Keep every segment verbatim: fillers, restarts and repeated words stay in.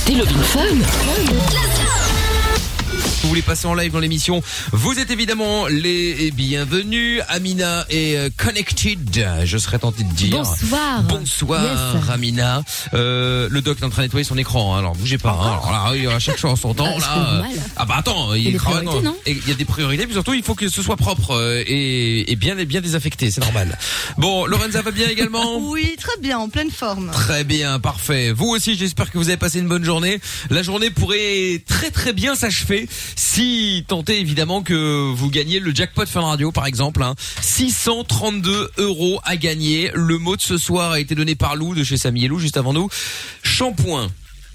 écoutez Love in Fun. Vous voulez passer en live dans l'émission, vous êtes évidemment les bienvenus. Amina est euh, connected, je serais tenté de dire. Bonsoir. Bonsoir, yes. Amina. Euh, le doc est en train de nettoyer son écran, hein, alors bougez pas. Hein, alors là, oui, à chaque chose en son temps. Là, euh, ah bah attends, il, il y a des priorités, puis surtout il faut que ce soit propre euh, et, et bien, bien désaffecté, c'est normal. Bon, Lorenza va bien également? Oui, très bien, en pleine forme. Très bien, parfait. Vous aussi, j'espère que vous avez passé une bonne journée. La journée pourrait très très bien s'achever si tant est évidemment que vous gagnez le jackpot Fun Radio par exemple, hein. six cent trente-deux euros à gagner. Le mot de ce soir a été donné par Lou de chez Samy et Lou juste avant nous. Shampoing.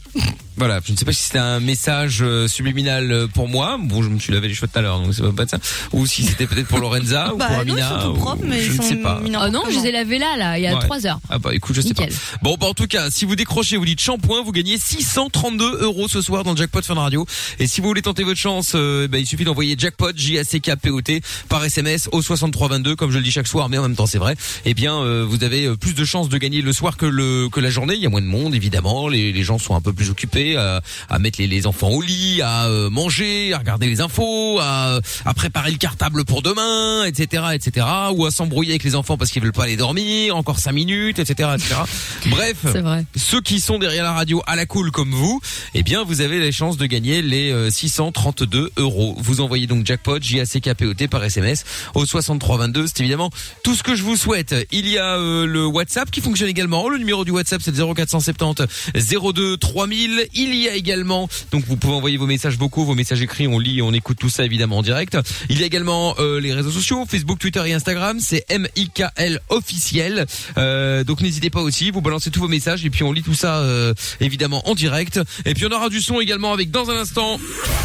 Voilà, je ne sais pas si c'était un message euh, subliminal pour moi. Bon, je me suis lavé les cheveux tout à l'heure, donc c'est pas de ça. Ou si c'était peut-être pour Lorenza ou bah, pour Amina. Non, ils sont tout propres, mais je ils ne sont sais pas. Oh non, je les ai lavés là, là, il y a ouais. trois heures. Ah bah écoute, je sais Nickel. pas. Bon, bah en tout cas, si vous décrochez, vous dites shampoing, vous gagnez six cent trente-deux euros ce soir dans le jackpot Fun Radio. Et si vous voulez tenter votre chance, euh, bah, il suffit d'envoyer jackpot J A C K P O T par S M S au soixante-trois vingt-deux, comme je le dis chaque soir, mais en même temps c'est vrai. Eh bien, euh, vous avez plus de chances de gagner le soir que le que la journée. Il y a moins de monde évidemment, les les gens sont un peu plus occupés à, à mettre les, les enfants au lit, à euh, manger, à regarder les infos, à, à préparer le cartable pour demain, et cetera, et cetera, ou à s'embrouiller avec les enfants parce qu'ils veulent pas aller dormir, encore cinq minutes, et cetera, et cetera. Bref, c'est vrai. Ceux qui sont derrière la radio à la cool comme vous, eh bien, vous avez les chances de gagner les euh, six cent trente-deux euros. Vous envoyez donc jackpot J A C K P O T par S M S au soixante-trois vingt-deux. C'est évidemment tout ce que je vous souhaite. Il y a euh, le WhatsApp qui fonctionne également. Le numéro du WhatsApp c'est zéro quatre cent soixante-dix zéro deux trois mille. Il y a également, donc vous pouvez envoyer vos messages vocaux, vos messages écrits, on lit et on écoute tout ça évidemment en direct. Il y a également euh, les réseaux sociaux, Facebook, Twitter et Instagram, c'est M I K L officiel. Euh, donc n'hésitez pas aussi, vous balancez tous vos messages et puis on lit tout ça euh, évidemment en direct. Et puis on aura du son également avec dans un instant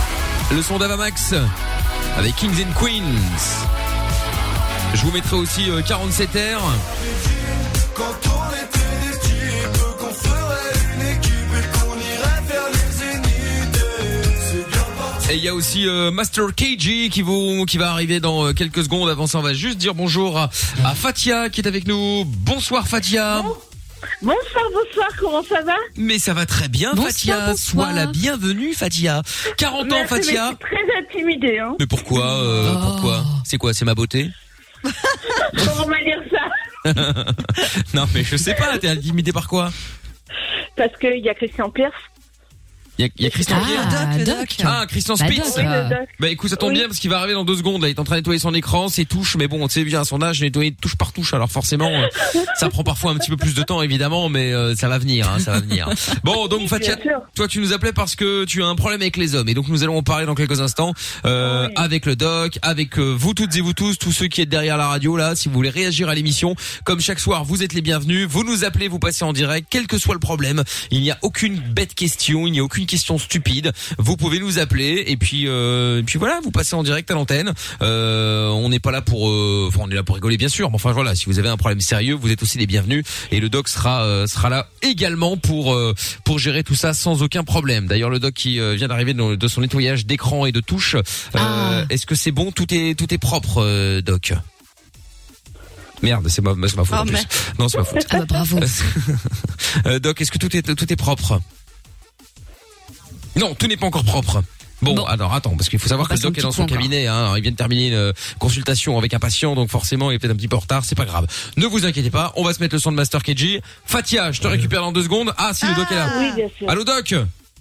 le son d'Avamax avec Kings and Queens. Je vous mettrai aussi euh, quarante-sept R. Quand on était des types, qu'on ferait une équipe et qu'on irait vers les zéniths. C'est bien parti. Et il y a aussi euh, Master K G qui, vous, qui va arriver dans euh, quelques secondes. Avant ça, on va juste dire bonjour à, à Fatia qui est avec nous. Bonsoir Fatia. Bon. Bonsoir, bonsoir, comment ça va? Mais ça va très bien bonsoir, Fatia. Bonsoir. Sois la bienvenue Fatia. quarante Merci, ans Fatia. Mais je suis très intimidée. Hein. Mais pourquoi euh, oh. Pourquoi? C'est quoi? C'est ma beauté? Comment va dire ça? Non mais je sais pas, t'es intimidée par quoi? Parce qu'il y a Christian Pierce. Il y a, il y a Christian ah, Pierce. le doc. Ah, Christian bah, Spitz. Oui, le doc. Bah écoute, ça tombe oui. bien parce qu'il va arriver dans deux secondes. Là, il est en train de nettoyer son écran, ses touches, mais bon, tu sais bien à son âge, nettoyer touche par touche. Alors forcément, euh, ça prend parfois un petit peu plus de temps, évidemment, mais euh, ça va venir, hein, ça va venir. Bon, donc Fatia, toi tu nous appelais parce que tu as un problème avec les hommes, et donc nous allons en parler dans quelques instants euh, oui. avec le doc, avec euh, vous toutes et vous tous, tous ceux qui êtes derrière la radio là. Si vous voulez réagir à l'émission, comme chaque soir, vous êtes les bienvenus. Vous nous appelez, vous passez en direct, quel que soit le problème. Il n'y a aucune bête question, il n'y a aucune question stupide. Vous pouvez nous appeler et puis euh, et puis voilà, vous passez en direct à l'antenne. Euh, on n'est pas là pour, euh, enfin on est là pour rigoler bien sûr, mais enfin voilà, si vous avez un problème sérieux, vous êtes aussi les bienvenus et le doc sera euh, sera là également pour euh, pour gérer tout ça sans aucun problème. D'ailleurs le doc qui euh, vient d'arriver de, de son nettoyage d'écran et de touches, euh, ah. est-ce que c'est bon? Tout est tout est propre, euh, doc? Merde, c'est ma, c'est ma faute. Oh, en plus. mais... Non, c'est ma faute. Ah bah bravo. euh, doc, est-ce que tout est tout est propre? Non, tout n'est pas encore propre. Bon, bon, alors attends, parce qu'il faut savoir que le doc est dans son cabinet, hein, il vient de terminer une consultation avec un patient, donc forcément il est peut-être un petit peu en retard, c'est pas grave. Ne vous inquiétez pas, on va se mettre le son de Master K G. Fatia, je te récupère dans deux secondes. Ah si, le doc est là. Oui, bien sûr. Allô doc?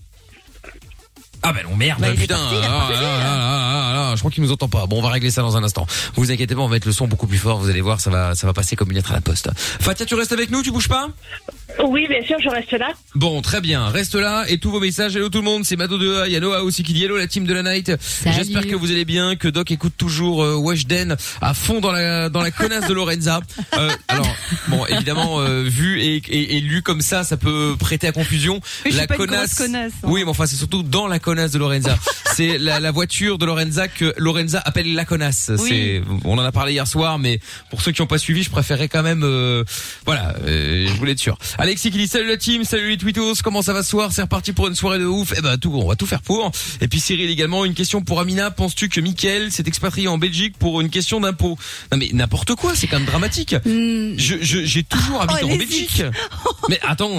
Ah ben non, merde, bah, putain, parti, ah, ah, ah, ah, ah, je crois qu'il nous entend pas. Bon, on va régler ça dans un instant. Vous inquiétez pas, on va mettre le son beaucoup plus fort, vous allez voir, ça va ça va passer comme une lettre à la poste. Fatia, tu restes avec nous, tu bouges pas? Oui, bien sûr, je reste là. Bon, très bien, reste là et tous vos messages. Hello tout le monde, c'est Mado deux A, il y a Noah aussi qui dit hello la team de la night. Salut. J'espère que vous allez bien, que Doc écoute toujours euh, Weshden à fond dans la dans la connasse de Lorenza. Euh, alors, bon, évidemment, euh, vu et, et, et lu comme ça, ça peut prêter à confusion. Oui, la connasse, connasse, connasse hein. Oui, mais enfin c'est surtout dans la connasse de Lorenza. C'est la, la voiture de Lorenza que Lorenza appelle la connasse. Oui. C'est, on en a parlé hier soir, mais pour ceux qui n'ont pas suivi, je préférais quand même, euh, voilà, euh, je voulais être sûr. Alexis qui dit salut la team, salut les tweetos, comment ça va ce soir? C'est reparti pour une soirée de ouf. Eh ben tout, on va tout faire pour. Et puis Cyril également, une question pour Amina. Penses-tu que Mickaël s'est expatrié en Belgique pour une question d'impôt? Non mais n'importe quoi, c'est quand même dramatique. Mm. Je, je, j'ai toujours habité oh, en Belgique. Mais attends.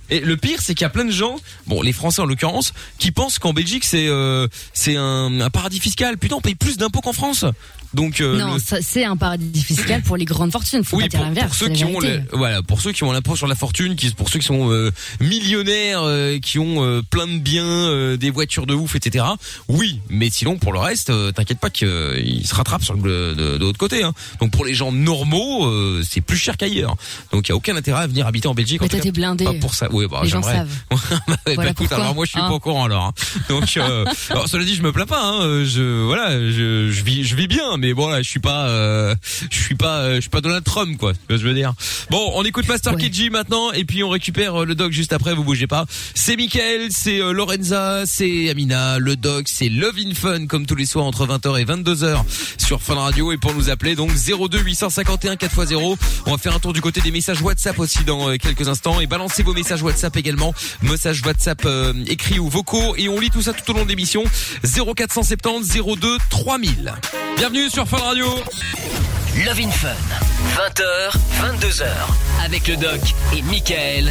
Et le pire, c'est qu'il y a plein de gens, bon, les Français en l'occurrence, qui pensent qu'en Belgique c'est euh, c'est un, un paradis fiscal. Putain, on paye plus d'impôts qu'en France. Donc euh, non, le... ça, c'est un paradis fiscal pour les grandes fortunes. Faut oui, pas dire pour, l'inverse. pour ceux qui ont le, voilà, pour ceux qui ont l'impôt sur la fortune, qui, pour ceux qui sont euh, millionnaires, euh, qui ont euh, plein de biens, euh, des voitures de ouf, et cetera. Oui, mais sinon pour le reste, euh, t'inquiète pas qu'ils euh, se rattrapent sur le de, de l'autre côté. Hein. Donc pour les gens normaux, euh, c'est plus cher qu'ailleurs. Donc il y a aucun intérêt à venir habiter en Belgique. Mais en tout toi, cas, t'es blindé. pas pour ça. Oui, bah les gens j'aimerais. savent. bah, voilà écoute, pourquoi. alors moi je suis hein. pas au courant alors. Hein. Donc euh, alors cela dit, je me plains pas. Hein. Je voilà, je, je vis je vis bien, mais bon là, je suis pas. Euh, Je suis pas, euh, je suis pas Donald Trump, quoi. C'est ce que je veux dire. Bon, on écoute Master ouais. Kidji maintenant, et puis on récupère euh, le doc juste après. Vous bougez pas. C'est Mickaël, c'est euh, Lorenza, c'est Amina. Le doc, c'est Love in Fun, comme tous les soirs entre vingt heures et vingt-deux heures sur Fun Radio. Et pour nous appeler, donc zéro deux huit cent cinquante et un quatre fois zéro. On va faire un tour du côté des messages WhatsApp aussi dans euh, quelques instants, et balancez vos messages WhatsApp également, messages WhatsApp euh, écrits ou vocaux, et on lit tout ça tout au long de l'émission. zéro quatre cent soixante-dix zéro deux trois mille. Bienvenue sur Fun Radio. Love in Fun, vingt heures, vingt-deux heures, avec le doc et Mickaël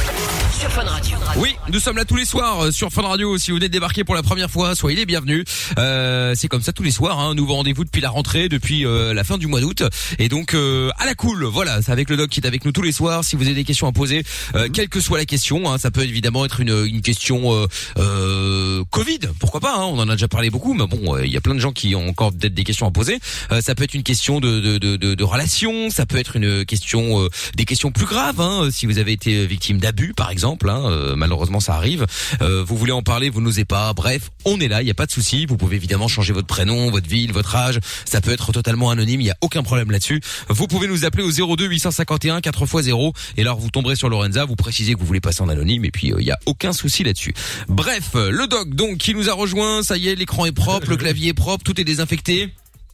sur Fun Radio. Oui, nous sommes là tous les soirs sur Fun Radio. Si vous venez de débarquer pour la première fois, soyez les bienvenus. Euh, c'est comme ça tous les soirs, hein, nouveau rendez-vous depuis la rentrée, depuis euh, la fin du mois d'août. Et donc euh, à la cool, voilà, c'est avec le doc qui est avec nous tous les soirs. Si vous avez des questions à poser, euh, quelle que soit la question, hein, ça peut évidemment être une, une question euh, euh, Covid, pourquoi pas, hein, on en a déjà parlé beaucoup, mais bon, il euh, y a plein de gens qui ont encore peut-être des questions à poser. Euh, ça peut être une question de de de, de, de relation, ça peut être une question, euh, des questions plus graves, hein, si vous avez été victime d'abus par exemple, hein, euh, malheureusement ça arrive. Euh, vous voulez en parler, vous n'osez pas. Bref, on est là, il y a pas de souci. Vous pouvez évidemment changer votre prénom, votre ville, votre âge. Ça peut être totalement anonyme, il y a aucun problème là-dessus. Vous pouvez nous appeler au zéro deux huit cent cinquante et un quatre fois zéro. Et alors vous tomberez sur Lorenza, vous précisez que vous voulez passer en anonyme, et puis il euh, y a aucun souci là-dessus. Bref, le doc donc qui nous a rejoint, ça y est, l'écran est propre, le clavier est propre, tout est désinfecté.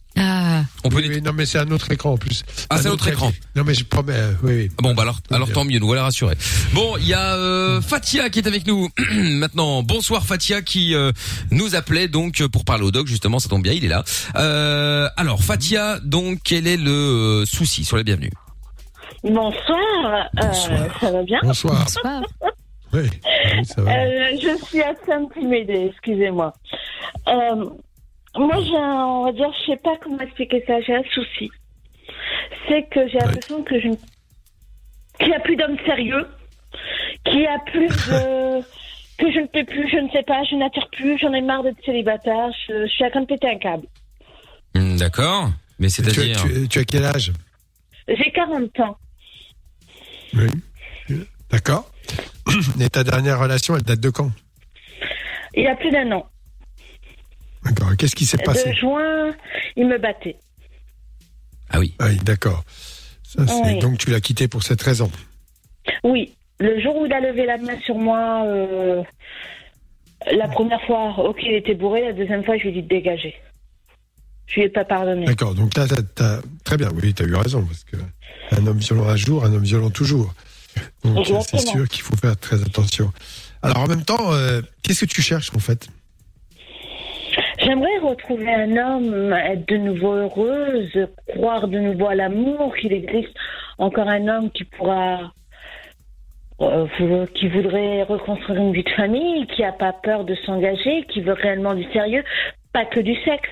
Ah. On peut oui, oui, non mais c'est un autre écran en plus. Ah, c'est un autre écran. Non mais je promets. Euh, oui, oui. Bon bah alors, alors tant mieux, nous voilà rassurés. Bon, il y a euh, Fatia qui est avec nous maintenant. Bonsoir Fatia qui euh, nous appelait donc pour parler au doc justement, ça tombe bien, il est là. Euh, alors Fatia, donc quel est le euh, souci? Soyez la bienvenue. Bonsoir, Bonsoir. Euh, ça va bien? Bonsoir. Bonsoir. Oui, oui, ça va. Euh, je suis assez intimidée, excusez-moi. Euh, moi, j'ai un, on va dire, je sais pas comment expliquer ça, j'ai un souci. C'est que j'ai l'impression que je, qu'il n'y a plus d'hommes sérieux, qu'il y a plus de, que je ne peux plus, je ne sais pas, je n'attire plus, j'en ai marre d'être célibataire, je, je suis à train de péter un câble. Mmh, d'accord, mais tu, c'est-à-dire... tu, tu as quel âge? J'ai quarante ans. Oui. D'accord. Et ta dernière relation, elle date de quand? Il y a plus d'un an. D'accord. Qu'est-ce qui s'est passé? De juin, il me battait. Ah oui. Oui, d'accord. Ça, c'est... Oui. Donc tu l'as quitté pour cette raison? Oui. Le jour où il a levé la main sur moi, euh, la première fois, ok, il était bourré. La deuxième fois, je lui ai dit de dégager. Je lui ai pas pardonné. D'accord. Donc là, t'as, t'as... très bien. Oui, tu as eu raison parce que un homme violent un jour, un homme violent toujours. Donc Exactement. c'est sûr qu'il faut faire très attention. Alors en même temps, euh, qu'est-ce que tu cherches en fait? J'aimerais retrouver un homme, être de nouveau heureuse, croire de nouveau à l'amour, qu'il existe encore un homme qui pourra, euh, qui voudrait reconstruire une vie de famille, qui n'a pas peur de s'engager, qui veut réellement du sérieux, pas que du sexe.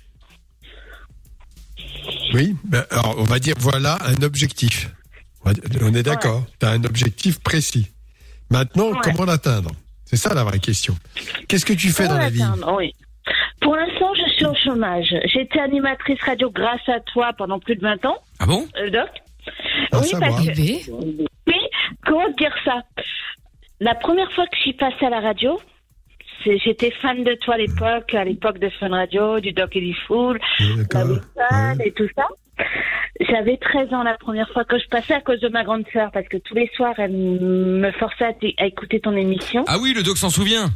Oui, ben, alors on va dire voilà un objectif. On, va dire, on est d'accord, tu as un objectif précis. Maintenant, Ouais. comment l'atteindre? C'est ça la vraie question. Qu'est-ce que tu fais Pour dans la vie? l'atteindre, oui. Pour l'instant, je suis au chômage. J'ai été animatrice radio grâce à toi pendant plus de vingt ans, Ah bon? euh, Doc. À oui, savoir. parce que, Bébé. oui, comment dire ça? La première fois que je suis passée à la radio, c'est, j'étais fan de toi à l'époque, à l'époque de Fun Radio, du Doc et du Fool, Oui, la d'accord. Wissal Ouais. et tout ça. J'avais treize ans la première fois que je passais à cause de ma grande sœur, parce que tous les soirs, elle me forçait à, t- à écouter ton émission. Ah oui, le doc s'en souvient.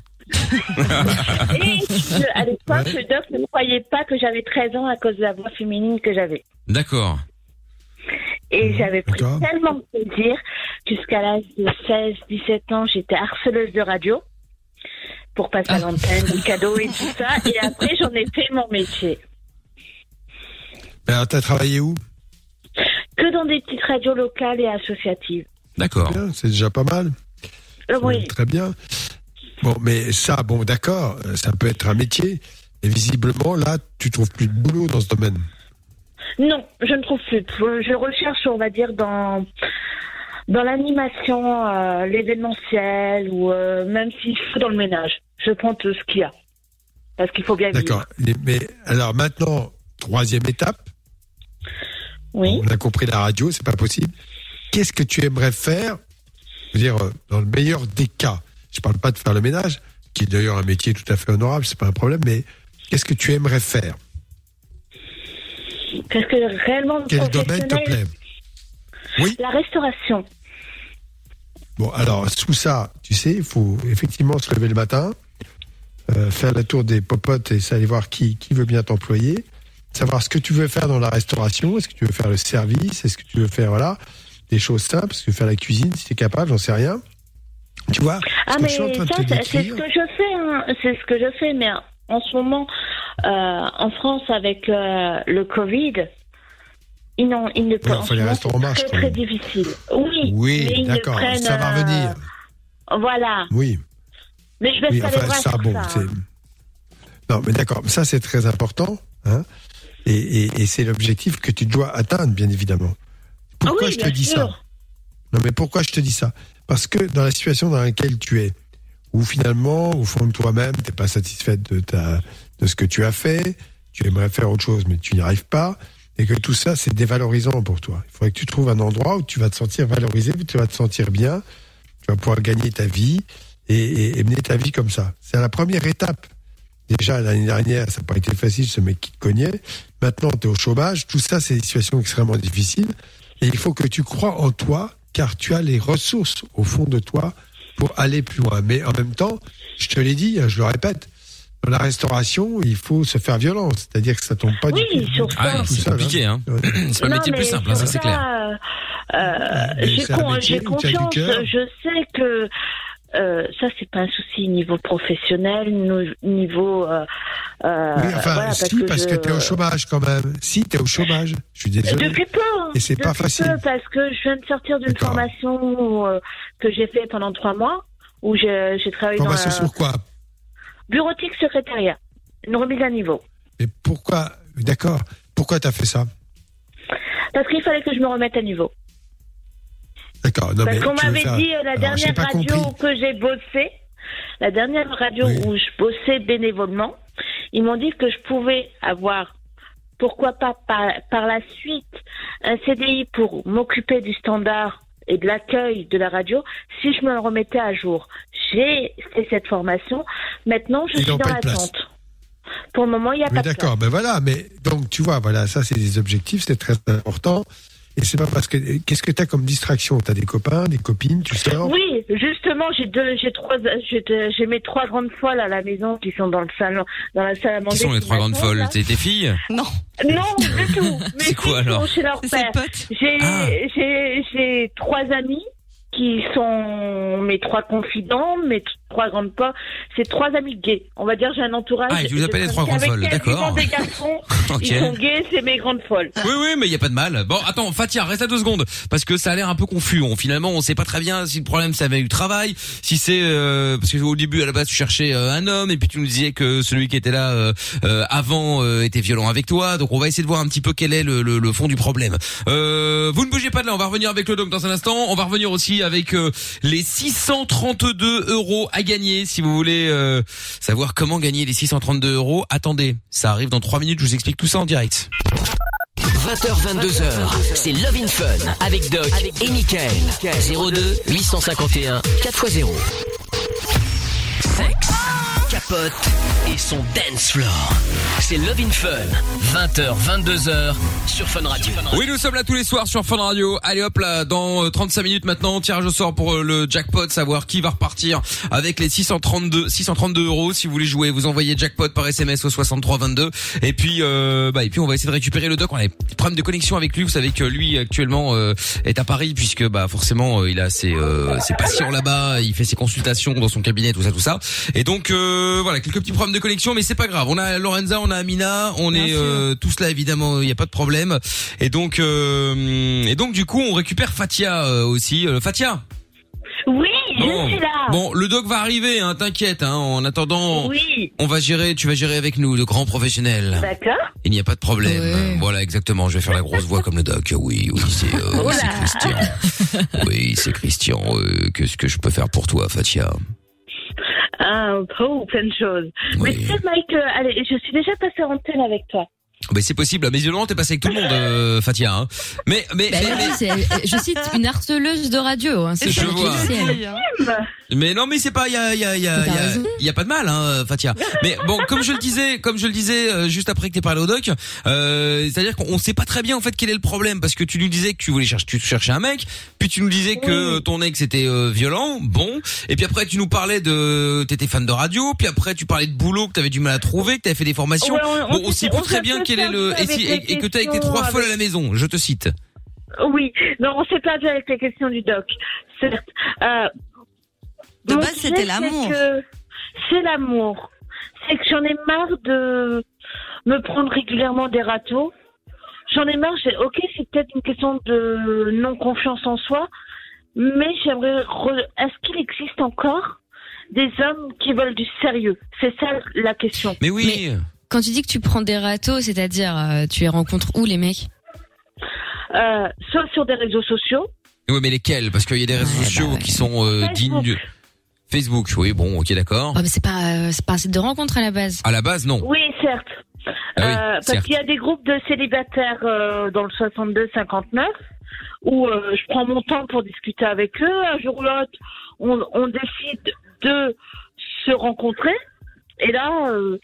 Et je- à l'époque, Ouais. le Doc ne croyait pas que j'avais treize ans à cause de la voix féminine que j'avais. D'accord. Et Mmh, j'avais pris d'accord. tellement de plaisir jusqu'à l'âge de seize dix-sept ans, j'étais harceleuse de radio pour passer à Ah. l'antenne, des cadeaux et tout ça. Et après, j'en ai fait mon métier. Alors, t'as travaillé où? Que dans des petites radios locales et associatives. D'accord. Bien, c'est déjà pas mal. Euh, oui. Très bien. Bon, mais ça, bon, d'accord, ça peut être un métier. Et visiblement, là, tu trouves plus de boulot dans ce domaine. Non, je ne trouve plus. Je recherche, on va dire, dans dans l'animation, euh, l'événementiel, ou euh, même si je suis dans le ménage. Je prends tout ce qu'il y a. Parce qu'il faut bien vivre. D'accord. Mais alors maintenant, troisième étape. Oui. On a compris la radio, c'est pas possible. Qu'est-ce que tu aimerais faire? Je veux dire, dans le meilleur des cas. Je parle pas de faire le ménage, qui est d'ailleurs un métier tout à fait honorable, c'est pas un problème, mais qu'est-ce que tu aimerais faire? Qu'est-ce que réellement Quel domaine te plaît? Oui. La restauration. Bon, alors, sous ça, tu sais, il faut effectivement se lever le matin, euh, faire le tour des popotes et aller voir qui, qui veut bien t'employer, savoir ce que tu veux faire dans la restauration, est-ce que tu veux faire le service, est-ce que tu veux faire, voilà, des choses simples, est-ce que tu veux faire la cuisine, si tu es capable, j'en sais rien. Tu vois? Ah, mais ça, c'est ce que je fais, hein. C'est ce que je fais, mais en ce moment, euh, en France, avec euh, le Covid, ils, n'ont, ils ne peuvent ouais, enfin, pas. C'est très, très difficile. Oui, oui mais ils d'accord, prennent, ça va revenir. Euh, voilà. Oui. Mais je vais oui, faire enfin, les bras ça, sur bon, ça. C'est... Non, mais d'accord, ça c'est très important, hein, et, et, et c'est l'objectif que tu dois atteindre, bien évidemment. Pourquoi ah oui, je te dis sûr. ça? Non, mais pourquoi je te dis ça? Parce que dans la situation dans laquelle tu es, où finalement, au fond de toi-même, t'es pas satisfaite de ta, de ce que tu as fait, tu aimerais faire autre chose, mais tu n'y arrives pas, et que tout ça, c'est dévalorisant pour toi. Il faudrait que tu trouves un endroit où tu vas te sentir valorisé, où tu vas te sentir bien, tu vas pouvoir gagner ta vie et, et, et mener ta vie comme ça. C'est la première étape. Déjà, l'année dernière, ça n'a pas été facile, ce mec qui te cognait. Maintenant, tu es au chômage. Tout ça, c'est des situations extrêmement difficiles. Et il faut que tu crois en toi, car tu as les ressources au fond de toi pour aller plus loin. Mais en même temps, je te l'ai dit, je le répète, dans la restauration, il faut se faire violence. C'est-à-dire que ça tombe pas oui, du tout. Sur ça. Ah, c'est compliqué, hein. C'est pas le métier le plus simple, hein, ça c'est clair. Euh, j'ai, con, j'ai confiance, je sais que euh, ça c'est pas un souci niveau professionnel, niveau. Euh, euh, oui, enfin, voilà, si, parce que, parce je... que t'es au chômage quand même. Si, t'es au chômage. Je suis désolé. Depuis peu. Et c'est depuis pas facile. Peu, parce que je viens de sortir d'une D'accord. formation euh, que j'ai fait pendant trois mois, où j'ai, j'ai travaillé formation dans. Formation sur quoi? Bureautique secrétariat. Une remise à niveau. Mais pourquoi? D'accord. Pourquoi t'as fait ça? Parce qu'il fallait que je me remette à niveau. D'accord. Non, Parce mais qu'on m'avait faire... dit, euh, la Alors, dernière radio compris. que j'ai bossé, la dernière radio oui. où je bossais bénévolement, ils m'ont dit que je pouvais avoir, pourquoi pas par, par la suite, un C D I pour m'occuper du standard et de l'accueil de la radio si je me remettais à jour. J'ai fait cette formation. Maintenant, je Ils suis n'ont dans pas de place. l'attente. Pour le moment, il n'y a oui, pas de d'accord, place. ben voilà, mais donc tu vois, voilà, ça c'est des objectifs, c'est très important. Et c'est pas parce que qu'est-ce que t'as comme distraction? T'as des copains, des copines, tu sors? Oui, justement, j'ai deux, j'ai trois, j'ai, j'ai mes trois grandes folles à la maison qui sont dans le salon, dans la salle à manger. Qui sont les trois grandes folles? C'est tes filles? Non. Non, du tout. Mes C'est quoi filles alors? sont chez leur C'est père. ses potes. J'ai, Ah. j'ai, j'ai trois amis qui sont mes trois confidents, mes t- trois grandes folles. C'est trois amis gays. On va dire, j'ai un entourage. Ah, et tu vous appelles les trois Avec grandes folles, quasiment d'accord. des garçons. Ok. Ils sont gays, c'est mes grandes folles. Oui, oui, mais il y a pas de mal. Bon, attends, Fatia, reste à deux secondes, parce que ça a l'air un peu confus. On, finalement, on sait pas très bien si le problème c'est avec du travail, si c'est euh, parce qu'au début, à la base, tu cherchais euh, un homme, et puis tu nous disais que celui qui était là euh, euh, avant euh, était violent avec toi. Donc, on va essayer de voir un petit peu quel est le, le, le fond du problème. Euh, vous ne bougez pas de là. On va revenir avec le doc dans un instant. On va revenir aussi avec euh, les six cent trente-deux euros à gagner. Si vous voulez euh, savoir comment gagner les six cent trente-deux euros, attendez, ça arrive dans trois minutes. Je vous explique tout ça en direct. vingt heures vingt-deux heures, c'est Love in Fun avec Doc et Mickaël. zéro deux huit cent cinquante et un quatre fois zéro. Sexe, capote et son dance floor. C'est Love in Fun, vingt heures vingt-deux heures sur Fun Radio. Oui, nous sommes là tous les soirs sur Fun Radio. Allez hop là, dans trente-cinq minutes maintenant, tirage au sort pour le jackpot, savoir qui va repartir avec les six cent trente-deux euros. Si vous voulez jouer, vous envoyez jackpot par S M S au soixante-trois vingt-deux. Et puis, euh, bah, et puis on va essayer de récupérer le doc. On a des problèmes de connexion avec lui. Vous savez que lui actuellement euh, est à Paris puisque bah forcément euh, il a ses, euh, ses patients là-bas, il fait ses consultations dans son cabinet, tout ça, tout ça. Et donc euh, voilà, quelques petits problèmes de connexion, mais c'est pas grave. On a Lorenza, on a Amina, on Bien est euh, tous là évidemment, il y a pas de problème. Et donc euh, et donc du coup on récupère Fatia euh, aussi. Euh, Fatia. Oui, Bon, je suis là. bon, le doc va arriver, hein, t'inquiète. Hein, en attendant, Oui. on va gérer. Tu vas gérer avec nous, de grands professionnels. D'accord. Il n'y a pas de problème. Ouais. Voilà, exactement. Je vais faire la grosse voix comme le doc. Oui, oui, c'est, euh, Oula. c'est Christian. Oui, c'est Christian. Euh, qu'est-ce que je peux faire pour toi, Fatia? Ah, oh, plein de choses. Mais Oui. tu sais, Mike, euh, allez, je suis déjà passée en antenne avec toi. Mais c'est possible. Mais visiblement, t'es passé avec tout le monde, euh, Fatia. Hein. Mais, mais, Bah, mais, elle dit, c'est- je cite une harceleuse de radio. Hein, c'est Je ça qui vois. dit, elle. mais, mais non, mais c'est pas. Il y a, il y a, il y a, Mais t'as il y a- raison. il y a pas de mal, hein, Fatia. Mais bon, comme je le disais, comme je le disais euh, juste après que t'es parlé au doc, euh, c'est-à-dire qu'on sait pas très bien en fait quel est le problème, parce que tu nous disais que tu voulais chercher, tu cherchais un mec, puis tu nous disais que ton ex était euh, violent, bon, et puis après tu nous parlais de, t'étais fan de radio, puis après tu parlais de boulot que t'avais du mal à trouver, que t'avais fait des formations. Ouais, on- bon, on on s'est- sait plus on très s'est bien fait quel est le, perdu et, si, avec et, et que t'as été les trois questions folles à la avec- maison, je te cite. Oui, non, on s'est perdu avec les questions du doc, certes. Euh, De mon base, sujet, c'était c'est l'amour. que- C'est l'amour. C'est que j'en ai marre de me prendre régulièrement des râteaux. J'en ai marre, j'ai, ok, c'est peut-être une question de non-confiance en soi, mais j'aimerais... re- Est-ce qu'il existe encore des hommes qui veulent du sérieux? C'est ça la question. Mais oui. Quand tu dis que tu prends des râteaux, c'est-à-dire euh, tu les rencontres où les mecs? Euh, soit sur des réseaux sociaux. Oui, mais lesquels? Parce qu'il y a des réseaux Ouais, sociaux bah ouais. qui sont euh, dignes. Facebook. de- Facebook, oui, bon, ok, d'accord. Oh, mais c'est pas, euh, c'est pas un site de rencontre à la base. À la base, non. Oui, certes. Ah oui, Euh, parce certes. qu'il y a des groupes de célibataires euh, dans le soixante-deux cinquante-neuf où euh, je prends mon temps pour discuter avec eux. Un jour ou l'autre, on, on décide de se rencontrer. Et là, euh,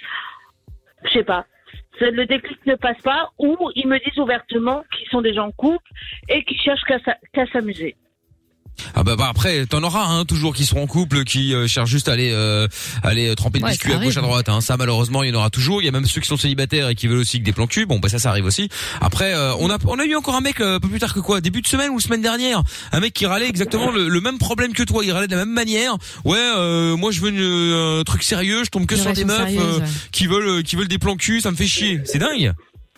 je sais pas, c'est- le déclic ne passe pas, ou ils me disent ouvertement qu'ils sont déjà en couple et qu'ils cherchent qu'à s'a- qu'à s'amuser. Ah bah, bah après, t'en auras hein, toujours qui seront en couple, qui euh, cherchent juste à aller euh, aller euh, tremper le Ouais, biscuit ça à gauche à arrive. droite. Hein. Ça malheureusement, il y en aura toujours. Il y a même ceux qui sont célibataires et qui veulent aussi que des plans cul. Bon bah ça, ça arrive aussi. Après, euh, on a on a eu encore un mec euh, un peu plus tard que quoi, début de semaine ou semaine dernière, un mec qui râlait exactement le, le même problème que toi. Il râlait de la même manière. Ouais, euh, moi je veux une, un truc sérieux. Je tombe que Une sur des relation meufs sérieuse, euh, ouais. qui veulent euh, qui veulent des plans cul. Ça me fait chier. C'est dingue.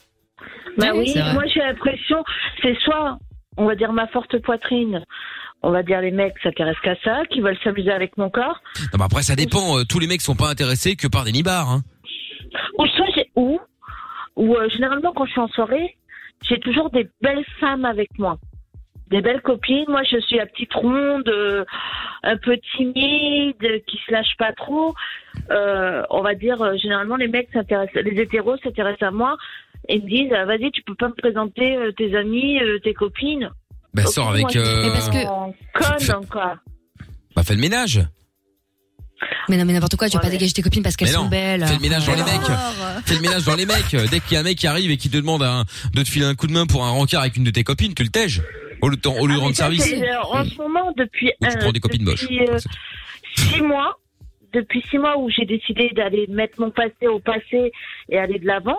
Bah Ouais, oui, c'est vrai. moi j'ai l'impression, c'est soit, on va dire, ma forte poitrine, on va dire les mecs s'intéressent qu'à ça, qui veulent s'amuser avec mon corps, Non, bah après ça dépend. Euh, tous les mecs sont pas intéressés que par des nibards. Hein. ou soit j'ai, ou, ou euh, généralement quand je suis en soirée, j'ai toujours des belles femmes avec moi. Des belles copines. Moi, je suis la petite ronde, euh, un peu timide, qui se lâche pas trop. Euh, on va dire, euh, généralement, les mecs s'intéressent, les hétéros s'intéressent à moi et me disent, ah, vas-y, tu peux pas me présenter euh, tes amis, euh, tes copines. Bah Ok, sors avec. moi, Euh... Mais parce que- en conne, quoi. Bah fais le ménage. Mais non, mais n'importe quoi, tu vas Ouais, pas mais- dégager tes copines parce qu'elles Mais non, sont belles. fais le ménage dans les mecs. Alors, Fais le ménage dans les mecs. Dès qu'il y a un mec qui arrive et qui te demande un, de te filer un coup de main pour un rencard avec une de tes copines, tu le tèges. Au lieu de, au lieu de Ah, rendre mais ça, service. c'est, euh, en ce moment, depuis, Ou tu euh, prends des copines moches. depuis euh, six mois, depuis six mois où j'ai décidé d'aller mettre mon passé au passé et aller de l'avant,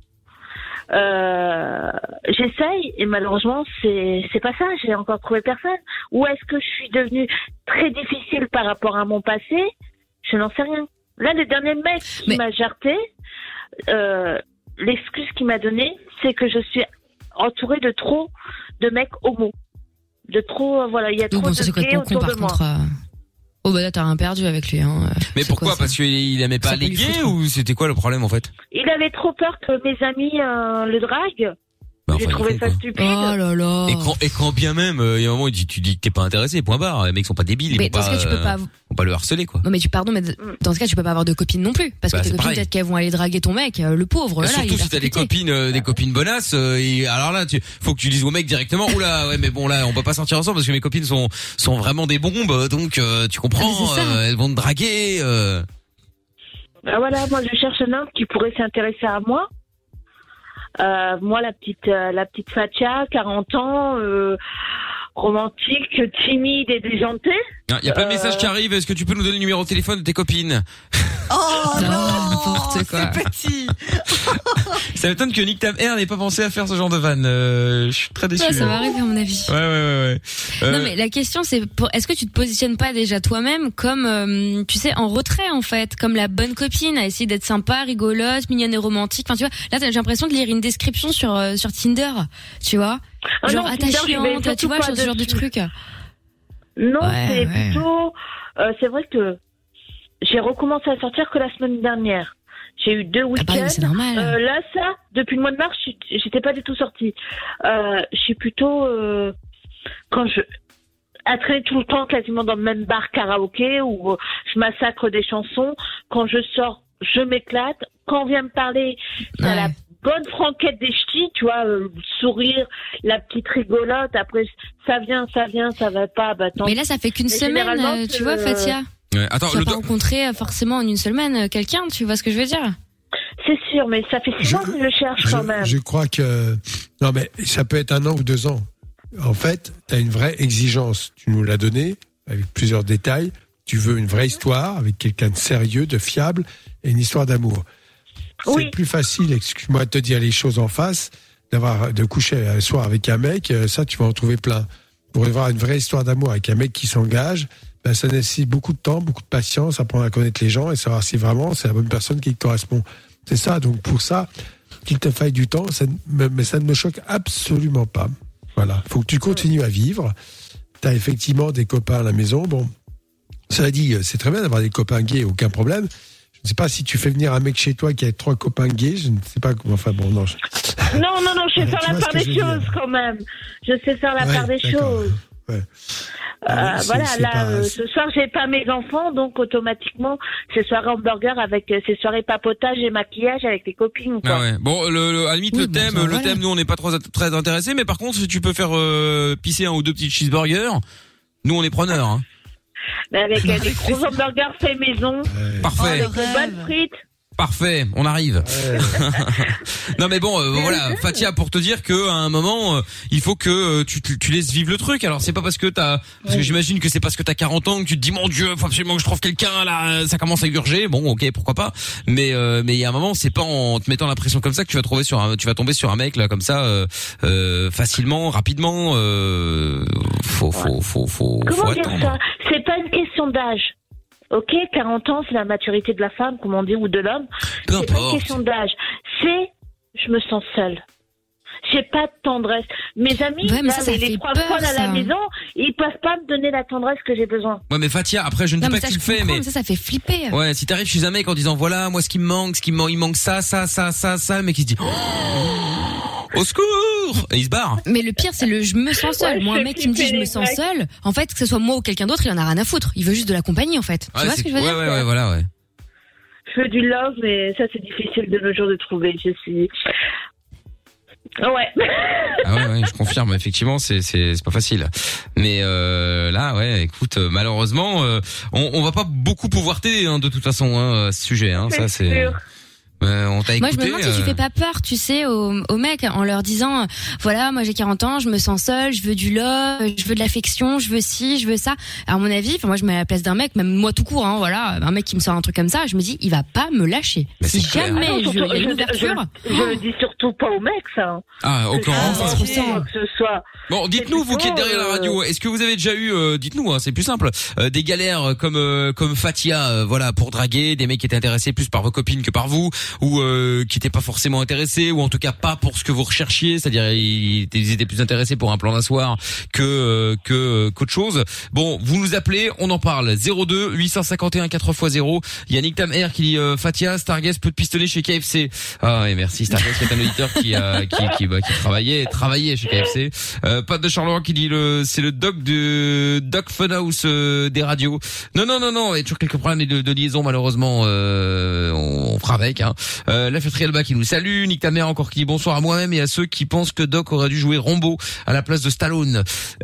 euh, j'essaye et malheureusement c'est c'est pas ça. J'ai encore trouvé personne. Ou est-ce que je suis devenue très difficile par rapport à mon passé? Je n'en sais rien. Là, le dernier mec qui Mais- m'a jarté, euh, l'excuse qu'il m'a donnée, c'est que je suis entourée de trop de mecs homos. De trop, euh, voilà, il y a Oui, trop bon, ça c'est de gays complètement con autour par de moi. contre. euh. Oh bah là t'as rien perdu avec lui. Hein. Mais C'est pourquoi? quoi, ça Parce qu'il il aimait pas Ça peut les lui gays foutre. ou c'était quoi le problème en fait? Il avait trop peur que mes amis euh, le draguent. Bah, J'ai enfin, trouvé il est ça con, quoi. stupide. Oh là là. Et quand, et quand bien même, euh, il y a un moment, il dit, tu dis que t'es pas intéressé, point barre. Les mecs sont pas débiles, ils Mais vont dans ce pas, cas tu peux euh, pas. vont pas le harceler, quoi. Non mais tu pardon mais d- dans ce cas tu peux pas avoir de copines non plus parce Bah, que tes c'est copines pareil. peut-être qu'elles vont aller draguer ton mec, euh, le pauvre. Là, là, il Surtout est si t'as des persécuté. copines, euh, des copines bonasses, euh, et alors là, tu, faut que tu dises au mec directement, oula, ouais, mais bon, là, on peut pas sortir ensemble parce que mes copines sont, sont vraiment des bombes, donc, euh, tu comprends, Ah, mais c'est ça. euh, elles vont te draguer, euh. Bah voilà, moi je cherche un homme qui pourrait s'intéresser à moi. Euh, moi, la petite, euh, la petite Fatia, quarante ans, euh, romantique, timide et déjantée. Il y a plein de Euh. messages qui arrivent, est-ce que tu peux nous donner le numéro de téléphone de tes copines? Oh Non, non, n'importe quoi. c'est petit. Ça m'étonne que Nick Tam Air n'ait pas pensé à faire ce genre de vanne, euh, je suis très déçu. Ouais, ça va arriver à mon avis. Ouais, ouais, ouais, ouais. Euh, Non mais la question c'est pour est-ce que tu te positionnes pas déjà toi-même comme euh, tu sais en retrait en fait comme la bonne copine à essayer d'être sympa, rigolote, mignonne et romantique. Enfin tu vois là t'as- j'ai l'impression de lire une description sur euh, sur Tinder, tu vois Ah genre non, ah, Tinder, je vais attachante, tu surtout vois pas genre ce genre de dessus. truc. Non, Ouais, c'est ouais. plutôt... euh, c'est vrai que j'ai recommencé à sortir que la semaine dernière. J'ai eu deux Ah bah week-ends. oui, mais c'est normal. Euh, là, ça, depuis le mois de mars, je suis- j'étais pas du tout sortie. Euh, je suis plutôt... euh, quand je... à traîner tout le temps quasiment dans le même bar karaoké où euh, je massacre des chansons. Quand je sors, je m'éclate. Quand on vient me parler, t'as Ouais. la bonne franquette des ch'tis, tu vois, euh, le sourire, la petite rigolote. Après, ça vient, ça vient, ça va pas. Bah, tant Mais là, ça fait qu'une Mais semaine, généralement, euh, tu euh, vois, Fatia. Ouais, attends, Tu vas le pas doc- rencontrer euh, forcément en une semaine euh, quelqu'un, tu vois ce que je veux dire? C'est sûr, mais ça fait six Je- mois que je cherche Je, quand même. je crois que non, mais ça peut être un an ou deux ans. En fait, tu as une vraie exigence. Tu nous l'as donné avec plusieurs détails. Tu veux une vraie histoire avec quelqu'un de sérieux, de fiable et une histoire d'amour. Oui. C'est plus facile, excuse-moi de te dire les choses en face, d'avoir de coucher un soir avec un mec. euh, Ça, tu vas en trouver plein. Pour avoir une vraie histoire d'amour avec un mec qui s'engage, ben, ça nécessite beaucoup de temps, beaucoup de patience, apprendre à connaître les gens et savoir si vraiment c'est la bonne personne qui te correspond. C'est ça. Donc pour ça, qu'il te faille du temps, ça, ne- mais ça ne me choque absolument pas. Voilà. Faut que tu continues à vivre. Tu as effectivement des copains à la maison. Bon, cela dit, c'est très bien d'avoir des copains gays, aucun problème. Je ne sais pas si tu fais venir un mec chez toi qui a trois copains gays, je ne sais pas comment. Enfin bon, non. je- Non, non, non, je sais Ouais, faire tu la vois part ce que des je veux choses dire. quand même. Je sais faire la Ouais, part des d'accord. choses. Ouais. Euh, Ouais, c'est- voilà, c'est là, pas- euh, ce soir, j'ai pas mes enfants, donc automatiquement, c'est soirée hamburger avec euh, ces soirées papotage et maquillage avec les copines, quoi. Ah ouais. Bon, le, le- à la limite, Oui, le bon, thème, ça, le voilà. thème, nous, on n'est pas trop, très intéressés, mais par contre, si tu peux faire euh, pisser un ou deux petits cheeseburgers, nous, on est preneurs. Hein. Mais avec euh, des gros hamburgers faits maison, Ouais. Parfait, avec de bonnes frites. parfait, on arrive. Ouais. Non mais bon, euh, voilà, Fatia, pour te dire que à un moment, euh, il faut que euh, tu, tu, tu laisses vivre le truc. Alors c'est pas parce que t'as, parce que j'imagine que c'est parce que t'as quarante ans que tu te dis mon Dieu, faut absolument que je trouve quelqu'un là, ça commence à urger. Bon, ok, pourquoi pas. Mais euh, mais il y a un moment, c'est pas en te mettant la pression comme ça que tu vas trouver sur un, tu vas tomber sur un mec là comme ça euh, euh, facilement, rapidement. Euh, faut faut faut faut, Comment faut dire attendre. ça? C'est pas une question d'âge. Ok, quarante ans, c'est la maturité de la femme, comme on dit, ou de l'homme. Peu C'est pas une importe. question d'âge. C'est, je me sens seule. J'ai pas de tendresse. Mes amis, Ouais, mais là, ça, ça les, fait les trois peur, folles à la ça. maison, ils peuvent pas me donner la tendresse que j'ai besoin. Ouais, mais Fatia, après, je ne dis Non, mais pas ça, que tu je le fais, comprends, mais mais ça, ça fait flipper. ouais, si t'arrives chez un mec en disant voilà, moi ce qui me manque, ce qui me manque, il manque ça, ça, ça, ça, ça, le mec il se dit oh, au secours et il se barre. Mais le pire, c'est le je me sens seul. Ouais, Moi, je un mec qui me dit fais je me les sens mecs. seul, en fait, que ce soit moi ou quelqu'un d'autre, il en a rien à foutre. Il veut juste de la compagnie, en fait. Tu Ouais, vois c'est- ce que je veux ouais, dire ouais, ouais, voilà, ouais. Je veux du love, mais ça, c'est difficile de nos jours de trouver. Je suis... Ouais. Ah ouais, ouais, je confirme. Effectivement, c'est c'est c'est pas facile. Mais euh, là, ouais, écoute, euh, malheureusement, euh, on on va pas beaucoup pouvoir t'aider hein, de toute façon hein, à ce sujet. Hein, ça c'est. sûr. Euh, on t'a Moi, écouté. je me demande si tu euh, fais pas peur, tu sais, aux, aux mecs, en leur disant, euh, voilà, moi j'ai quarante ans, je me sens seule, je veux du love, je veux de l'affection, je veux ci, je veux ça. À mon avis, enfin moi je me mets à la place d'un mec, même moi tout court, hein, voilà, un mec qui me sort un truc comme ça, je me dis, il va pas me lâcher. Mais Si c'est clair. jamais Ah non, je, surtout, il y a une je- ouverture, Je, je le dis surtout pas aux mecs, ça. hein. Ah, au Que camp. ça ça se soit ressent. que ce soit. Bon, dites-nous vous qui êtes derrière la plutôt, radio, est-ce que vous avez déjà eu, euh, dites-nous, hein, c'est plus simple, euh, des galères comme euh, comme Fatia, euh, voilà, pour draguer, des mecs qui étaient intéressés plus par vos copines que par vous, ou euh, qui étaient pas forcément intéressés, ou en tout cas pas pour ce que vous recherchiez, c'est-à-dire ils, ils étaient plus intéressés pour un plan d'un soir que euh, que qu'autre chose. Bon, vous nous appelez, on en parle. zéro deux huit cent cinquante et un quatre fois zéro. Il y a Nick Tamer qui dit euh, Fatia, Starguest peut te pistonner chez K F C. Ah ouais, merci Starguest, qui est un auditeur qui a qui qui bah, qui travaillait travaillait chez K F C. Euh, Pat de Charleroi qui dit le c'est le doc de Doc Funhouse euh, des radios. Non non non non, il y a toujours quelques problèmes de, de liaison malheureusement. Euh, on, on fera avec. Hein. Euh, la fête Alba qui nous salue. Nick Tamer encore qui dit bonsoir à moi-même et à ceux qui pensent que Doc aurait dû jouer Rambo à la place de Stallone.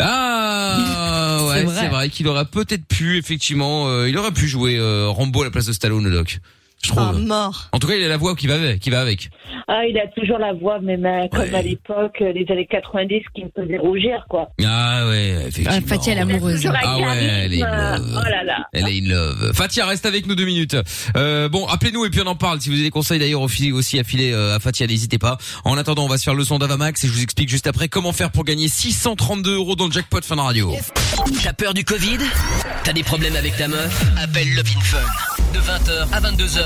Ah ouais, C'est vrai. c'est vrai qu'il aurait peut-être pu effectivement, euh, il aurait pu jouer euh, Rambo à la place de Stallone, le Doc. Je trouve. Ah, mort. En tout cas, il a la voix qui va avec, qui va avec. Ah, il a toujours la voix, même euh, comme Ouais. à l'époque, euh, les années quatre-vingt-dix, qui me faisait rougir, quoi. Ah ouais, effectivement. Ah, Fatia, elle est amoureuse. Toujours un Ah ouais, elle est in charisme, love. Oh là là. Elle est in love. Fatia, reste avec nous deux minutes. Euh, bon, appelez-nous et puis on en parle. Si vous avez des conseils d'ailleurs aussi aussi à filer euh, à Fatia, n'hésitez pas. En attendant, on va se faire le son d'Avamax et je vous explique juste après comment faire pour gagner six cent trente-deux euros dans le jackpot Fun Radio. T'as peur du Covid? T'as des problèmes avec ta meuf? Appelle Love in Fun. De vingt heures à vingt-deux heures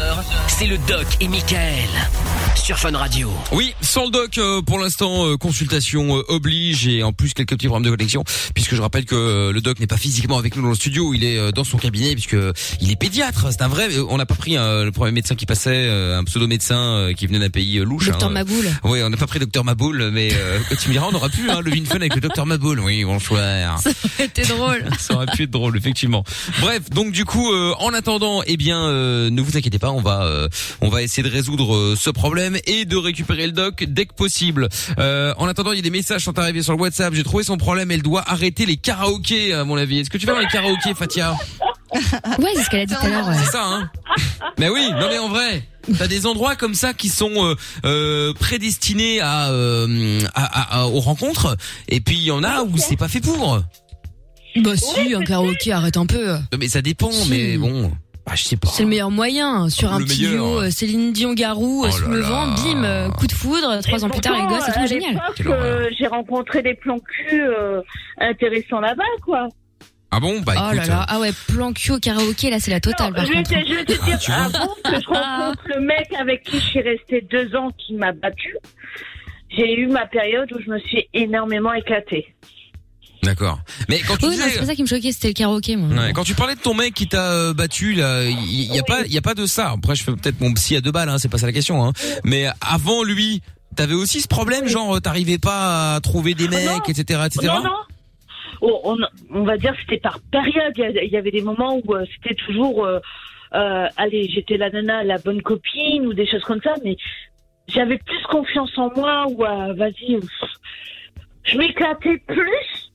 heures, c'est le Doc et Michael sur Fun Radio. Oui, sans le Doc, euh, pour l'instant, euh, consultation euh, oblige et en plus quelques petits problèmes de connexion, puisque je rappelle que euh, le Doc n'est pas physiquement avec nous dans le studio, il est euh, dans son cabinet, puisque euh, il est pédiatre. C'est un vrai. Euh, on n'a pas pris euh, le premier médecin qui passait, euh, un pseudo médecin euh, qui venait d'un pays euh, louche. Docteur hein. Maboul. Oui, on n'a pas pris Docteur Maboul, mais euh, tu me diras, on aura pu hein, le Vin Fun avec le Docteur Maboul. Oui, bonsoir. Ça aurait été drôle. Ça aurait pu être drôle, effectivement. Bref, donc du coup, euh, en attendant, eh bien, euh, ne vous inquiétez pas, on va, euh, on va essayer de résoudre euh, ce problème et de récupérer le Doc dès que possible. Euh, en attendant, il y a des messages qui sont arrivés sur le WhatsApp. J'ai trouvé son problème. Elle doit arrêter les karaokés, à mon avis. Est-ce que tu vas dans les karaokés, Fatia? Ouais, c'est ce qu'elle a dit tout à l'heure. Ouais. C'est ça, hein? Mais oui, non mais en vrai. T'as des endroits comme ça qui sont euh, euh, prédestinés à, euh, à, à, à aux rencontres, et puis il y en a où c'est pas fait pour. Bah si, un karaoké, arrête un peu. Mais ça dépend, si. Mais bon, bah, je sais pas. C'est le meilleur moyen. Sur un le petit duo, euh, Céline Dion Garou, oh sous le vent, bim, euh, coup de foudre, trois ans plus tard, les gosses, c'est tout génial. Euh, j'ai rencontré des plans cul euh, intéressants là-bas, quoi. Ah bon, bah oh écoute. là là, ah ouais, plan cul au karaoké, là c'est la totale. Non, par je vais contre. te, je vais te dire, avant que je rencontre le mec avec qui je suis restée deux ans qui m'a battue, j'ai eu ma période où je me suis énormément éclatée. D'accord. Mais quand tu oui, disais... non, c'est pas ça qui me choquait, c'était le karaoké, moi. Ouais, quand tu parlais de ton mec qui t'a euh, battu, là, il y, y a oui. pas, il y a pas de ça. Après, je fais peut-être mon psy à deux balles, hein, c'est pas ça la question, hein. Mais avant lui, t'avais aussi ce problème, genre t'arrivais pas à trouver des mecs, non. et cetera, et cetera. Non, non. Oh, on, on va dire que c'était par période. Il y avait des moments où euh, c'était toujours, euh, euh, allez, j'étais la nana, la bonne copine ou des choses comme ça, mais j'avais plus confiance en moi ou euh, vas-y, pff, je m'éclatais plus,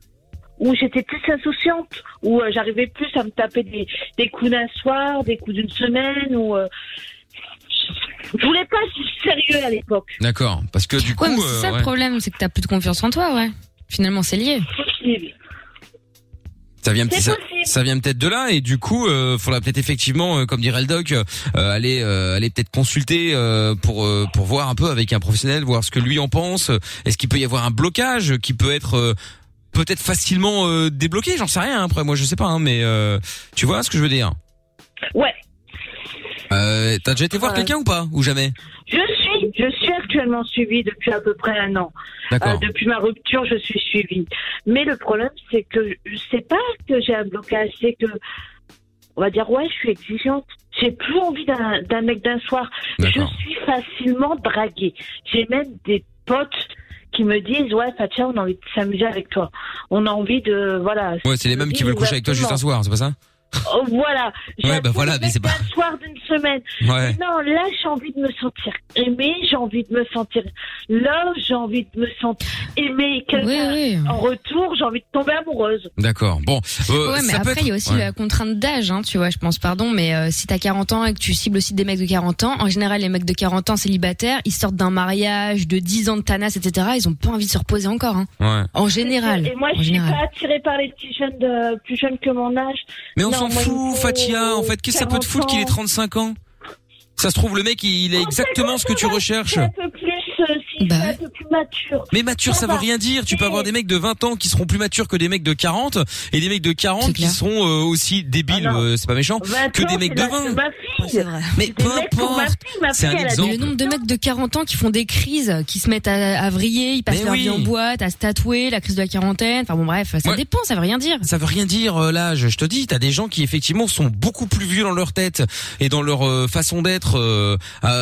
ou j'étais plus insouciante, ou euh, j'arrivais plus à me taper des, des coups d'un soir, des coups d'une semaine, ou euh, je voulais pas être sérieux à l'époque. D'accord, parce que du coup, ouais, mais c'est euh, ça ouais. le problème, c'est que t'as plus de confiance en toi, ouais. Finalement, c'est lié. Ça vient, ça, ça vient peut-être de là, et du coup, euh, faudra peut-être effectivement, euh, comme dirait le doc, euh, aller, euh, aller peut-être consulter euh, pour euh, pour voir un peu avec un professionnel, voir ce que lui en pense. Est-ce qu'il peut y avoir un blocage qui peut être euh, peut-être facilement euh, débloqué? J'en sais rien. Après, moi, je sais pas, hein, mais euh, tu vois ce que je veux dire? Ouais. Euh, t'as déjà été voir ouais. quelqu'un ou pas, ou jamais? Je suis, je suis actuellement suivie depuis à peu près un an. D'accord. Euh, depuis ma rupture, je suis suivie. Mais le problème, c'est que je sais pas que j'ai un blocage, c'est que, on va dire, ouais, je suis exigeante. J'ai plus envie d'un, d'un mec d'un soir. D'accord. Je suis facilement draguée. J'ai même des potes qui me disent, ouais, Fatia, on a envie de s'amuser avec toi. On a envie de, voilà. Ouais, c'est les mêmes qui veulent coucher avec toi juste un soir, c'est pas ça? Oh, voilà. Ouais, bah voilà, mais c'est pas. Un soir d'une semaine. Ouais. Non, là, j'ai envie de me sentir aimée, j'ai envie de me sentir love, j'ai envie de me sentir aimée. Quelqu'un oui, oui. En retour, j'ai envie de tomber amoureuse. D'accord. Bon. Euh, ouais, mais ça après, il être... y a aussi ouais. la contrainte d'âge, hein, tu vois, je pense, pardon, mais euh, si t'as quarante ans et que tu cibles aussi des mecs de quarante ans, en général, les mecs de quarante ans célibataires, ils sortent d'un mariage de dix ans de tanas, et cetera. Ils ont pas envie de se reposer encore, hein. Ouais. En général. Et moi, en je suis général. pas attirée par les petits jeunes de, plus jeunes que mon âge. Mais on non, s'en moi, fout, Fatia. En fait, qu'est-ce que ça peut te foutre qu'il ait trente-cinq ans? Ça se trouve, le mec, il est exactement ce que tu recherches. Un peu plus, euh, si bah. un peu plus mature. Mais mature, ça veut rien dire. Tu peux avoir des mecs de vingt ans qui seront plus matures que des mecs de quarante, et des mecs de quarante qui seront euh, aussi débiles, ah euh, c'est pas méchant, que des mecs de vingt. C'est vrai. Mais peu importe. C'est un exemple. Le nombre de mecs de quarante ans qui font des crises, qui se mettent à, à vriller, ils passent mais leur oui. vie en boîte, à se tatouer, la crise de la quarantaine. Enfin bon, bref, ça ouais. dépend, ça veut rien dire. Ça veut rien dire euh, l'âge. Je te dis, t'as des gens qui effectivement sont beaucoup plus vieux dans leur tête et dans leur euh, façon d'être euh,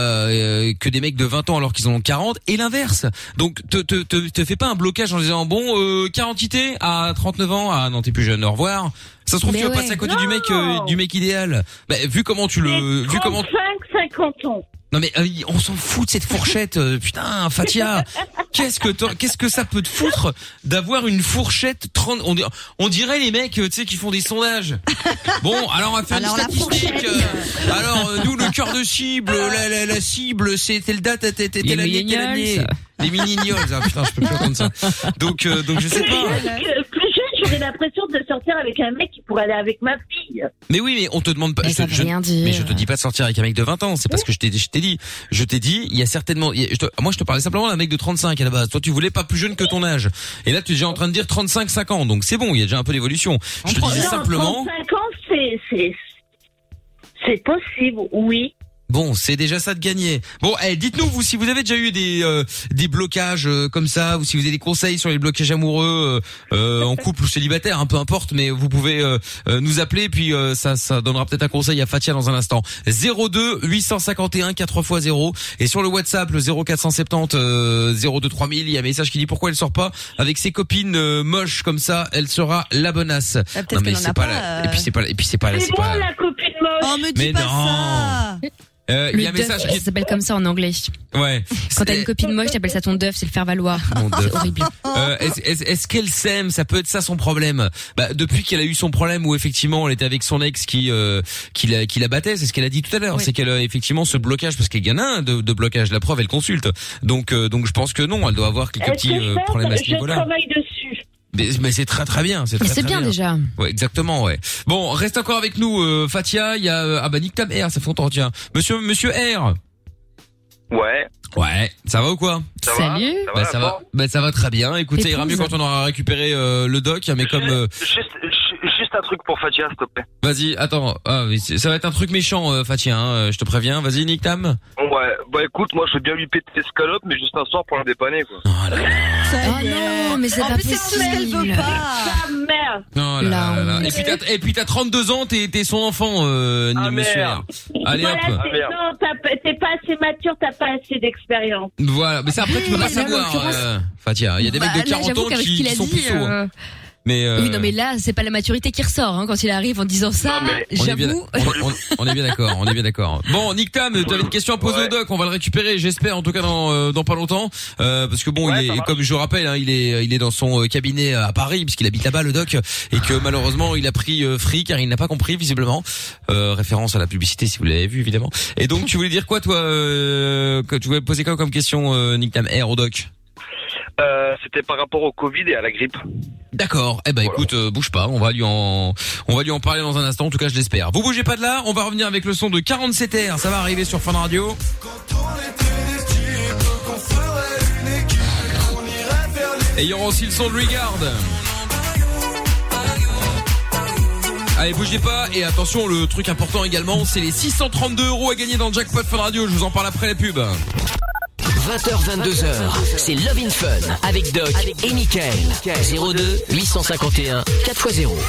euh, que des mecs de vingt ans alors qu'ils en ont quarante, et l'inverse. Donc te te te, te fais pas un blocage en disant bon euh, quarantité à trente-neuf ans, ah non t'es plus jeune, au revoir. Ça se trouve mais tu vas ouais. passer à côté non. du mec euh, du mec idéal. Bah, vu comment tu le vu comment trente-cinq cinquante ans. Non mais euh, on s'en fout de cette fourchette, euh, putain, Fatia. Qu'est-ce que qu'est-ce que ça peut te foutre d'avoir une fourchette trente on, on dirait les mecs, tu sais, qui font des sondages. Bon, alors on va faire alors des statistiques. Euh, alors euh, nous le cœur de cible, la, la, la cible, c'était le date, c'était telle année, telle année. Les mini-gnols, ah putain, je peux plus entendre ça. Donc euh, donc je sais pas. J'aurais l'impression de sortir avec un mec qui pourrait aller avec ma fille. Mais oui, mais on te demande pas. Mais, je, ça je, rien dire. mais je te dis pas de sortir avec un mec de vingt ans. C'est parce que je t'ai, je t'ai dit. Je t'ai dit, il y a certainement. Il y a, je te, moi, je te parlais simplement d'un mec de trente-cinq à la base. Toi, tu voulais pas plus jeune que ton âge. Et là, tu es déjà en train de dire trente-cinq, cinq ans. Donc c'est bon, il y a déjà un peu d'évolution. Je te disais non, simplement. trente-cinq ans, c'est c'est c'est possible, oui. Bon, c'est déjà ça de gagner. Bon, eh, dites-nous vous si vous avez déjà eu des euh, des blocages euh, comme ça, ou si vous avez des conseils sur les blocages amoureux, euh, euh, en couple ou célibataire, hein, peu importe, mais vous pouvez euh, euh, nous appeler, puis euh, ça ça donnera peut-être un conseil à Fatia dans un instant. zéro deux huit cent cinquante et un quatre fois zéro, et sur le WhatsApp le zéro quatre cent soixante-dix euh, zéro deux trois mille, il y a un message qui dit pourquoi elle sort pas avec ses copines euh, moches comme ça, elle sera la bonasse. Ah, peut-être non mais qu'elle en c'est a pas, pas, la... euh... et puis c'est pas la... et puis c'est pas la... C'est c'est moi pas la copine moche. Oh, me dis mais pas non. ça. Euh, il y a un Le message duff, qui ça s'appelle comme ça en anglais. ouais. Quand t'as une copine moche, t'appelles ça ton duff, c'est le faire valoir. Mon Dieu. C'est horrible. Euh, est-ce, est-ce, est-ce qu'elle s'aime? Ça peut être ça son problème. Bah, depuis qu'elle a eu son problème où effectivement elle était avec son ex qui euh, qui la qui la battait, c'est ce qu'elle a dit tout à l'heure. Oui. C'est qu'elle a effectivement ce blocage parce qu'il y en a un de, de blocage. La preuve, elle consulte. Donc euh, donc je pense que non, elle doit avoir quelques Est-ce petits que je euh, pense, problèmes à ce je niveau-là. travaille dessus. Mais, mais c'est très très bien. C'est très, C'est très bien déjà. Ouais, exactement, ouais. Bon, reste encore avec nous, euh, Fatia. Il y a euh, ah bah nique ta mère, ça fait longtemps, tiens. Monsieur Monsieur R. Ouais. Ouais, ça va ou quoi? Ça Salut. va ça Bah va, ça va, bah ça va très bien. Écoutez, il ira mieux Épouse. quand on aura récupéré euh, le doc, mais comme euh, Juste, juste, juste un truc pour Fatia, s'il te plaît. vas-y, attends, ah, oui, c'est- ça va être un truc méchant, euh, Fatia, hein, euh, je te préviens. Vas-y, Nick Tam. Ouais, bah écoute, moi je veux bien lui péter les scalopes, mais juste un soir pour la dépanner, quoi. Oh là là, Ça Oh y est. non, mais c'est En pas plus, c'est tout ce qu'elle veut possible. pas. Ah merde. oh là La là là. honte. Et puis t'as, et puis t'as trente-deux ans, t'es, t'es son enfant, euh, Ah, Monsieur merde. R. Allez Voilà, hop. c'est- Ah, merde. non, t'as- t'es pas assez mature, t'as pas assez d'expérience. Voilà, mais ça après tu peux pas Oui, là, en savoir, l'occurrence- euh, Fatia. Il y a des mecs Bah, de là, quarante j'avoue ans qu'avec qui, ce qu'il qui a sont dit, puceaux. hein. euh, Mais euh, Oui, non, mais là, c'est pas la maturité qui ressort, hein, quand il arrive en disant ça. Non, mais- on est bien, J'avoue. on, on- on est bien d'accord, on est bien d'accord. Bon, Nick Tam, tu avais une question à poser Ouais. au doc, on va le récupérer, j'espère, en tout cas dans euh, dans pas longtemps, euh, parce que bon, Ouais, il ça est, marche. comme je le rappelle, hein, il est il est dans son euh, cabinet à Paris, puisqu'il habite là-bas, le doc, et que malheureusement, il a pris euh, free car il n'a pas compris visiblement. Euh, référence à la publicité, si vous l'avez vu évidemment. Et donc, tu voulais dire quoi, toi euh, que tu voulais poser quoi comme question, euh, Nick Tam R au doc? Euh, c'était par rapport au Covid et à la grippe. D'accord. Eh ben Voilà. écoute, euh, bouge pas, on va lui en on va lui en parler dans un instant, en tout cas je l'espère. Vous bougez pas de là, on va revenir avec le son de quarante-sept R, ça va arriver sur Fun Radio. Et il y aura aussi le son de Regard. Allez, bougez pas, et attention, le truc important également, c'est les six cent trente-deux euros à gagner dans le jackpot Fun Radio, je vous en parle après la pub. vingt heures vingt-deux heures, c'est Love in Fun avec Doc et Mickaël. zéro deux huit cent cinquante et un quatre fois zéro.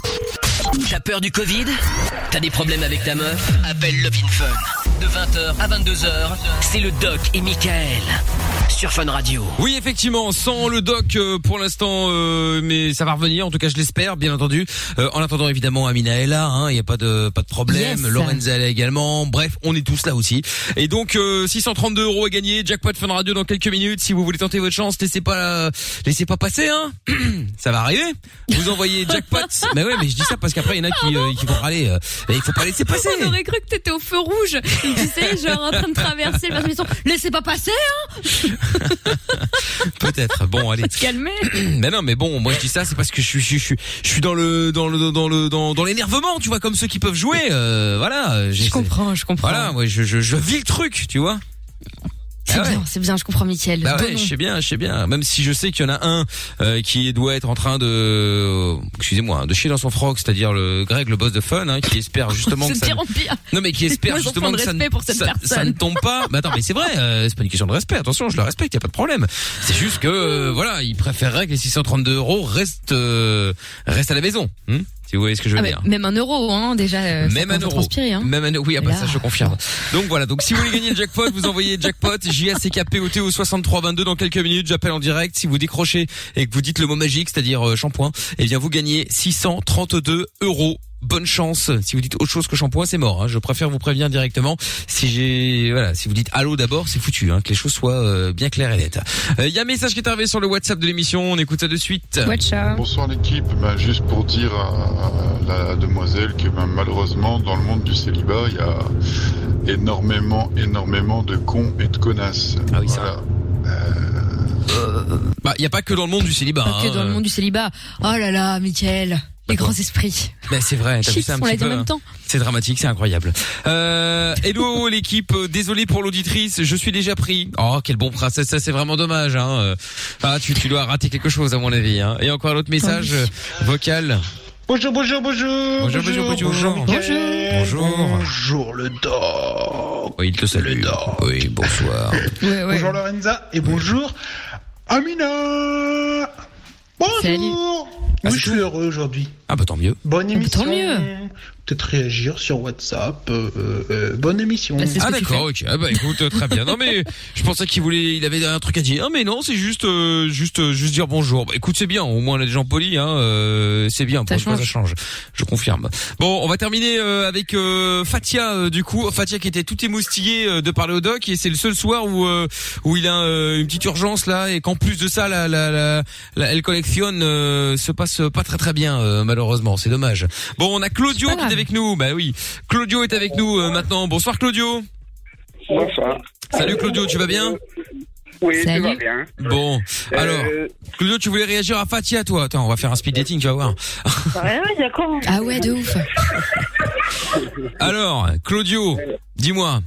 T'as peur du Covid? T'as des problèmes avec ta meuf? Appelle Love in Fun. De vingt heures à vingt-deux heures, c'est le Doc et Mickaël sur Fun Radio. Oui, effectivement, sans le doc euh, pour l'instant, euh, mais ça va revenir. En tout cas, je l'espère, bien entendu. Euh, en attendant, évidemment, Amina est là. Il hein, y a pas de pas de problème. Yes. Lorenza est là également. Bref, on est tous là aussi. Et donc, euh, six cent trente-deux euros à gagner. Jackpot Fun Radio dans quelques minutes. Si vous voulez tenter votre chance, laissez pas laissez pas passer. Hein. Ça va arriver. Vous envoyez jackpot. Mais ouais, mais je dis ça parce qu'après il y en a qui euh, qui vont râler. Euh, et il faut pas laisser passer. On aurait cru que t'étais au feu rouge. Et tu sais, genre en train de traverser le maison. Laissez pas passer, hein. Peut-être. Bon, allez. Faut te calmer. Mais non, mais bon, moi je dis ça, c'est parce que je suis, je suis, je suis, je suis dans le, dans le, dans le, dans, dans l'énervement, tu vois, comme ceux qui peuvent jouer. Euh, voilà. Je comprends, je comprends. Voilà, moi je, je, je vis le truc, tu vois. C'est Ah ouais. bien, c'est bien, je comprends, Mickaël. Bah ouais, Donnons. je sais bien, je sais bien. Même si je sais qu'il y en a un euh, qui doit être en train de, excusez-moi, de chier dans son froc, c'est-à-dire le Greg, le boss de Fun, hein, qui espère justement C'est que de ça. pire en pire. Non mais qui espère Moi, j'en justement prends de que ça ne, respect pour cette ça, personne. ça ne tombe pas. Mais attends, mais c'est vrai, euh, c'est pas une question de respect. Attention, je le respecte, y a pas de problème. C'est juste que euh, voilà, il préférerait que les six cent trente-deux euros restent euh, restent à la maison. Hein, si vous voyez ce que je veux Ah, mais dire. même un euro, hein, déjà. euh, ça Même un commence à euro. transpirer, hein. Même un euro. Oui, ah bah Là. ça je confirme. Donc voilà. Donc si vous voulez gagner le jackpot, vous envoyez jackpot J A C K P O T au soixante-trois vingt-deux dans quelques minutes. J'appelle en direct. Si vous décrochez et que vous dites le mot magique, c'est-à-dire euh, shampoing, eh bien vous gagnez six cent trente-deux euros. Bonne chance. Si vous dites autre chose que shampoing, c'est mort. Hein. Je préfère vous prévenir directement. Si j'ai, voilà, si vous dites allô d'abord, c'est foutu. Hein, que les choses soient euh, bien claires et nettes. Il euh, y a un message qui est arrivé sur le WhatsApp de l'émission. On écoute ça de suite. Watcha. Bonsoir l'équipe, ben, juste pour dire à la demoiselle que ben, malheureusement dans le monde du célibat il y a énormément énormément de cons et de connasses. Ah oui, ça Voilà. Bah, il y a pas que dans le monde du célibat. Pas que hein. dans le monde du célibat. Oh là là, Mickaël. Les D'accord. grands esprits. Ben c'est vrai, t'as vu Chips, ça un on petit l'a dit en peu. même temps. C'est dramatique, c'est incroyable. Euh, hello l'équipe, euh, désolé pour l'auditrice, je suis déjà pris. Oh quel bon prince, ça, ça c'est vraiment dommage. Hein. Ah tu, tu dois rater quelque chose à mon avis. Hein. Et encore un autre message Oui. euh, vocal. Bonjour, bonjour, bonjour. Bonjour, bonjour, bonjour. Bonjour, Mickaël. Bonjour. Bonjour, le dog. Oui, il te salue. Oui, bonsoir. Ouais, ouais. Bonjour, Lorenza. Et bonjour, Amina. Bonjour. Salut. Oui, je suis heureux aujourd'hui. Ah bah tant mieux. Bonne émission. Tant mieux. Peut-être réagir sur WhatsApp. Euh, euh, bonne émission. Bah, c'est ce Ah que tu d'accord, ok. Ah bah écoute, euh, très bien. Non mais je pensais qu'il voulait, il avait un truc à dire. Ah mais non, c'est juste, euh, juste, euh, juste dire bonjour. Bah écoute, c'est bien. Au moins on a des gens polis, hein. Euh, c'est bien. Ça Pour une fois, change. ça change. Je confirme. Bon, on va terminer euh, avec euh, Fatia euh, du coup. Fatia qui était tout émoustillée euh, de parler au doc et c'est le seul soir où euh, où il a euh, une petite urgence là et qu'en plus de ça, la la la, la elle collectionne euh, se passe pas très très bien euh, malheureusement. C'est dommage. Bon, on a Claudio qui est avec nous. Bah oui. Claudio est avec nous euh, maintenant. Bonsoir Claudio. Bonsoir. Salut Claudio, tu vas bien? Oui, Salut. tout va bien. Bon, Euh, alors, Claudio, tu voulais réagir à Fatia, toi? Attends, on va faire un speed dating, tu vas voir. Ouais, ouais, d'accord. Ah ouais, de ouf. Alors, Claudio, dis-moi.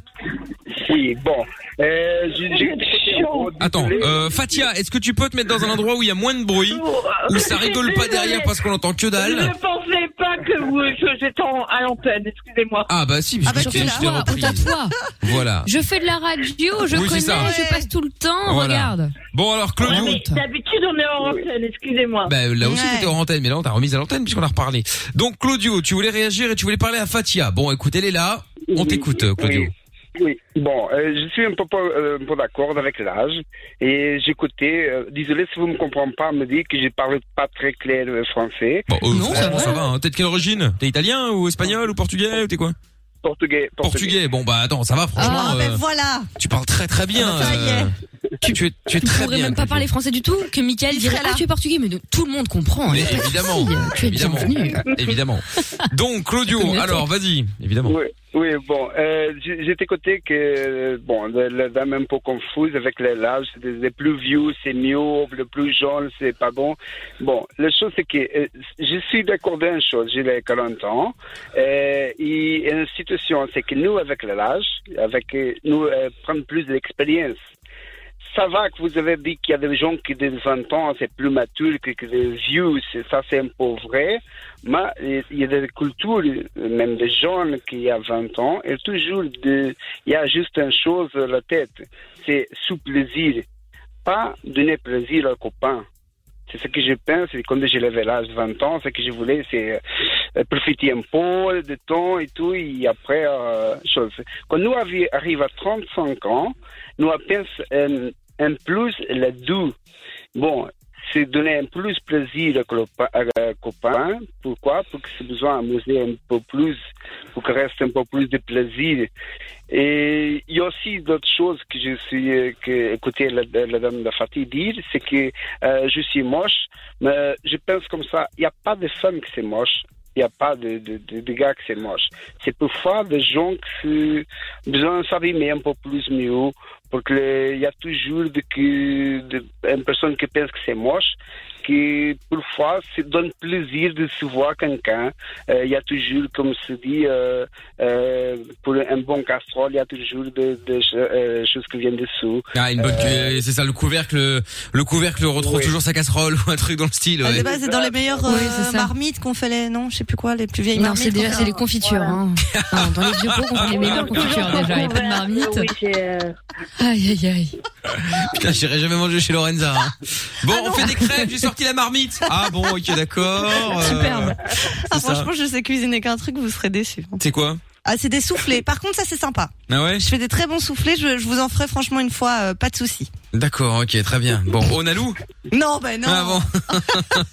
Oui, bon. Euh, j'ai- j'ai- Attends, euh, Fatia, est-ce que tu peux te mettre dans un endroit où il y a moins de bruit, où ça rigole pas derrière parce qu'on entend que Je dalle? ne pensais pas que vous, que j'étais en- à l'antenne, excusez-moi. Ah bah si, Ah bah je tu t'ai fais je t'ai toi, repris. honte à toi. Voilà. Je fais de la radio, je Oui, c'est connais, ça. je passe tout le temps, Voilà. regarde. Bon alors Ah, Claudio. mais d'habitude, on est en antenne, excusez-moi. Bah là aussi Ouais. t'étais en antenne, mais là on t'a remise à l'antenne puisqu'on a reparlé. Donc Claudio, tu voulais réagir et tu voulais parler à Fatia. Bon écoute, elle est là, on t'écoute Claudio. Oui. Oui, bon, euh, je suis un peu, pas, euh, un peu d'accord avec l'âge et j'écoutais, euh, désolé si vous me comprenez pas, me dit que je parle pas très clair euh, français. Bon, euh, Non, ça franchement, va. ça va, hein. T'es de quelle origine? T'es italien ou espagnol ou portugais ou t'es quoi? Portugais, portugais. Portugais. Bon bah attends, ça va franchement. Ah, ben euh, voilà. Tu parles très très bien. Ça y est. euh, tu, tu es, tu es Tu très pourrais bien. même pas Claudio. parler français du tout, que Mickaël Il dirait serait là. ah tu es portugais, mais de- tout le monde comprend. Mais Y a pas de évidemment, souci, tu es évidemment, bienvenu. évidemment. Donc Claudio, Communauté. alors vas-y, évidemment. Oui, oui, bon, euh, j'ai j'ai écouté que, bon, le- la dame un peu confuse avec l'âge, les plus vieux c'est mieux, le plus jeune c'est pas bon. Bon, la chose c'est que euh, je suis d'accord d'une chose, j'ai les quarante ans, euh, et une situation c'est que nous avec l'âge, avec euh, nous euh, prendre plus d'expérience. Ça va que vous avez dit qu'il y a des gens qui de vingt ans c'est plus mature que, que des vieux, c'est- ça c'est un peu vrai, mais il y a des cultures, même des jeunes qui ont vingt ans, et toujours de, il y a juste une chose à la tête, c'est sous plaisir, pas donner plaisir aux copains. C'est ce que je pense, et quand j'ai levé l'âge de vingt ans, ce que je voulais, c'est euh, profiter un peu de temps et tout, et après, euh, chose. Quand nous avi- arrivons à trente-cinq ans, nous pensons un, un plus le doux. Bon, c'est donner un plus plaisir aux copa- aux copains. Pourquoi? Parce que c'est besoin d'amuser un peu plus, pour qu'il reste un peu plus de plaisir. Et il y a aussi d'autres choses que je suis, euh, que écoutez la, la dame de Fatih dire, c'est que euh, je suis moche, mais je pense comme ça, il n'y a pas de femme qui c'est moche. Il n'y a pas de, de, de, de gars qui c'est moche. C'est parfois des gens qui ont besoin de s'abîmer un peu plus mieux, parce qu'il y a toujours de, que, de, une personne qui pense que c'est moche, qui parfois se donne plaisir de se voir quelqu'un. Euh, Il y a toujours, comme se dit, euh, euh, pour un bon casserole, il y a toujours des de, euh, choses qui viennent dessous. Ah, une bonne, Euh, c'est ça, le couvercle, le couvercle retrouve oui. toujours sa casserole ou un truc dans le style. Ah, Ouais. c'est pas- c'est dans les meilleures euh, Oui, c'est ça. marmites qu'on fait les, non, je sais plus quoi, les plus vieilles Non, marmites. c'est déjà qu'on c'est fait. les confitures. Hein. Enfin, dans les vieux pots, on fait les meilleures confitures déjà, et pas de marmite. Oui, j'ai, euh, Aïe aïe aïe. Putain, j'irai jamais manger chez Lorenza. Hein. Bon, on fait des crêpes, j'ai sorti la marmite. Ah bon, ok, d'accord. euh, Superbe. Ah, c'est ça. franchement, je sais cuisiner qu'un truc, vous serez déçus. C'est quoi? Ah, c'est des soufflés. Par contre, ça, c'est sympa. Ah ouais? Je fais des très bons soufflés, je, je vous en ferai franchement une fois, euh, pas de souci. D'accord, ok, très bien. Bon, Onalou? Non, ben non. Ah bon.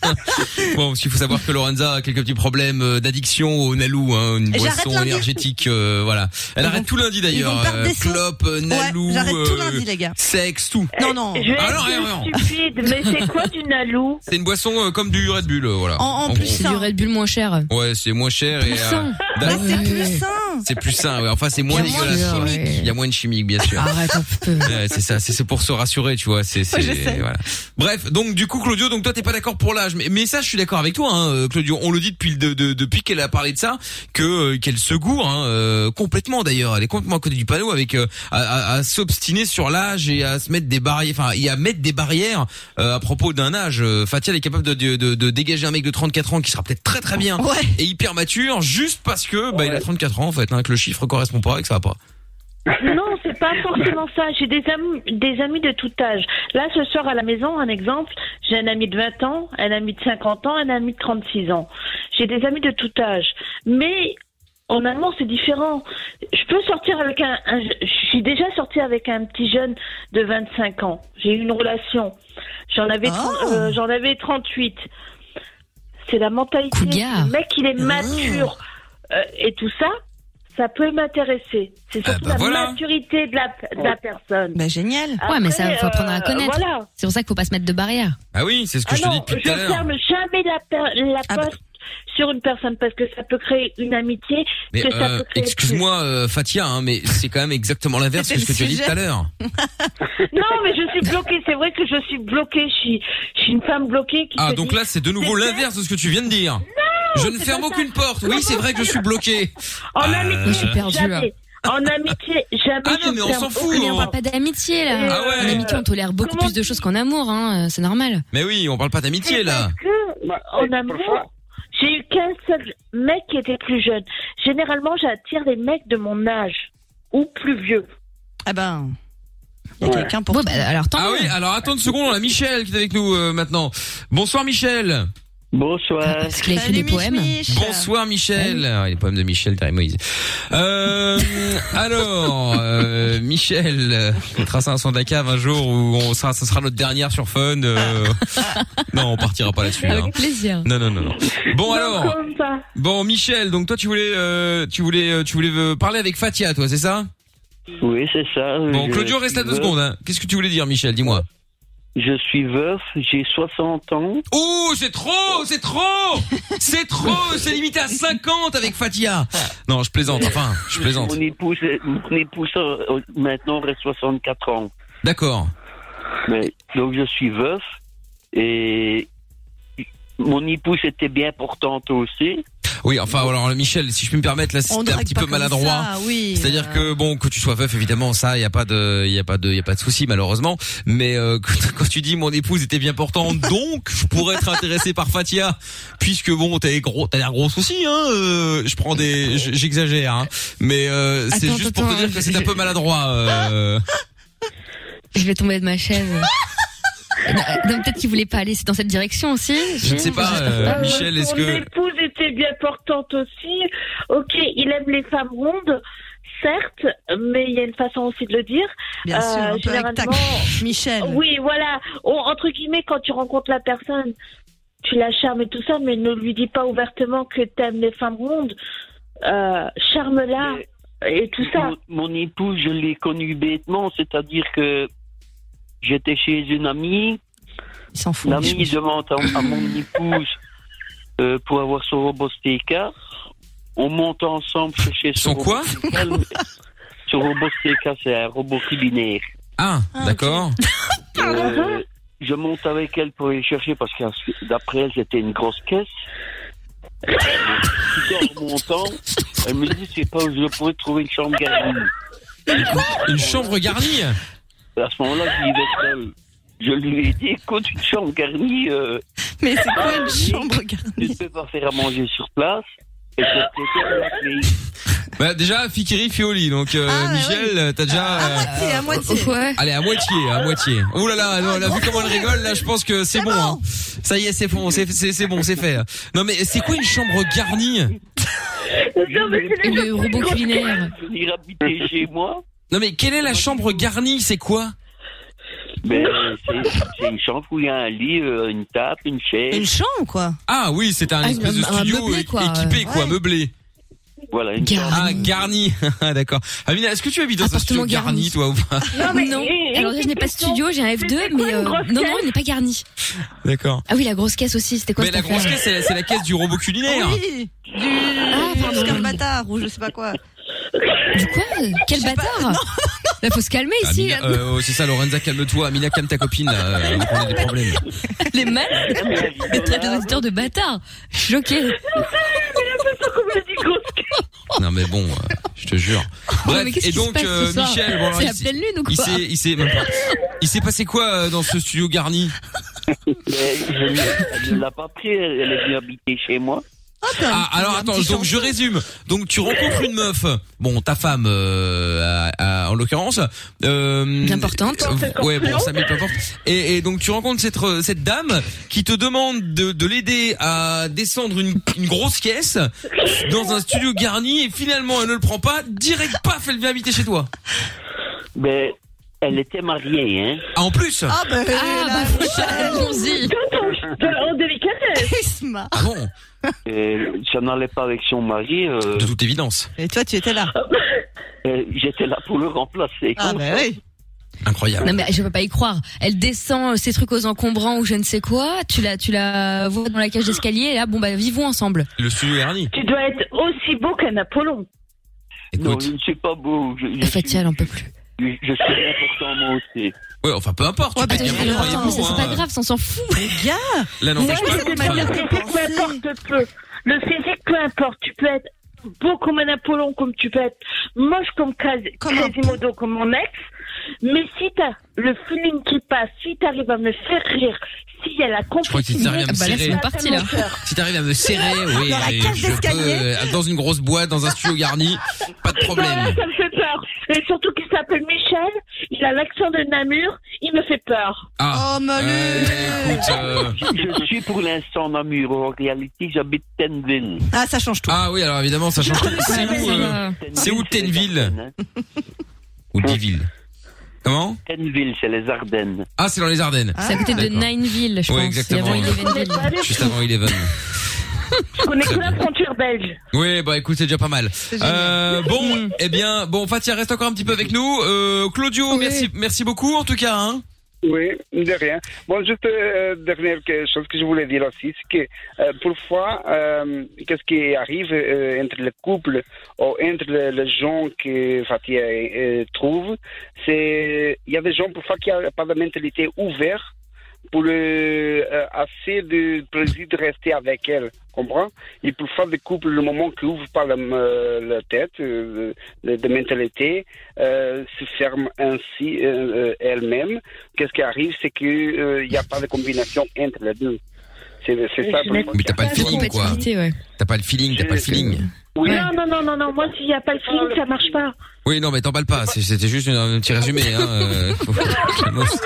Bon, parce qu'il faut savoir que Lorenza a quelques petits problèmes euh, d'addiction au Nalou, hein, une Et j'arrête boisson lundi. énergétique, euh, voilà. Elle Ils arrête vont- tout lundi ils d'ailleurs. vont perdre euh, des sous. Clope, euh, Nalou, Ouais, j'arrête tout euh, lundi, les gars. sexe, tout. Non, non. je vais Ah non, être rien, rien. stupide, mais c'est quoi du Nalou? C'est une boisson euh, comme du Red Bull, euh, voilà. En- en plus, gros. C'est du Red Bull moins cher. Ouais, c'est moins cher et. Plus sain. d'a- Bah, c'est Ouais. plus sain. C'est plus sain, ouais. Enfin, c'est moins Il y a moins de dégueulasse. quoi. chimiques. Il y a moins de chimiques, bien sûr. Arrête un peu. Ouais, c'est ça, c'est c'est pour se rassurer, tu vois. C'est, c'est, Ouais, je sais. voilà. Bref, donc du coup, Claudio, donc toi, t'es pas d'accord pour l'âge, mais, mais ça, je suis d'accord avec toi, hein, euh, Claudio. On le dit depuis, de, de, depuis qu'elle a parlé de ça, que euh, qu'elle se gourre, hein, euh, complètement d'ailleurs. Elle est complètement à côté du panneau avec euh, à, à, à s'obstiner sur l'âge et à se mettre des barrières, enfin, et à mettre des barrières euh, à propos d'un âge. Euh, Fatia, elle est capable de, de, de, de dégager un mec de trente-quatre ans qui sera peut-être très très bien Ouais. et hyper mature, juste parce que bah, il a trente-quatre ans en fait, hein, que le chiffre correspond pas et que ça va pas. Non, c'est pas forcément ça. J'ai des amis, des amis de tout âge. Là, ce soir à la maison, un exemple, j'ai un ami de vingt ans, un ami de cinquante ans, un ami de trente-six ans. J'ai des amis de tout âge. Mais en amour, c'est différent. Je peux sortir avec un, un je suis déjà sortie avec un petit jeune de vingt-cinq ans. J'ai eu une relation. J'en avais, Oh. trente, euh, j'en avais trente-huit. C'est la mentalité. Cougar. Le mec, il est mature euh, et tout ça. Ça peut m'intéresser. C'est surtout Ah bah la voilà. maturité de la, de la personne. Bah, génial. Ouais, mais ça, faut apprendre à euh, connaître. Voilà. C'est pour ça qu'il faut pas se mettre de barrière. Ah oui, c'est ce que Ah je te non, dis depuis je tout à l'heure. ferme jamais la, per- la Ah bah. poste sur une personne parce que ça peut créer une amitié. Mais que ça euh, peut créer excuse-moi euh, Fatia, hein, mais c'est quand même exactement l'inverse que ce que tu as dit tout à l'heure. plus. Non, mais je suis bloquée. C'est vrai que je suis bloquée. Je suis, je suis une femme bloquée qui Ah se donc dit, là c'est de nouveau c'est l'inverse de ce que tu viens de dire. Je ne c'est ferme pas ça. aucune porte. Oui, c'est vrai que je suis bloqué. En Euh, amitié, je suis perdue, jamais. En amitié, jamais. Ah non, je mais on ferme s'en fout, aucune Mais on hein. parle pas d'amitié là. Ah ouais. En amitié, on tolère beaucoup Comment plus de choses qu'en amour, hein. euh, C'est normal. Mais oui, on parle pas d'amitié C'est là. parce que, en amour, j'ai eu qu'un seul mec qui était plus jeune. Généralement, j'attire les mecs de mon âge ou plus vieux. Ah ben, il y a quelqu'un pour Bon, tout. bah, alors tant Ah mieux. oui, alors attends une seconde, on a Michel qui est avec nous euh, maintenant. Bonsoir Michel. Bonsoir. Parce qu'il a écrit Salut, des poèmes. Mich, Mich. Bonsoir Michel. Ah, les poèmes de Michel, Thierry Moïse. Euh, alors, euh, Michel, euh, on tracera un son de la cave un jour où on sera, ça sera notre dernière sur Fun. Euh... non, on partira pas là-dessus. hein. Avec plaisir. Non, non, non, non. Bon Non, alors, comme ça. bon Michel, donc toi tu voulais, euh, tu voulais, euh, tu voulais euh, parler avec Fatia, toi, c'est ça? Oui, c'est ça. Bon, Je Claudio, reste là suis deux veuf. secondes. Hein. Qu'est-ce que tu voulais dire, Michel? Dis-moi. Je suis veuf, j'ai soixante ans. Oh, c'est trop, c'est trop, c'est trop, c'est limité à cinquante avec Fatia. Non, je plaisante, enfin, je plaisante. Mon épouse, mon épouse euh, maintenant aurait soixante-quatre ans. D'accord. Mais, donc je suis veuf et mon épouse était bien portante aussi. Oui, enfin, alors Michel, si je peux me permettre, là, On c'était un drague petit pas peu comme maladroit. ça, oui. C'est-à-dire que bon, que tu sois veuf, évidemment, ça, il y a pas de, il y a pas de, il y a pas de souci malheureusement. Mais euh, quand, quand tu dis mon épouse était bien portante, donc je pourrais être intéressé par Fatia, puisque bon, t'as gros, t'as l'air grosse aussi, hein. Euh, je prends des, j- j'exagère, hein. Mais euh, c'est Attends, juste pour te attends, dire que c'est un peu maladroit. Euh... Je vais tomber de ma chaise. Non, peut-être qu'il voulait pas aller dans cette direction aussi. Je ne sais pas, euh, Euh, Michel, est-ce son que épouse était bien portante aussi. Ok, il aime les femmes rondes, certes, mais il y a une façon aussi de le dire. Bien sûr, un peu avec tact. Michel. Oui, voilà. Oh, entre guillemets, quand tu rencontres la personne, tu la charmes et tout ça, mais ne lui dis pas ouvertement que t'aimes les femmes rondes. Euh, charme-la et tout ça. Mon, mon épouse, je l'ai connue bêtement, c'est-à-dire que j'étais chez une amie. Il s'en fout. L'amie demande à, à mon épouse euh, pour avoir son robot Steaka. On monte ensemble chez son, Son quoi? Son robot Steaka, c'est un robot culinaire. Ah, d'accord. Euh, je monte avec elle pour aller chercher parce que d'après elle, c'était une grosse caisse. Tout en montant, elle me dit, c'est pas où je pourrais trouver une chambre garnie. Une chambre garnie? À ce moment-là, je vivais seul. Je lui ai dit, écoute, une chambre garnie. Euh, Mais c'est quoi une chambre garnie? Tu ne peux pas faire à manger sur place. Et c'est la clé. Bah déjà, Fikiri Fioli, donc euh, Ah, Michel, oui. t'as déjà... À euh, moitié, à moitié. Ouais. Allez, à moitié, à moitié. Ouh là là, non, là, vu comment elle rigole, là, je pense que c'est bon. Hein. Ça y est, c'est bon, c'est c'est c'est bon, c'est fait. Non mais c'est quoi une chambre garnie? Non, mais c'est Le robot culinaire. Venir habiter chez moi. Non mais quelle est la chambre garnie? C'est quoi? Ben, c'est c'est une chambre où il y a un lit, euh, une table, une chaise. Une chambre, quoi. Ah oui, c'est un Ah, espèce de un studio meublé, é- quoi. équipé, quoi, Ouais. meublé. Voilà, une Garni. Ah, garni. Ah, d'accord. Amina, est-ce que tu habites dans un Appartement studio garni, garni. toi, ou pas? Non, mais Non. et- et Alors déjà, je n'ai pas de question, studio, j'ai un F deux, c'était quoi mais une euh, grosse non, non, caisse il n'est pas garni. D'accord. Ah oui, la grosse caisse aussi, c'était quoi Mais cette la grosse affaire caisse, c'est c'est la caisse du robot culinaire. Oui. Du Ah, pardon. Oscar Bâtard ou je sais pas quoi. Du quoi? Quel bâtard? Là, faut se calmer ici. Amina, euh, c'est ça, Lorenza, calme-toi. Amina, calme ta copine, là. On a des problèmes. Les malades. Elle traite les auditeurs de bâtards. Je suis choquée. Non mais bon, euh, je te jure. Bref, mais qu'est-ce et qui se donc passe ce euh, soir Michel, bon, alors, c'est il la s'est- pleine lune ou quoi? Il s'est, il s'est même pas. Il s'est passé quoi euh, dans ce studio garni? Mais je ne l'ai pas pris, elle elle est venue habiter chez moi. Ah, alors attends, donc je résume. Donc tu rencontres une meuf, bon ta femme euh, à- à- en l'occurrence, euh, importante. euh, ouais bon ça met peu importe. Et, et donc tu rencontres cette euh, cette dame qui te demande de, de l'aider à descendre une, une grosse caisse dans un studio garni et finalement elle ne le prend pas. Direct paf, elle vient habiter chez toi. Mais elle était mariée, hein. Ah, en plus. Ah bah, Ah, bah, allons-y. En délicatesse. Ah bon? Euh, ça n'allait pas avec son mari. Euh, De toute évidence. Et toi, tu étais là. euh, J'étais là pour le remplacer. Ah bah oui. Incroyable. Non mais je peux pas y croire. Elle descend ses trucs aux encombrants ou je ne sais quoi. Tu la, tu la vois dans la cage d'escalier. Et là, bon bah vivons ensemble. Le studio garni. Tu dois être aussi beau qu'un Apollon. Non, Écoute. je ne suis pas beau. Je, je, Fatia, elle en peut plus. je, je suis important moi aussi. Ouais, enfin peu importe. Ouais, tu peux bah, être bien attends, beau, mais ça, beau, c'est hein. pas grave, ça, on s'en fout. Mais gars. Là Moi, n'empêche pas. je te dis, le physique m'importe peu. Le physique, peu importe. Tu peux être beau comme un Apollon, comme tu peux être moche comme Quasi- Comme un Quasimodo, comme mon ex. Mais si t'as le feeling qui passe, si t'arrives à me faire rire, s'il y a la Je crois que si complicité, t'arrives à me Bah là, c'est serrer, mon parti, là. si t'arrives à me serrer, oui, Dans la et cage je d'escalier. peux, euh, dans une grosse boîte, dans un studio garni, pas de Voilà, problème. ça me fait peur. Et surtout qu'il s'appelle Michel, il a l'accent de Namur, il me fait peur. Ah, Oh, Manu. euh, écoute, euh, Je suis pour l'instant en Namur. En réalité, j'habite Tenville. Ah, ça change tout. ah oui, alors évidemment, ça change tout. C'est Ouais, où, mais, euh, euh, c'est où les Tenville? Ardennes, hein. Ou Deville? Comment? Tenville, c'est les Ardennes. Ah, c'est dans les Ardennes. C'est à côté de D'accord. Nineville, je Ouais, pense. exactement. Et avant Elevenville. Juste avant Eleven. Je connais que la frontière belge. Oui, bah écoute, c'est déjà pas mal. Euh, bon, eh bien, bon, Fatia reste encore un petit peu avec nous. Euh, Claudio, Oui. merci, merci beaucoup en tout cas. Hein. Oui, de rien. Bon, juste euh, dernière que- chose que je voulais dire aussi, c'est que euh, parfois, euh, qu'est-ce qui arrive euh, entre le couple ou entre les, les gens que Fatia euh, trouve, c'est il y a des gens parfois qui n'ont pas de mentalité ouverte pour le, euh, assez de plaisir de rester avec elle, comprends? Et parfois des couples, le moment qu'ils ouvrent pas la, euh, la tête, euh, de, de mentalité, euh, se ferment ainsi euh, euh, elle-même. Qu'est-ce qui arrive, c'est que euh, il n'y a pas de combinaison entre les deux. C'est, c'est ça. Mais Mais t'as pas le feeling, quoi. Compatibilité, ouais. T'as pas le feeling, t'as pas le feeling. Oui. Non, non, non, non, non. Moi, s'il n'y a pas le feeling, ça marche pas. Oui, non, mais t'emballes pas. c'est- C'était juste une- un petit résumé. Hein. euh, faut- calmos.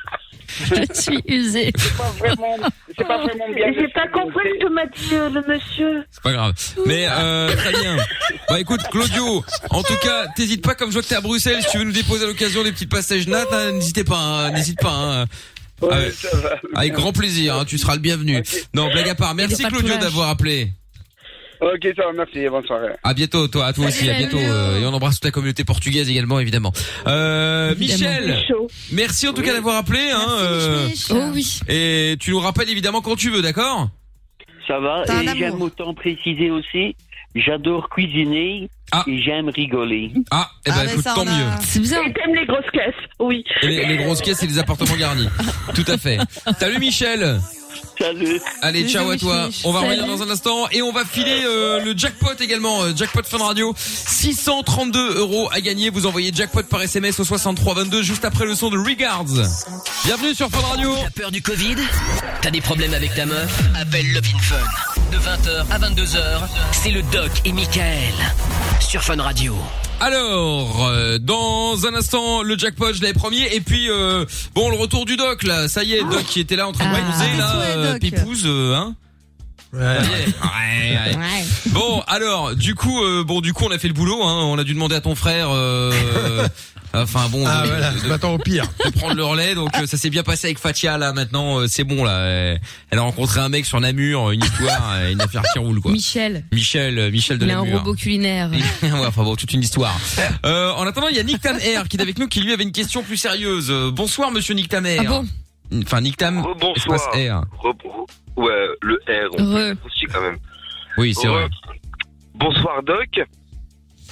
Je suis usée. C'est pas vraiment, c'est pas vraiment bien. J'ai pas compris ce que m'a dit euh, le monsieur. C'est pas grave. Mais euh, très bien. Bah écoute, Claudio, en tout cas, t'hésites pas, comme je vois que t'es à Bruxelles, si tu veux nous déposer à l'occasion des petits passages nat, hein, n'hésitez pas, hein, n'hésite pas. Hein. Ouais, Ah ouais. ça va. Avec grand plaisir, hein, tu seras le bienvenu. Non, blague à part. Merci pas de Claudio courage. d'avoir appelé. Ok, ça va, merci, bonne soirée. À bientôt, toi, à toi aussi, à Salut. bientôt. euh, et on embrasse toute la communauté portugaise également, évidemment. Euh, Évidemment. Michel, C'est chaud. merci en tout cas d'avoir appelé. Hein, euh, Oh oui. et tu nous rappelles évidemment quand tu veux, d'accord? Ça va. T'as un Et amour. j'aime autant préciser aussi, j'adore cuisiner Ah. et j'aime rigoler. Ah, eh ben Ah, mais écoute, ça, tant on a- mieux. C'est bizarre. Et t'aimes les grosses caisses, oui. Et les, les grosses caisses et les appartements garnis. Tout à fait. Salut Michel. Salut. Allez, Salut, ciao à toi. Mich-Mich. On va Salut. revenir dans un instant et on va filer euh, le jackpot également, euh, jackpot Fun Radio. six cent trente-deux euros à gagner. Vous envoyez jackpot par S M S au soixante-trois vingt-deux juste après le son de Regards. Bienvenue sur Fun Radio. T'as peur du Covid? T'as des problèmes avec ta meuf? Appelle Love in Fun. De vingt heures à vingt-deux heures, c'est le Doc et Michael sur Fun Radio. Alors, euh, dans un instant, le jackpot, je l'avais promis. Et puis, euh, bon, le retour du Doc, là. Ça y est, Doc qui était là en train de Ah. blouser, là, Tes souhaits, euh, Doc. Pipouze, euh, hein. Ouais. Ça y est. Ouais, ouais. Ouais. Bon, alors, du coup, euh, bon, du coup, on a fait le boulot, hein. On a dû demander à ton frère, euh, enfin bon, Ah de, voilà, de- je m'attends au pire. de prendre le relais. Donc, euh, ça s'est bien passé avec Fatia, là. Maintenant, euh, c'est bon, là. Elle, elle a rencontré un mec sur Namur, une histoire, euh, une affaire qui roule, quoi. Michel. Michel, euh, Michel de Il a un Namur. robot culinaire. ouais, enfin bon, toute une histoire. Euh, en attendant, il y a Nick Tam Air qui est avec nous, qui lui avait une question plus sérieuse. Euh, bonsoir, monsieur Nick Tam Air. Ah bon? Enfin, Nick Tam, Rebonsoir. espace Air. Re- re- ouais, le R, on Re. peut aussi quand même. Oui, c'est Re- vrai. Bonsoir Doc.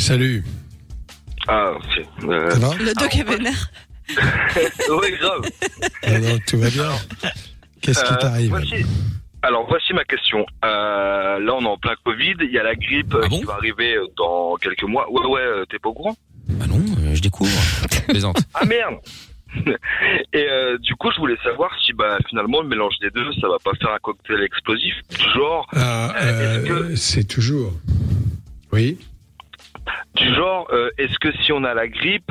Salut. Ah, ok. Euh... Ça va? Le doc est vénère. Oui, grave. Non, non, tout va bien. Qu'est-ce qui Euh, t'arrive? voici- Alors, voici ma question. Euh, là, on est en plein Covid. Il y a la grippe euh, qui va arriver euh, dans quelques mois. Ouais, ouais, euh, t'es pas au courant? Bah non, euh, je découvre. Plaisante. Ah merde. Et euh, du coup, je voulais savoir si bah finalement le mélange des deux, ça va pas faire un cocktail explosif du genre. Ah, euh, est-ce euh, que, c'est toujours. Oui. du genre, euh, est-ce que si on a la grippe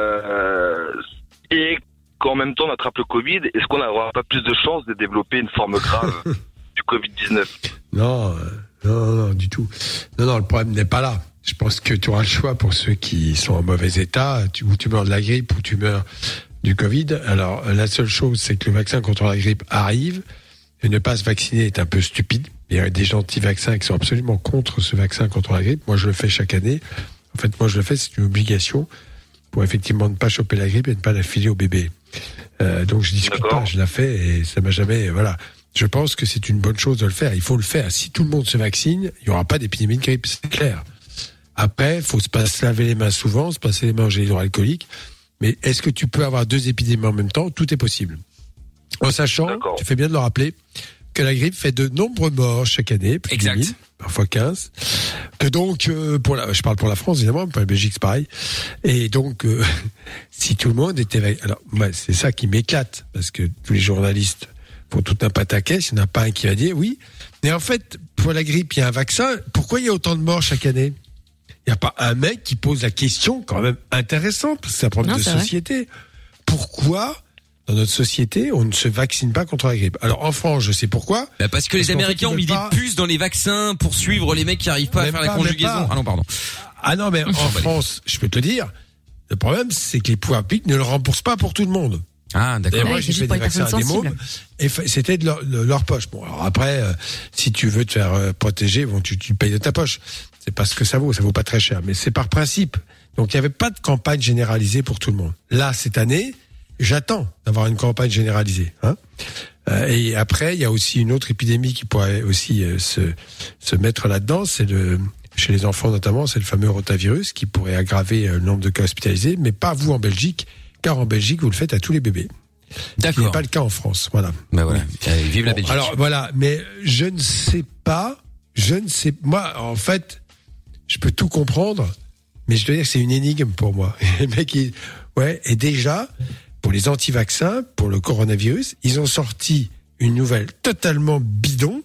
euh, et qu'en même temps on attrape le Covid, est-ce qu'on n'aura pas plus de chances de développer une forme grave du covid dix-neuf? Non, euh, non, non, non, du tout. Non, non, le problème n'est pas là. Je pense que tu auras le choix pour ceux qui sont en mauvais état, tu, ou tu meurs de la grippe ou tu meurs du Covid. Alors, la seule chose, c'est que le vaccin contre la grippe arrive, et ne pas se vacciner est un peu stupide. Il y a des gens anti-vaccins qui sont absolument contre ce vaccin contre la grippe. Moi, je le fais chaque année. En fait, moi, je le fais, c'est une obligation pour effectivement ne pas choper la grippe et ne pas la filer au bébé. Euh, donc, je discute pas, je la fais et ça m'a jamais, voilà. Je pense que c'est une bonne chose de le faire. Il faut le faire. Si tout le monde se vaccine, il y aura pas d'épidémie de grippe, c'est clair. Après, il faut se, pas se laver les mains souvent, se passer les mains en gel hydroalcoolique. Mais est-ce que tu peux avoir deux épidémies en même temps? Tout est possible. En sachant, tu fais bien de le rappeler, que la grippe fait de nombreux morts chaque année, plus de mille, parfois quinze. Que donc, euh, pour la, je parle pour la France évidemment, pour la Belgique c'est pareil. Et donc, euh, si tout le monde était, alors moi c'est ça qui m'éclate, parce que tous les journalistes font tout un pataquès, il n'y en a pas un qui va dire oui. Mais en fait, pour la grippe, il y a un vaccin. Pourquoi il y a autant de morts chaque année? Il n'y a pas un mec qui pose la question, quand même intéressante, parce que c'est un problème Non, de c'est vrai. société. Pourquoi, dans notre société, on ne se vaccine pas contre la grippe? Alors, en France, je sais pourquoi. Bah parce que les qu'en Américains fait, ont ils mis veulent des pas- puces dans les vaccins pour suivre les mecs qui arrivent pas Même à faire la pas, même conjugaison. pas. Ah non, pardon. Ah non, mais en France, je peux te le dire, le problème, c'est que les pouvoirs publics ne le remboursent pas pour tout le monde. Ah, d'accord. Et Ouais, moi, c'est j'ai juste fait pour des les vaccins à personnes des mômes, sensibles. et fa- c'était de leur, de leur poche. Bon, alors après, euh, si tu veux te faire euh, protéger, bon, tu, tu payes de ta poche. C'est pas ce que ça vaut, ça vaut pas très cher, mais c'est par principe. Donc, il n'y avait pas de campagne généralisée pour tout le monde. Là, cette année, j'attends d'avoir une campagne généralisée. Hein. Euh, et après, il y a aussi une autre épidémie qui pourrait aussi euh, se, se mettre là-dedans, c'est le chez les enfants notamment, c'est le fameux rotavirus qui pourrait aggraver euh, le nombre de cas hospitalisés, mais pas vous en Belgique, car en Belgique, vous le faites à tous les bébés. Ce qui n'est pas le cas en France, voilà. Bah voilà. Euh, vive la Bon, Belgique. alors voilà, mais je ne sais pas, je ne sais, moi en fait, je peux tout comprendre, mais je dois dire que c'est une énigme pour moi. Les mecs, ils- ouais, et déjà pour les anti-vaccins, pour le coronavirus, ils ont sorti une nouvelle totalement bidon.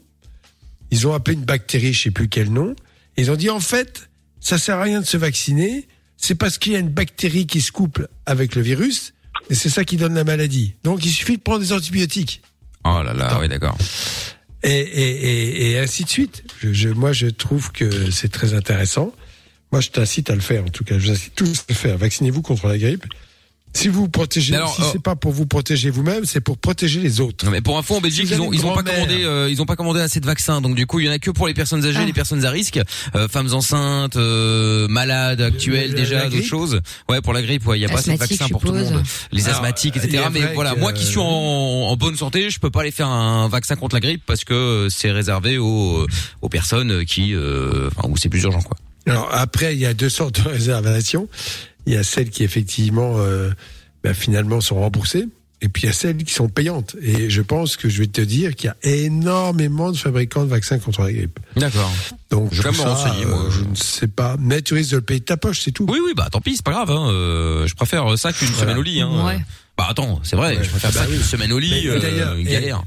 Ils ont appelé une bactérie, je sais plus quel nom. Et ils ont dit en fait, ça sert à rien de se vacciner. C'est parce qu'il y a une bactérie qui se couple avec le virus, et c'est ça qui donne la maladie. Donc il suffit de prendre des antibiotiques. Oh là là, oui, d'accord. Et, et, et, et ainsi de suite. Je, je, moi, je trouve que c'est très intéressant. Moi, je t'incite à le faire, en tout cas. Je vous incite tous à le faire. Vaccinez-vous contre la grippe. Si vous vous protégez, Alors, si euh, c'est pas pour vous protéger vous-même, c'est pour protéger les autres. Non, mais pour info, en Belgique, Si ils vous ont, avez ils une ont pas grand-mère- commandé, euh, ils ont pas commandé assez de vaccins. Donc du coup, il y en a que pour les personnes âgées, Ah. les personnes à risque, euh, femmes enceintes, euh, malades, actuelles, la- déjà, la d'autres grippe choses. Ouais, pour la grippe, ouais, il y a pas assez de Asthmatique, vaccins pour tout le je monde. suppose. Les Alors, asthmatiques, et il est cetera. Mais vrai voilà, que- moi qui suis en, en bonne santé, je peux pas aller faire un vaccin contre la grippe parce que c'est réservé aux, aux personnes qui, euh, enfin, où c'est plus urgent, quoi. Alors après, il y a deux sortes de réservations. Il y a celles qui effectivement, euh, ben, finalement, sont remboursées. Et puis il y a celles qui sont payantes. Et je pense que je vais te dire qu'il y a énormément de fabricants de vaccins contre la grippe. D'accord. Donc Je vais tout me ça, renseigner, moi. euh, je ne sais pas. Mais tu risques de le payer de ta poche, c'est tout. Oui, oui, bah tant pis, c'est pas grave. Hein. Euh, je préfère ça qu'une Voilà. semaine au lit. Hein. Ouais. Bah attends, c'est vrai, Ouais. je préfère Ah bah ça oui. qu'une semaine au lit. Mais Euh, d'ailleurs, une et- galère.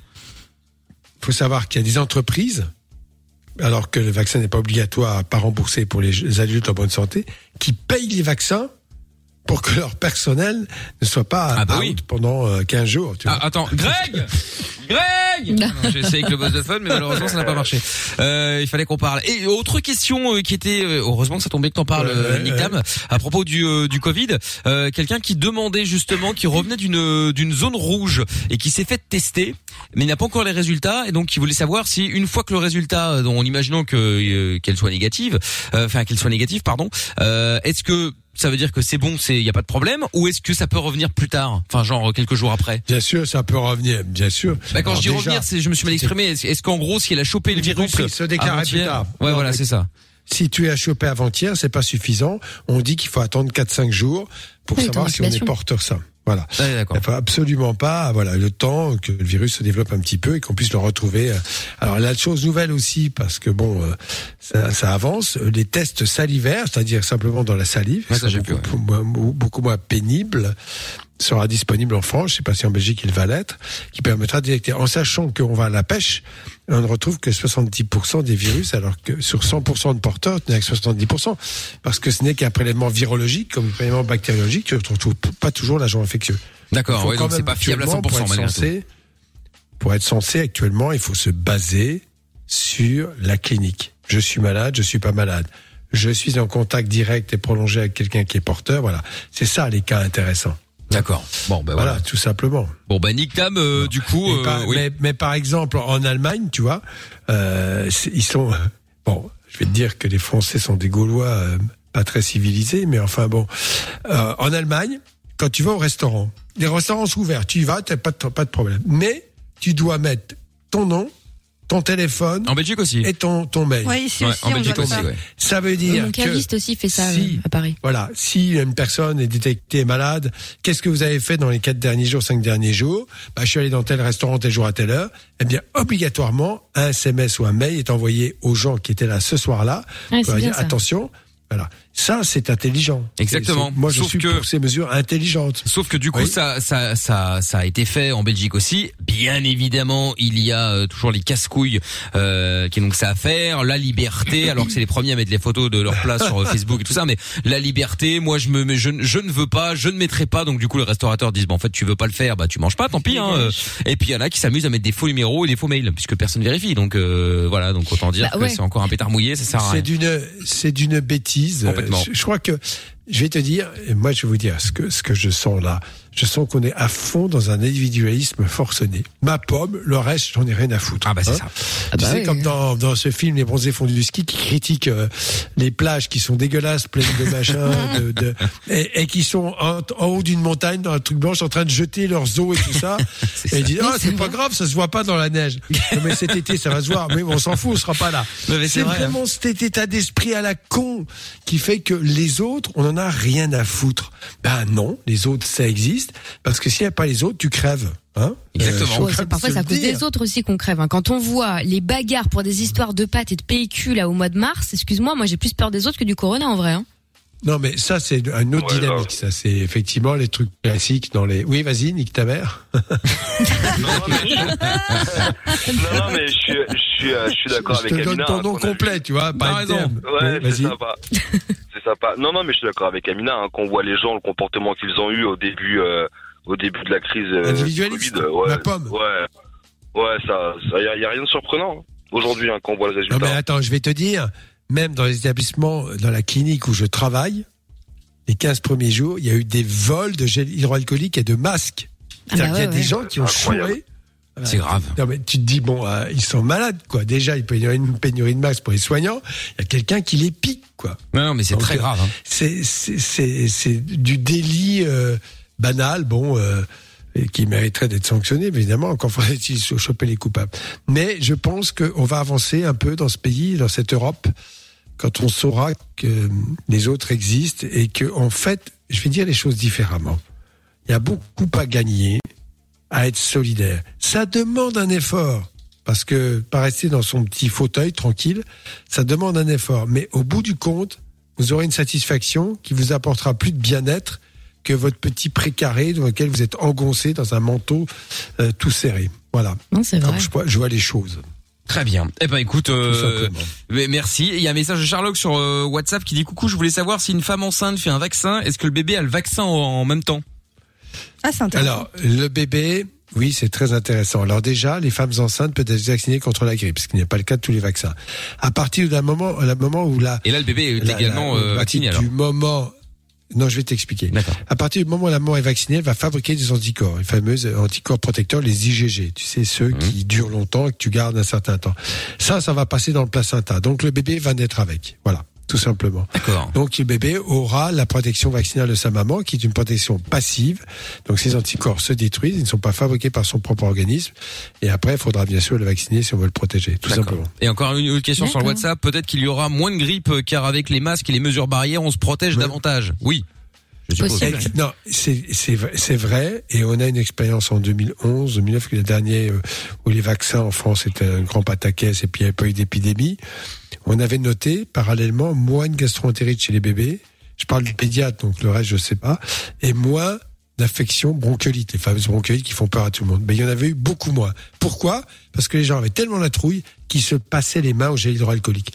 Il faut savoir qu'il y a des entreprises, alors que le vaccin n'est pas obligatoire, pas remboursé pour les adultes en bonne santé, qui payent les vaccins pour que leur personnel ne soit pas Ah bah out oui. pendant euh, quinze jours. Tu vois. Ah, attends, Greg Greg Non, j'ai essayé avec le boss de fun, mais malheureusement ça n'a pas marché. Euh, il fallait qu'on parle. Et autre question euh, qui était, euh, heureusement que ça tombait que t'en parles, Ouais, euh, ouais, Nick ouais. Tam, à propos du euh, du Covid, euh, quelqu'un qui demandait justement, qui revenait d'une d'une zone rouge et qui s'est fait tester, mais il n'a pas encore les résultats, et donc il voulait savoir si une fois que le résultat, euh, en imaginant que euh, qu'elle soit négative, euh, enfin qu'elle soit négative, pardon, euh, est-ce que ça veut dire que c'est bon, c'est y a pas de problème, ou est-ce que ça peut revenir plus tard, enfin genre quelques jours après? Bien sûr, ça peut revenir, bien sûr. Bah quand Alors je dis déjà, revenir, c'est je me suis mal exprimé. Est-ce, est-ce qu'en gros, si elle a chopé le J'ai virus compris, se déclarer avant-hier- plus tard. Ouais, Non, voilà, mais- c'est ça. Si tu as chopé avant-hier, c'est pas suffisant. On dit qu'il faut attendre quatre cinq jours pour Oui, savoir si on est incubation. porteur sain. Voilà. Ah, d'accord. Il faut absolument pas, voilà, le temps que le virus se développe un petit peu et qu'on puisse le retrouver. Alors, la chose nouvelle aussi, parce que bon, euh, ça, ça avance, les tests salivaires, c'est-à-dire simplement dans la salive, Ouais, ça, j'ai beaucoup, vu, ouais. beaucoup, moins- beaucoup moins pénible, sera disponible en France, je sais pas si en Belgique il va l'être, qui permettra de détecter, en sachant qu'on va à la pêche, on ne retrouve que soixante-dix pour cent des virus, alors que sur cent pour cent de porteurs, tu n'as que soixante-dix pour cent, parce que ce n'est qu'un prélèvement virologique, comme un prélèvement bactériologique, tu ne retrouves pas toujours l'agent infectieux. D'accord, Il faut ouais, quand donc c'est même pas fiable à cent pour cent actuellement, malgré pour être tout. censé, pour être censé actuellement, il faut se baser sur la clinique. Je suis malade, je suis pas malade. Je suis en contact direct et prolongé avec quelqu'un qui est porteur, voilà. C'est ça les cas intéressants. D'accord. Bon, ben Voilà, voilà. tout simplement. Bon, ben Nick Tam, euh, du coup, Mais, euh, par, oui. mais, mais par exemple, en Allemagne, tu vois, euh, c'est- ils sont... Bon, je vais te dire que les Français sont des Gaulois euh, pas très civilisés, mais enfin bon. Euh, en Allemagne, quand tu vas au restaurant, les restaurants sont ouverts, tu y vas, t'as pas de, pas de problème. Mais tu dois mettre ton nom, ton téléphone... En Belgique aussi. Et ton, ton mail. Ouais, ici Ouais, aussi, en on Belgique doit aussi, faire. ouais. Ça veut dire Mon que... caviste aussi fait ça si- euh, à Paris. Voilà, si une personne est détectée malade, qu'est-ce que vous avez fait dans les quatre derniers jours, cinq derniers jours? Bah, je suis allé dans tel restaurant tel jour à telle heure. Eh bien, obligatoirement, un S M S ou un mail est envoyé aux gens qui étaient là ce soir-là. Ouais, pour c'est bien dire, ça. attention, voilà. Ça, c'est intelligent. Exactement. C'est- c'est- moi, je Sauf suis que- pour ces mesures intelligentes. Sauf que du coup, Oui. ça, ça, ça, ça a été fait en Belgique aussi. Bien évidemment, il y a euh, toujours les casse-couilles euh, qui donc ça à faire, la liberté. Alors que c'est les premiers à mettre les photos de leur place sur euh, Facebook et tout ça, mais la liberté. Moi, je me, mais je, je ne veux pas, je ne mettrai pas. Donc du coup, les restaurateurs disent, bah, en fait, tu veux pas le faire, bah tu manges pas, tant pis. Hein, euh. Et puis il y en a qui s'amusent à mettre des faux numéros et des faux mails puisque personne vérifie. Donc euh, voilà, donc autant dire Bah, que ouais. c'est encore un pétard mouillé, ça sert à rien. C'est d'une, c'est d'une bêtise. Complètement. Je, je crois que, je vais te dire, et moi je vais vous dire ce que, ce que je sens là. Je sens qu'on est à fond dans un individualisme forcené. Ma pomme, le reste, j'en ai rien à foutre. Ah bah c'est Hein. ça. Ah Tu bah sais, oui. comme dans, dans ce film Les Bronzés fondus du ski, qui critique euh, les plages qui sont dégueulasses, pleines de machins, de, de, et, et qui sont en, en haut d'une montagne, dans un truc blanche, en train de jeter leurs eaux et tout ça. Et ils disent, Oui, ah, c'est c'est pas vrai. grave, ça se voit pas dans la neige. Non, mais cet été, ça va se voir. Mais on s'en fout, on sera pas là. Non, mais c'est C'est vrai, hein. vraiment cet état d'esprit à la con qui fait que les autres, on en a rien à foutre. Ben non, les autres, ça existe. Parce que s'il n'y a pas les autres, tu crèves. Hein. Exactement. faut Ouais, quand c'est même parfois se c'est à le cause dire. des autres aussi qu'on crève. Hein. Quand on voit les bagarres pour des histoires de pâtes et de P Q là au mois de mars, excuse-moi, moi j'ai plus peur des autres que du corona en vrai. Hein. Non, mais ça, c'est une autre Ouais, dynamique. Ça, c'est effectivement les trucs classiques dans les... Oui, vas-y, nique ta mère. Non, non, mais je, non, non, mais je suis, je suis, euh, je suis d'accord Je avec te donne Amina. ton hein, nom qu'on a vu. complet, tu vois, T'as pas raison. terme. Ouais, Oui, c'est vas-y. sympa. C'est sympa. Non, non, mais je suis d'accord avec Amina, hein, qu'on voit les gens, le comportement qu'ils ont eu au début, euh, au début de la crise euh, Individualiste, Covid. Ouais, la pomme. Ouais, ouais, ça, ça, y a, y a rien de surprenant hein, aujourd'hui hein, quand on voit les Non, résultats. mais attends, je vais te dire, même dans les établissements, dans la clinique où je travaille, les quinze premiers jours, il y a eu des vols de gel hydroalcoolique et de masques. Ah bah C'est-à-dire qu'il y a ouais, des ouais. gens qui ont Incroyable. chouré. C'est grave. Non, mais tu te dis, bon, euh, ils sont malades, quoi. Déjà, il peut y avoir une pénurie de masques pour les soignants. Il y a quelqu'un qui les pique, quoi. Non, non, mais c'est Donc, très euh, grave. Hein. C'est, c'est, c'est, c'est du délit euh, banal, bon, euh, et qui mériterait d'être sanctionné, évidemment. Encore faudrait-il choper les coupables. Mais je pense qu'on va avancer un peu dans ce pays, dans cette Europe, quand on saura que les autres existent et que, en fait, je vais dire les choses différemment. Il y a beaucoup à gagner à être solidaire. Ça demande un effort. Parce que, pas rester dans son petit fauteuil tranquille, ça demande un effort. Mais au bout du compte, vous aurez une satisfaction qui vous apportera plus de bien-être que votre petit précaré dans lequel vous êtes engoncé dans un manteau euh, tout serré. Voilà. Non, c'est vrai. Comme je, vois- je vois les choses. Très bien. Eh ben écoute, Tout euh, simplement. mais merci. Il y a un message de Sherlock sur euh, WhatsApp qui dit coucou, je voulais savoir si une femme enceinte fait un vaccin, est-ce que le bébé a le vaccin en, en même temps? Ah, c'est intéressant. Alors, le bébé, oui, c'est très intéressant. Alors déjà, les femmes enceintes peuvent être vaccinées contre la grippe, ce qui n'est pas le cas de tous les vaccins. À partir d'un moment, d'un moment où la... Et là, le bébé est la- également la- euh, à vacciné partir alors. du moment... Non, je vais t'expliquer. D'accord. À partir du moment où la maman est vaccinée, elle va fabriquer des anticorps, les fameux anticorps protecteurs, les I G G. Tu sais, ceux Mmh. qui durent longtemps et que tu gardes un certain temps. Ça, ça va passer dans le placenta. Donc le bébé va naître avec. Voilà. tout simplement. D'accord. Donc le bébé aura la protection vaccinale de sa maman, qui est une protection passive. Donc ces anticorps se détruisent, ils ne sont pas fabriqués par son propre organisme. Et après, il faudra bien sûr le vacciner si on veut le protéger, tout D'accord. simplement. Et encore une autre question D'accord. sur le WhatsApp. Peut-être qu'il y aura moins de grippe, car avec les masques et les mesures barrières, on se protège Ouais. davantage. Oui. Je suppose. Et- Non, c'est c'est c'est vrai, et on a une expérience en deux mille onze, deux mille neuf, le dernier euh, où les vaccins en France étaient un grand pataquès et puis il n'y avait pas eu d'épidémie. On avait noté parallèlement moins de gastro-entérite chez les bébés. Je parle du pédiatre, donc le reste je sais pas, et moins d'affections bronchiolites, les fameuses bronchiolites qui font peur à tout le monde. Mais il y en avait eu beaucoup moins. Pourquoi ? Parce que les gens avaient tellement la trouille qu'ils se passaient les mains au gel hydroalcoolique.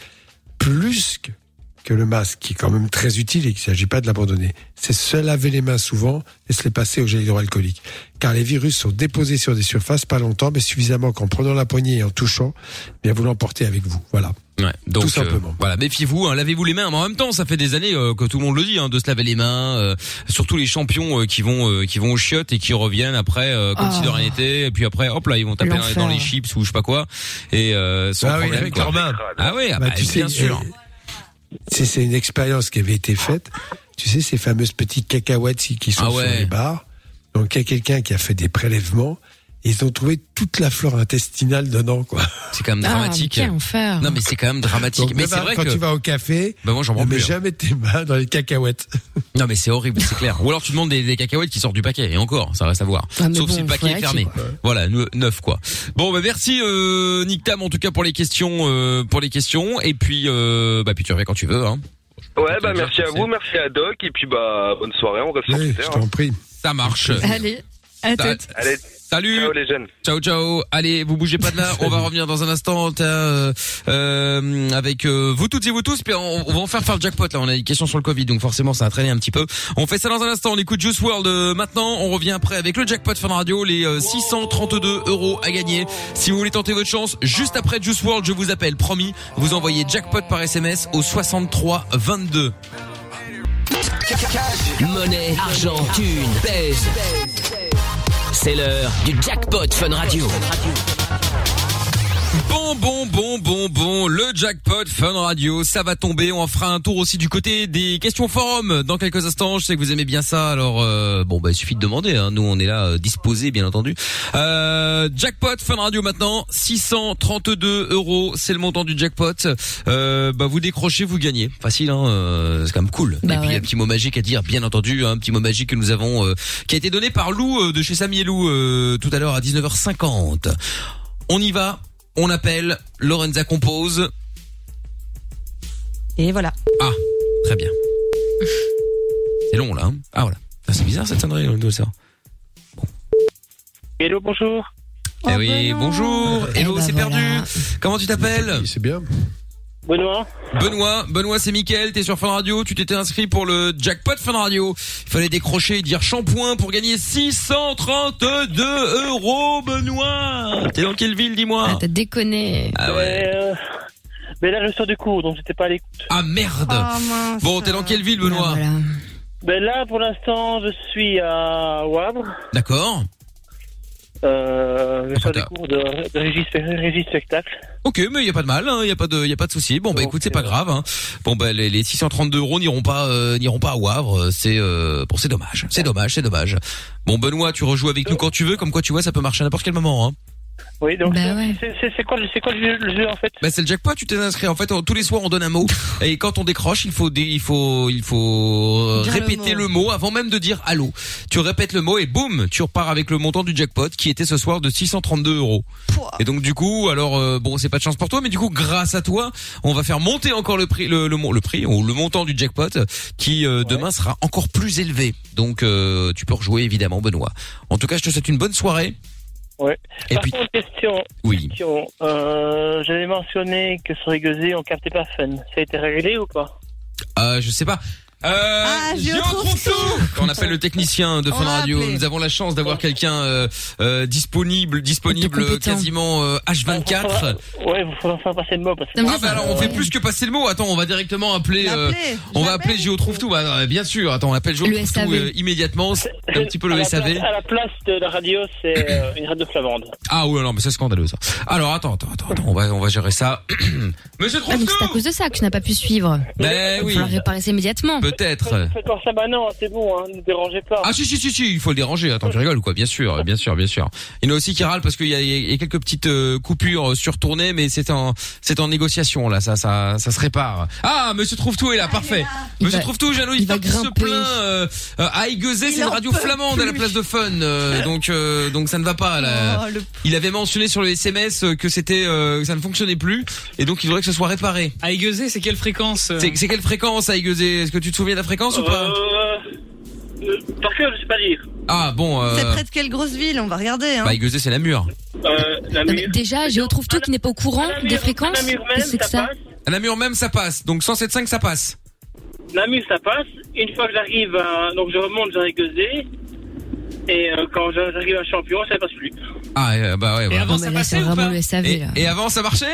Plus que que le masque, qui est quand même très utile et qu'il ne s'agit pas de l'abandonner, c'est se laver les mains souvent et se les passer au gel hydroalcoolique. Car les virus sont déposés sur des surfaces pas longtemps, mais suffisamment qu'en prenant la poignée et en touchant, bien vous l'emportez avec vous. Voilà. Ouais, donc tout simplement. euh, voilà, méfiez-vous, hein, lavez-vous les mains. Mais en même temps, ça fait des années euh, que tout le monde le dit, hein, de se laver les mains. Euh, surtout les champions euh, qui vont euh, qui vont aux chiottes et qui reviennent après euh, comme Oh. si de rien n'était. Et puis après, hop là, ils vont taper dans les, dans les chips ou je sais pas quoi. Et euh, sans Ah oui, problème. avec quoi. leurs mains. Ah oui, ah Bah, bah, tu bien sais, sûr. euh, C'est, c'est une expérience qui avait été faite. Tu sais, ces fameuses petites cacahuètes qui qui sont Ah ouais. sur les bars. Donc, il y a quelqu'un qui a fait des prélèvements et ils ont trouvé toute la flore intestinale dedans, quoi. C'est quand même dramatique. Ah, quel enfer. Non mais c'est quand même dramatique. Donc, mais ne c'est va- vrai quand que tu vas au café, bah moi j'en prends ne mets plus. hein. jamais tes mains dans les cacahuètes. Non mais c'est horrible, c'est clair. Ou alors tu demandes des, des cacahuètes qui sortent du paquet et encore, ça reste à voir. Ah, mais Sauf bon, si le faut paquet est arrêter, fermé. quoi. Voilà, ne- neuf quoi. Bon bah merci euh, Nick Tam en tout cas pour les questions euh, pour les questions et puis euh, bah puis tu reviens quand tu veux hein. Ouais, bah merci à vous, merci à Doc, et puis bah bonne soirée, on reste sur Oui, Twitter. je t'en prie. Ça marche. Allez, à Ça- toutes. Allez, Salut. ciao les jeunes. Ciao ciao. Allez, vous bougez pas de là. On va revenir dans un instant t'as, euh, euh, avec euh, vous toutes et vous tous. Puis on, on va en faire faire le jackpot là. On a des questions sur le Covid, donc forcément ça a traîné un petit peu. On fait ça dans un instant. On écoute Juice world euh, maintenant. On revient après avec le jackpot Fun Radio, les euh, six cent trente-deux euros à gagner. Si vous voulez tenter votre chance, juste après Juice world, je vous appelle. Promis. Vous envoyez jackpot par S M S au soixante-trois vingt-deux. Monnaie, argent, thune, pèse. C'est l'heure du jackpot Fun Radio. Bon, bon, bon, bon, bon, le jackpot Fun Radio, ça va tomber. On en fera un tour aussi du côté des questions forum dans quelques instants. Je sais que vous aimez bien ça, alors euh, bon, bah il suffit de demander. Hein. Nous, on est là euh, disposés, bien entendu. Euh, jackpot Fun Radio maintenant, six cent trente-deux euros, c'est le montant du jackpot. Euh, bah vous décrochez, vous gagnez. Facile, hein. euh, c'est quand même cool. Bah et puis ouais. un petit mot magique à dire, bien entendu, hein, un petit mot magique que nous avons, euh, qui a été donné par Lou euh, de chez Samy et Lou euh, tout à l'heure à dix-neuf heures cinquante. On y va. On appelle, Lorenza compose. Et voilà. Ah, très bien. C'est long là. Hein ah voilà. Ah, c'est bizarre cette sonnerie, de ça. Hello, bonjour. Eh oui, bonjour. Hello, bah c'est voilà. perdu. Comment tu t'appelles? C'est bien. Benoît. Benoît, Benoît, c'est Mickaël, t'es sur Fun Radio, tu t'étais inscrit pour le jackpot Fun Radio. Il fallait décrocher et dire shampoing pour gagner six cent trente-deux euros, Benoît. T'es dans quelle ville, dis-moi? Ah, t'as déconné. Ah ouais. Euh, mais là, je sors du cours, donc j'étais pas à l'écoute. Ah merde. Oh, mince. Bon, t'es dans quelle ville, Benoît? Ah, voilà. Ben là, pour l'instant, je suis à Wavre. D'accord. Euh, je Enfin, sors des t'as- cours de, de régie, régie spectacle. Ok, mais il y a pas de mal, hein, y a pas de, y a pas de souci. Bon bah écoute, c'est pas grave. Hein. Bon bah les, les six cent trente-deux euros n'iront pas, euh, n'iront pas à Wavre. C'est, euh, bon, c'est dommage, c'est dommage, c'est dommage. Bon Benoît, tu rejoues avec nous quand tu veux, comme quoi tu vois, ça peut marcher à n'importe quel moment. Hein. Oui, donc Bah c'est- ouais. c'est c'est- c'est quoi, le- c'est quoi le jeu, le jeu en fait? Bah c'est le jackpot, tu t'es inscrit. En fait, tous les soirs on donne un mot et quand on décroche, il faut, dé- il faut, il faut euh, Dire le répéter mot. le mot avant même de dire allô. Tu répètes le mot et boum, tu repars avec le montant du jackpot qui était ce soir de six cent trente-deux euros. Et donc du coup, alors euh, bon, c'est pas de chance pour toi, mais du coup, grâce à toi, on va faire monter encore le prix, le, le, mon- le prix ou le montant du jackpot qui euh, demain sera encore plus élevé. Donc euh, tu peux rejouer évidemment, Benoît. En tout cas, je te souhaite une bonne soirée. Ouais. Et Par puis- contre, question. Oui. question euh, j'avais mentionné que sur les gueusés, on captait pas fun. Ça a été réglé ou pas? Euh, je sais pas. Euh, Ah, je j'y retrouve retrouve tout. on appelle le technicien de Fun Radio. appelé. Nous avons la chance d'avoir quelqu'un euh, euh, disponible, disponible quasiment euh, H vingt-quatre. Ouais, vous faut faire passer le mot parce que. Ah bah alors on fait plus que passer le mot. Attends, on va directement appeler. Euh, on va appeler Géo Trouve Tout. Bah non, bien sûr. Attends, on appelle Géo Trouve Tout euh, immédiatement. C'est un petit peu le à la S A V. place- À la place de la radio, c'est euh, une radio flamande. Ah oui, non, mais c'est scandaleux ça. Alors attends, attends, attends, attends, on va, on va gérer ça. Monsieur Ah, donc c'est à cause de ça que tu n'as pas pu suivre. Ben Il oui. va falloir réparer ça immédiatement. Peut-être. Faites voir ça, bah non, c'est bon, hein, ne dérangez pas. Ah si si si si, il faut le déranger. Attends, tu rigoles ou quoi? Bien sûr, bien sûr, bien sûr. Il y en a aussi qui râlent parce qu'il y a, il y a quelques petites euh, coupures sur tournée, mais c'est en c'est en négociation là. Ça ça ça se répare. Ah, Monsieur Trouve Tout est là, parfait. Monsieur va- Trouve Tout, Jeannot, il, il se plaint euh, euh, à Aiguezé, c'est une radio flamande à la place de Fun, euh, donc euh, donc ça ne va pas. Là. Oh, le- Il avait mentionné sur le S M S que c'était euh, que ça ne fonctionnait plus et donc il faudrait que ce soit réparé. À Aiguezé, c'est quelle fréquence euh C'est c'est quelle fréquence à Aiguezé? Est-ce que tu te souviens de la fréquence ou pas? Euh, euh, par cœur, je sais pas dire. Ah bon. Euh... C'est près de quelle grosse ville? On va regarder. Hein. Bah Aiguezé, c'est Namur. Euh, la Non, mais déjà, Géo Trouve Tout qui n'est pas au courant des fréquences. Qu'est-ce que c'est que ça? À Namur même, ça passe. Donc cent sept virgule cinq, ça passe. Namur, ça passe. Une fois que j'arrive, à... donc je remonte vers Aiguezé. Et euh, quand j'arrive à Champion, ça ne passe plus. Ah euh, bah ouais. Et Bah. avant, ça passait ou pas? Le S A V, et, là. et avant, ça marchait?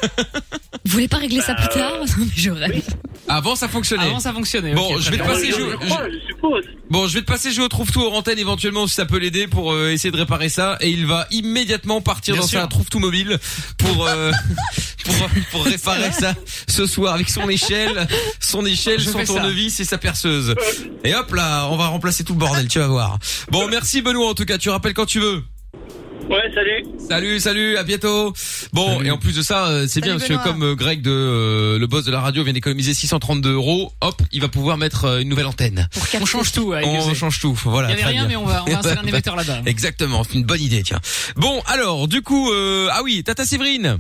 Vous voulez pas régler ça plus tard? Non, mais je rêve. Avant, ça fonctionnait. Avant, ça fonctionnait. Bon, ok, je vais te très passer bien. Géo. Je crois, je suppose. Bon, je vais te passer Géo Trouve Tout aux antennes éventuellement si ça peut l'aider pour euh, essayer de réparer ça et il va immédiatement partir Bien dans sûr. sa Trouve Tout mobile pour euh, pour pour réparer ça ce soir avec son échelle, son échelle, Je son fais ça. tournevis et sa perceuse. Et hop là, on va remplacer tout le bordel, tu vas voir. Bon, merci Benoît en tout cas, tu rappelles quand tu veux. Ouais, salut. Salut, salut, à bientôt. Bon, Salut. et en plus de ça, euh, c'est Salut bien parce Benoît. que comme euh, Greg de euh, le boss de la radio vient d'économiser six cent trente-deux euros, hop, il va pouvoir mettre euh, une nouvelle antenne. On change tout à On Aiguezé. change tout, voilà. Il y avait très rien, bien. mais on va, on va installer un émetteur là-bas. Exactement, c'est une bonne idée, tiens. Bon, alors, du coup, euh, ah oui, Tata Séverine.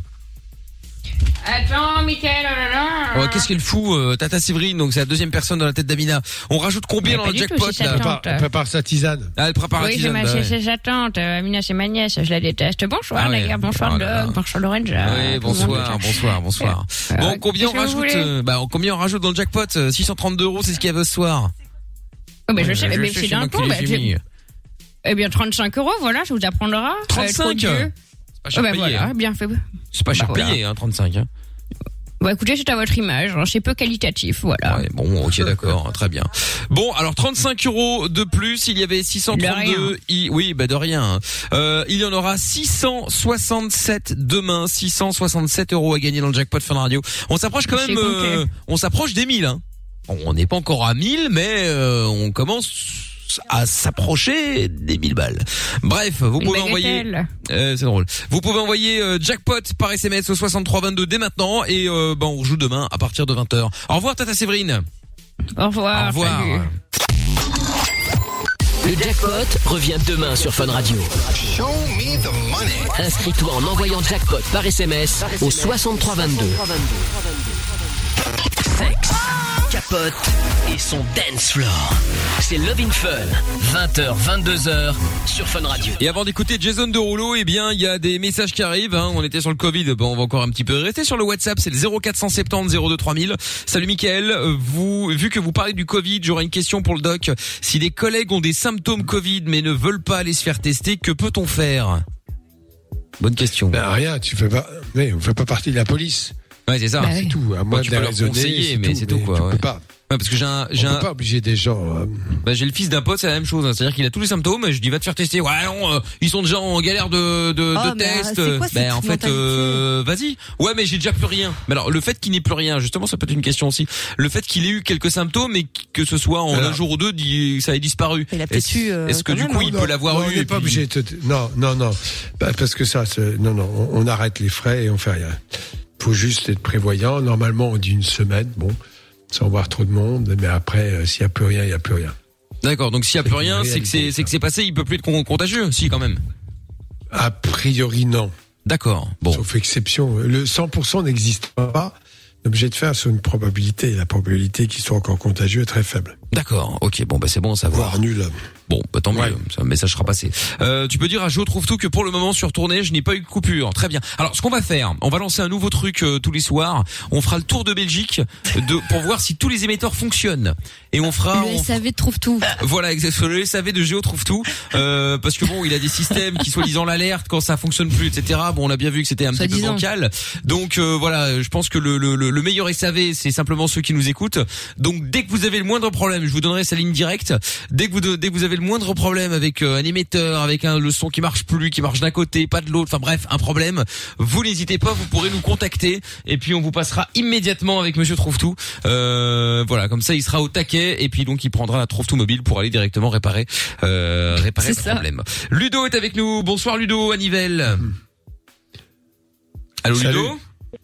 Attends, Mickaël, oh là là. Oh, qu'est-ce qu'elle fout, euh, Tata Séverine, donc c'est la deuxième personne dans la tête d'Amina. On rajoute combien Mais dans pas le du tout, jackpot c'est là sa Prépare, tante. prépare sa tisane. Ah, elle prépare la Oui, c'est tisane, ma, bah c'est ouais. c'est sa tante. euh, Amina, c'est ma nièce. Je la déteste. Bonsoir, Ah ouais. d'ailleurs. Bonsoir, Oh là là. Doc. Bonsoir, Lorenzo. Oui, bonsoir, bonsoir, bonsoir. Euh, Bon, combien on qu'est-ce que vous rajoute voulez euh, Bah, combien on rajoute dans le jackpot euh, six cent trente-deux euros, c'est ce qu'il y avait ce soir. Oh, mais je sais, mais sais, c'est c'est moi d'un qui coup. les bah, ai j'ai- mis. Eh bien, trente-cinq euros, voilà, je vous apprendra. trente-cinq Euh, C'est pas cher Oh, bah payé. voilà, hein. bien fait. C'est pas cher Bah, voilà. payé, hein, trente-cinq. Hein. Bon, écoutez, c'est à votre image. hein, C'est peu qualitatif, voilà. Ouais, bon, ok, d'accord, très bien. Bon, alors trente-cinq euros de plus, il y avait six cent trente-deux. De I, oui, bah de rien. Euh, il y en aura six cent soixante-sept demain, six cent soixante-sept euros à gagner dans le jackpot Fun Radio. On s'approche quand J'ai même, compté. euh, on s'approche des mille. Hein. On n'est pas encore à mille, mais euh, on commence à s'approcher des mille balles. Bref, vous Une pouvez envoyer, bagatelle. euh, c'est drôle. Vous pouvez envoyer euh, jackpot par S M S au soixante-trois vingt-deux dès maintenant et euh, bah, on joue demain à partir de vingt heures. Au revoir Tata Séverine. Au revoir. Au revoir. salut. Le jackpot revient demain sur Fun Radio. Inscris-toi en envoyant jackpot par S M S au soixante-trois vingt-deux. Sexe, capote et son dance floor. C'est Love in Fun, vingt heures, vingt-deux heures sur Fun Radio. Et avant d'écouter Jason Derulo, eh bien, il y a des messages qui arrivent, hein. On était sur le Covid, bon, on va encore un petit peu rester sur le WhatsApp, c'est le zéro quatre cent soixante-dix zéro deux trois mille. Salut Mickaël, euh, vous, vu que vous parlez du Covid, j'aurais une question pour le doc. Si des collègues ont des symptômes Covid mais ne veulent pas aller se faire tester, que peut-on faire? Bonne question. Ben rien, tu fais pas, mais on fait pas partie de la police. Ouais, c'est ça. C'est tout, à moins Bon, tu de peux les leur raisonner, conseiller, mais c'est tout, quoi, Tu ouais. peux pas. Ouais, parce que j'ai un, j'ai On un, peut pas obliger des gens. euh, bah, j'ai le fils d'un pote, c'est la même chose, hein. C'est-à-dire qu'il a tous les symptômes, et je dis va te faire tester. Ouais, non, euh, ils sont déjà en galère de, de, Oh, de mais, euh, tests. c'est quoi Ben, cette en fait, euh, vas-y. Ouais, mais j'ai déjà plus rien. Mais alors, le fait qu'il n'ait plus rien, justement, ça peut être une question aussi. Le fait qu'il ait eu quelques symptômes et que ce soit en Alors. un jour ou deux, dit- ça ait disparu. Il a peut-être Est-ce, eu, euh, est-ce que quand du même, coup, hein. il non, peut l'avoir non, eu On et n'est pas puis- obligé de te... Non, non, non. Bah, parce que ça, c'est... non, non, on, on arrête les frais et on fait rien. Faut juste être prévoyant. Normalement, on dit une semaine, bon, sans voir trop de monde. Mais après, euh, s'il y a plus rien, il y a plus rien. D'accord. Donc, s'il y a C'est plus une rien, c'est que c'est, réalité, c'est que c'est passé, il peut plus être con- contagieux. Si, quand même. A priori, non. D'accord. Bon. Sauf exception. Le cent pour cent n'existe pas. On est obligé de faire sur une probabilité. La probabilité qu'ils soient encore contagieux est très faible. D'accord, ok, bon bah c'est bon à savoir. Voire nul. Bon, bah tant mieux, ça, le message sera passé. Euh, tu peux dire à Jo trouve tout que pour le moment sur tournée, je n'ai pas eu de coupure. Très bien. Alors ce qu'on va faire, on va lancer un nouveau truc euh, tous les soirs. On fera le tour de Belgique de, pour voir si tous les émetteurs fonctionnent. Et on fera... Le on... S A V trouve tout. Voilà, exactement. Le S A V de Géo trouve tout. Euh, parce que bon, il a des systèmes qui soi-disant l'alerte quand ça fonctionne plus, et cetera. Bon, on a bien vu que c'était un petit peu bancal. Donc euh, voilà, je pense que le, le, le meilleur S A V, c'est simplement ceux qui nous écoutent. Donc dès que vous avez le moindre problème, je vous donnerai sa ligne directe. Dès que vous, dès que vous avez le moindre problème avec euh, un émetteur, avec un le son qui marche plus, qui marche d'un côté, pas de l'autre, enfin bref, un problème, vous n'hésitez pas, vous pourrez nous contacter et puis on vous passera immédiatement avec Monsieur Trouve-Tout. Euh, voilà, comme ça il sera au taquet et puis donc il prendra la Trouve-Tout mobile pour aller directement réparer euh, réparer le problème. Ludo est avec nous. Bonsoir Ludo à Nivelles. Allô Salut. Ludo.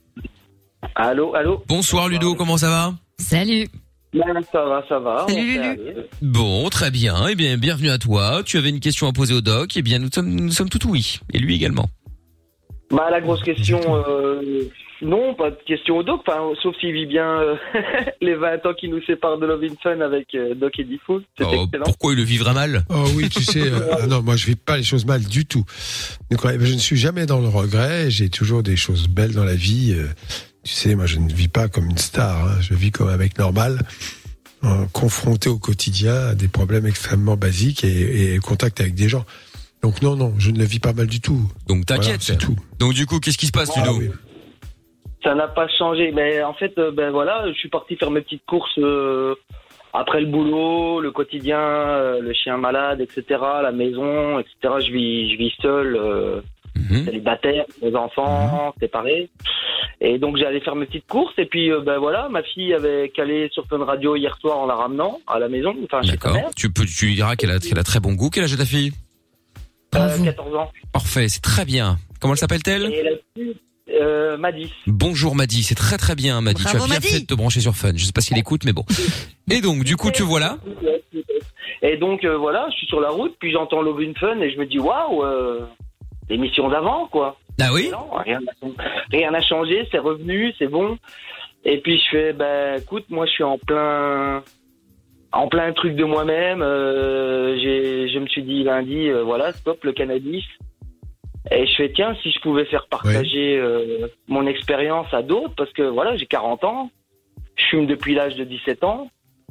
Allô, allô. Bonsoir Ludo, comment ça va? Salut. Ben, ça va, ça va. Salut, on Lulu. fait aller. Bon, très bien. Eh bien, bienvenue à toi. Tu avais une question à poser au doc. Eh bien, nous sommes, nous sommes tout oui. Et lui également. Bah, la grosse question, euh, non, pas de question au doc, enfin, sauf s'il vit bien euh, les vingt ans qui nous séparent de Love in Fun avec euh, Doc et Diffoul. C'est Oh, excellent. pourquoi il le vivra mal? Oh oui, tu sais, euh, ah non, moi je vis pas les choses mal du tout. Donc, ouais, je ne suis jamais dans le regret. J'ai toujours des choses belles dans la vie. Euh, tu sais, moi je ne vis pas comme une star. Hein. Je vis comme un mec normal, euh, confronté au quotidien à des problèmes extrêmement basiques et, et contact avec des gens. Donc non, non, je ne le vis pas mal du tout. Donc t'inquiète. Voilà, c'est tout. Donc du coup, qu'est-ce qui se passe, Ah, Ludo? oui. Ça n'a pas changé, mais en fait, euh, ben voilà, je suis parti faire mes petites courses euh, après le boulot, le quotidien, euh, le chien malade, et cetera, la maison, et cetera. Je vis, je vis seul, euh, mmh. célibataire, mes enfants, mmh. séparés. Et donc j'allais faire mes petites courses et puis euh, ben voilà, ma fille avait calé sur Fun Radio hier soir en la ramenant à la maison, enfin chez sa D'accord. mère. Tu peux, tu lui diras qu'elle a, qu'elle a très bon goût. Quel âge a ta fille? Euh, quatorze ans. Parfait, c'est très bien. Comment elle s'appelle-t-elle? Et là-dessus, euh, Maddy. Bonjour Maddy, c'est très très bien Maddy. Bravo, tu as bien Maddy. fait de te brancher sur Fun. Je sais pas s'il écoute, mais bon. Et donc, du coup, tu vois là. Et donc euh, voilà, je suis sur la route, puis j'entends Love in Fun et je me dis waouh, euh, l'émission d'avant quoi. Ah oui? Non, rien rien n'a changé, c'est revenu, c'est bon. Et puis je fais bah écoute, moi je suis en plein en plein truc de moi-même. Euh, j'ai je me suis dit lundi euh, voilà stop le cannabis. Et je fais tiens si je pouvais faire partager euh, mon expérience à d'autres parce que voilà j'ai quarante ans, je fume depuis l'âge de dix-sept ans.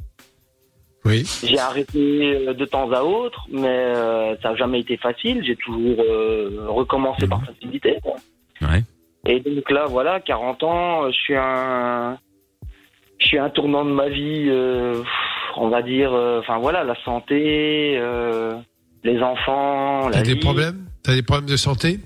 Oui. J'ai arrêté de temps à autre, mais euh, ça n'a jamais été facile. J'ai toujours euh, recommencé mmh. par facilité. Quoi. Ouais. Et donc là, voilà, quarante ans, je suis un, je suis un tournant de ma vie. Euh, on va dire, enfin euh, voilà, la santé, euh, les enfants, la T'as des vie. problèmes? T'as des problèmes de santé?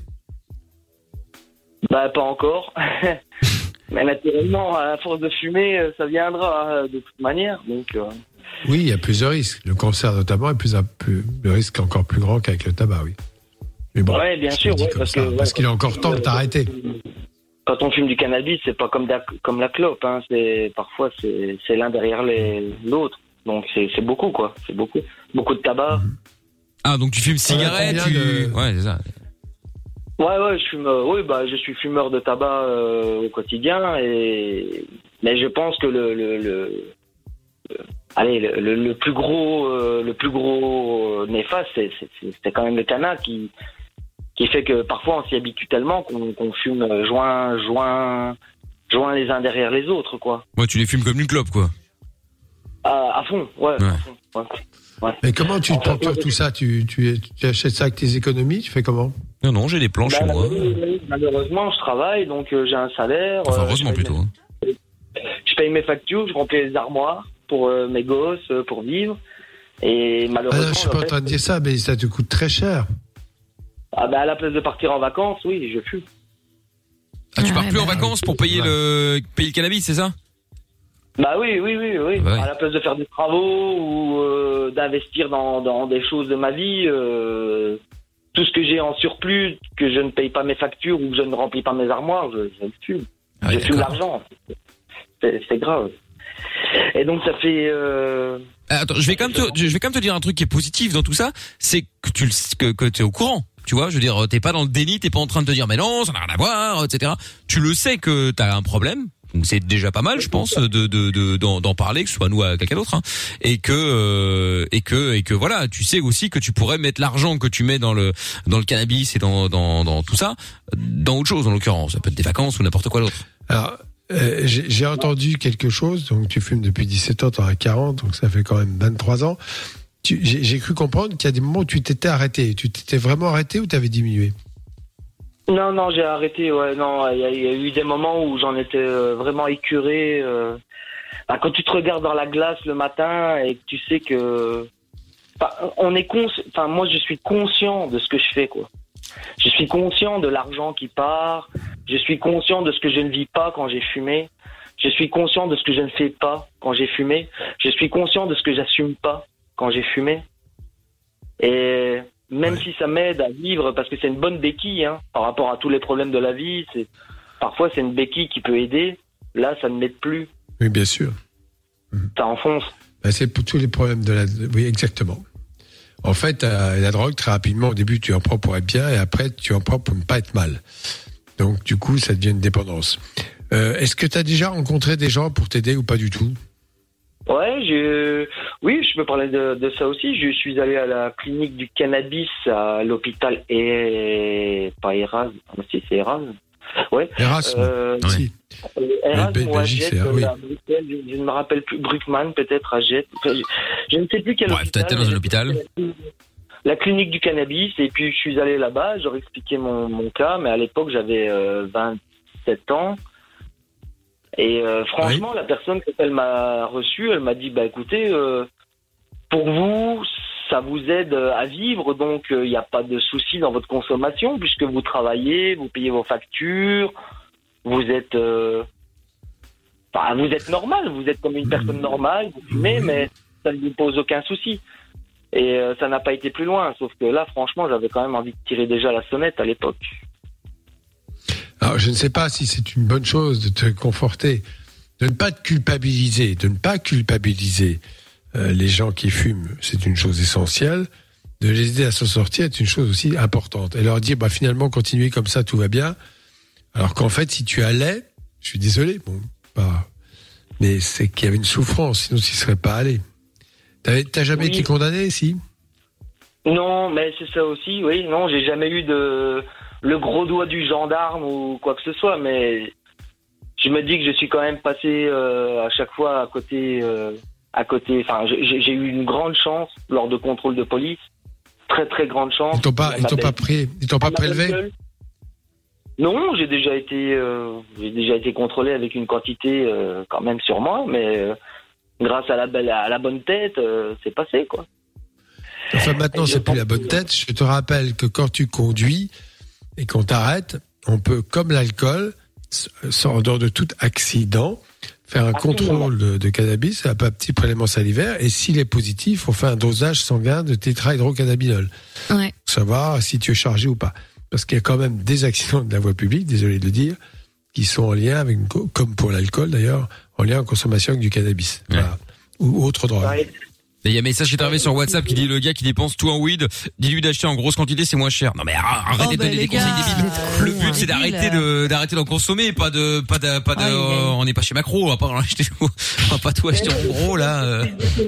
Bah pas encore. Mais naturellement, à force de fumer, ça viendra de toute manière. Donc. Euh... Oui, il y a plus de risques. Le cancer notamment est plus un plus le risque encore plus grand qu'avec le tabac, oui. Mais bon. Ouais, bien sûr, ouais, parce, ça, que, parce ouais, qu'il est encore temps de t'arrêter. Quand on fume du cannabis, c'est pas comme la, comme la clope, hein. C'est parfois c'est c'est l'un derrière les, l'autre. Donc c'est c'est beaucoup quoi, c'est beaucoup beaucoup de tabac. Ah donc tu fumes cigarette, tu... de... ouais c'est ça. Ouais ouais, je fume. Euh, oui bah je suis fumeur de tabac euh, au quotidien et mais je pense que le le, le, le allez le, le, le plus gros euh, le plus gros néfaste c'est c'est c'est quand même le cannabis qui qui fait que parfois on s'y habitue tellement qu'on qu'on fume joint joint joint les uns derrière les autres quoi. Ouais tu les fumes comme une clope quoi. À, à fond ouais. ouais. À fond, ouais. Ouais. Mais comment tu te procures tout ça tu, tu, tu achètes ça avec tes économies? Tu fais comment? Non, non, j'ai des plans bah, chez moi. Malheureusement, je travaille, donc euh, j'ai un salaire. Enfin, heureusement euh, plutôt. Mes... Je paye mes factures, je remplis les armoires pour euh, mes gosses, euh, pour vivre. Et malheureusement... Ah non, je suis pas en train de dire ça, mais ça te coûte très cher. Ah bah à la place de partir en vacances, oui, je fume. Ah, tu pars ouais, plus bah, en vacances pour payer, ouais. le, payer le cannabis, c'est ça? Bah oui, oui, oui, oui. Bah, oui. À la place de faire des travaux ou euh, d'investir dans, dans des choses de ma vie, euh, tout ce que j'ai en surplus, que je ne paye pas mes factures ou que je ne remplis pas mes armoires, je, je le fume. Ah, je fume l'argent. C'est, c'est grave. Et donc ça fait. Euh... Attends, je vais quand même te, je vais quand même te dire un truc qui est positif dans tout ça, c'est que tu que, que t'es au courant. Tu vois, je veux dire, t'es pas dans le déni, t'es pas en train de te dire mais non, ça n'a rien à voir, et cetera. Tu le sais que t'as un problème, Donc c'est déjà pas mal, je pense, de de de d'en, d'en parler, que ce soit nous à quelqu'un d'autre, hein, et que euh, et que et que voilà, tu sais aussi que tu pourrais mettre l'argent que tu mets dans le dans le cannabis et dans dans dans tout ça dans autre chose, en l'occurrence, ça peut être des vacances ou n'importe quoi d'autre. Alors euh, j'ai, j'ai entendu quelque chose. Donc tu fumes depuis dix-sept ans, t'en as quarante, donc ça fait quand même vingt-trois ans. Tu, j'ai, j'ai cru comprendre qu'il y a des moments où tu t'étais arrêté. Tu t'étais vraiment arrêté ou t'avais diminué? Non, non, j'ai arrêté, ouais, non, il y, y a eu des moments où j'en étais euh, vraiment écœuré. Euh, bah, quand tu te regardes dans la glace le matin et que tu sais que... Bah, on est conscient, enfin, moi, je suis conscient de ce que je fais, quoi. Je suis conscient de l'argent qui part, je suis conscient de ce que je ne vis pas quand j'ai fumé, je suis conscient de ce que je ne fais pas quand j'ai fumé, je suis conscient de ce que j'assume pas quand j'ai fumé. Et... Même ouais. si ça m'aide à vivre, parce que c'est une bonne béquille, hein, par rapport à tous les problèmes de la vie, c'est, parfois c'est une béquille qui peut aider, là ça ne m'aide plus. Oui, bien sûr. Ça enfonce. Ben, c'est pour tous les problèmes de la... Oui, exactement. En fait, euh, la drogue, très rapidement, au début, tu en prends pour être bien, et après, tu en prends pour ne pas être mal. Donc, du coup, ça devient une dépendance. Euh, est-ce que tu as déjà rencontré des gens pour t'aider ou pas du tout? Ouais, je... oui, je peux parler de, de ça aussi. Je suis allé à la clinique du cannabis à l'hôpital et pas Erasme, si c'est Erasme. Ouais. Erasme. Euh, oui. Erasme ou Belgique, Agette, c'est, oui. à Bruxelles, je, je ne me rappelle plus. Bruckmann, peut-être Agette. Enfin, je, je ne sais plus quel. Bref, hôpital. t'as été dans un hôpital. La clinique du cannabis, et puis je suis allé là-bas. J'aurais expliqué mon, mon cas, mais à l'époque j'avais euh, vingt-sept ans. Et euh, franchement, oui. La personne, quand elle m'a reçu, elle m'a dit, bah écoutez, euh, pour vous, ça vous aide à vivre, donc il euh, n'y a pas de souci dans votre consommation, puisque vous travaillez, vous payez vos factures, vous êtes, euh, enfin, vous êtes normal, vous êtes comme une personne normale, vous fumez, mais ça ne vous pose aucun souci. Et euh, ça n'a pas été plus loin, sauf que là, franchement, j'avais quand même envie de tirer déjà la sonnette à l'époque. Alors, je ne sais pas si c'est une bonne chose de te conforter, de ne pas te culpabiliser, de ne pas culpabiliser euh, les gens qui fument, c'est une chose essentielle. De les aider à s'en sortir est une chose aussi importante. Et leur dire, bah finalement, continuez comme ça, tout va bien. Alors qu'en fait, si tu allais, je suis désolé, bon, pas, mais c'est qu'il y avait une souffrance, sinon tu ne serais pas allé. T'as, t'as jamais oui. été condamné, si? Non, mais c'est ça aussi, oui. Non, j'ai jamais eu de... le gros doigt du gendarme ou quoi que ce soit, mais je me dis que je suis quand même passé euh, à chaque fois à côté, euh, à côté. Enfin, j'ai, j'ai eu une grande chance lors de contrôles de police, très très grande chance. Ils t'ont pas, ils t'ont pas pris, ils t'ont pas prélevé? Non, j'ai déjà été, euh, j'ai déjà été contrôlé avec une quantité euh, quand même sur moi, mais euh, grâce à la belle, à la bonne tête, euh, c'est passé quoi. Enfin, maintenant, c'est plus la bonne tête. Je te rappelle que quand tu conduis et qu'on t'arrête, on peut, comme l'alcool, en dehors de tout accident, faire un contrôle de, de cannabis, un petit prélèvement salivaire, et s'il est positif, on fait un dosage sanguin de tétrahydrocannabinol. Ouais. Pour savoir si tu es chargé ou pas. Parce qu'il y a quand même des accidents de la voie publique, désolé de le dire, qui sont en lien avec, comme pour l'alcool d'ailleurs, en lien en consommation avec du cannabis. Ouais. Voilà. Ou autre drogue. Ouais. Il y a un message qui est arrivé sur WhatsApp qui dit le gars qui dépense tout en weed, dis-lui d'acheter en grosse quantité, c'est moins cher. Non mais arrêtez oh, de donner bah, des conseils débiles. Le but c'est d'arrêter de d'arrêter d'en consommer, pas de pas de pas de ah, euh, on n'est pas chez Macro, on va pas en acheter tout, on va pas tout acheter en gros là. Euh.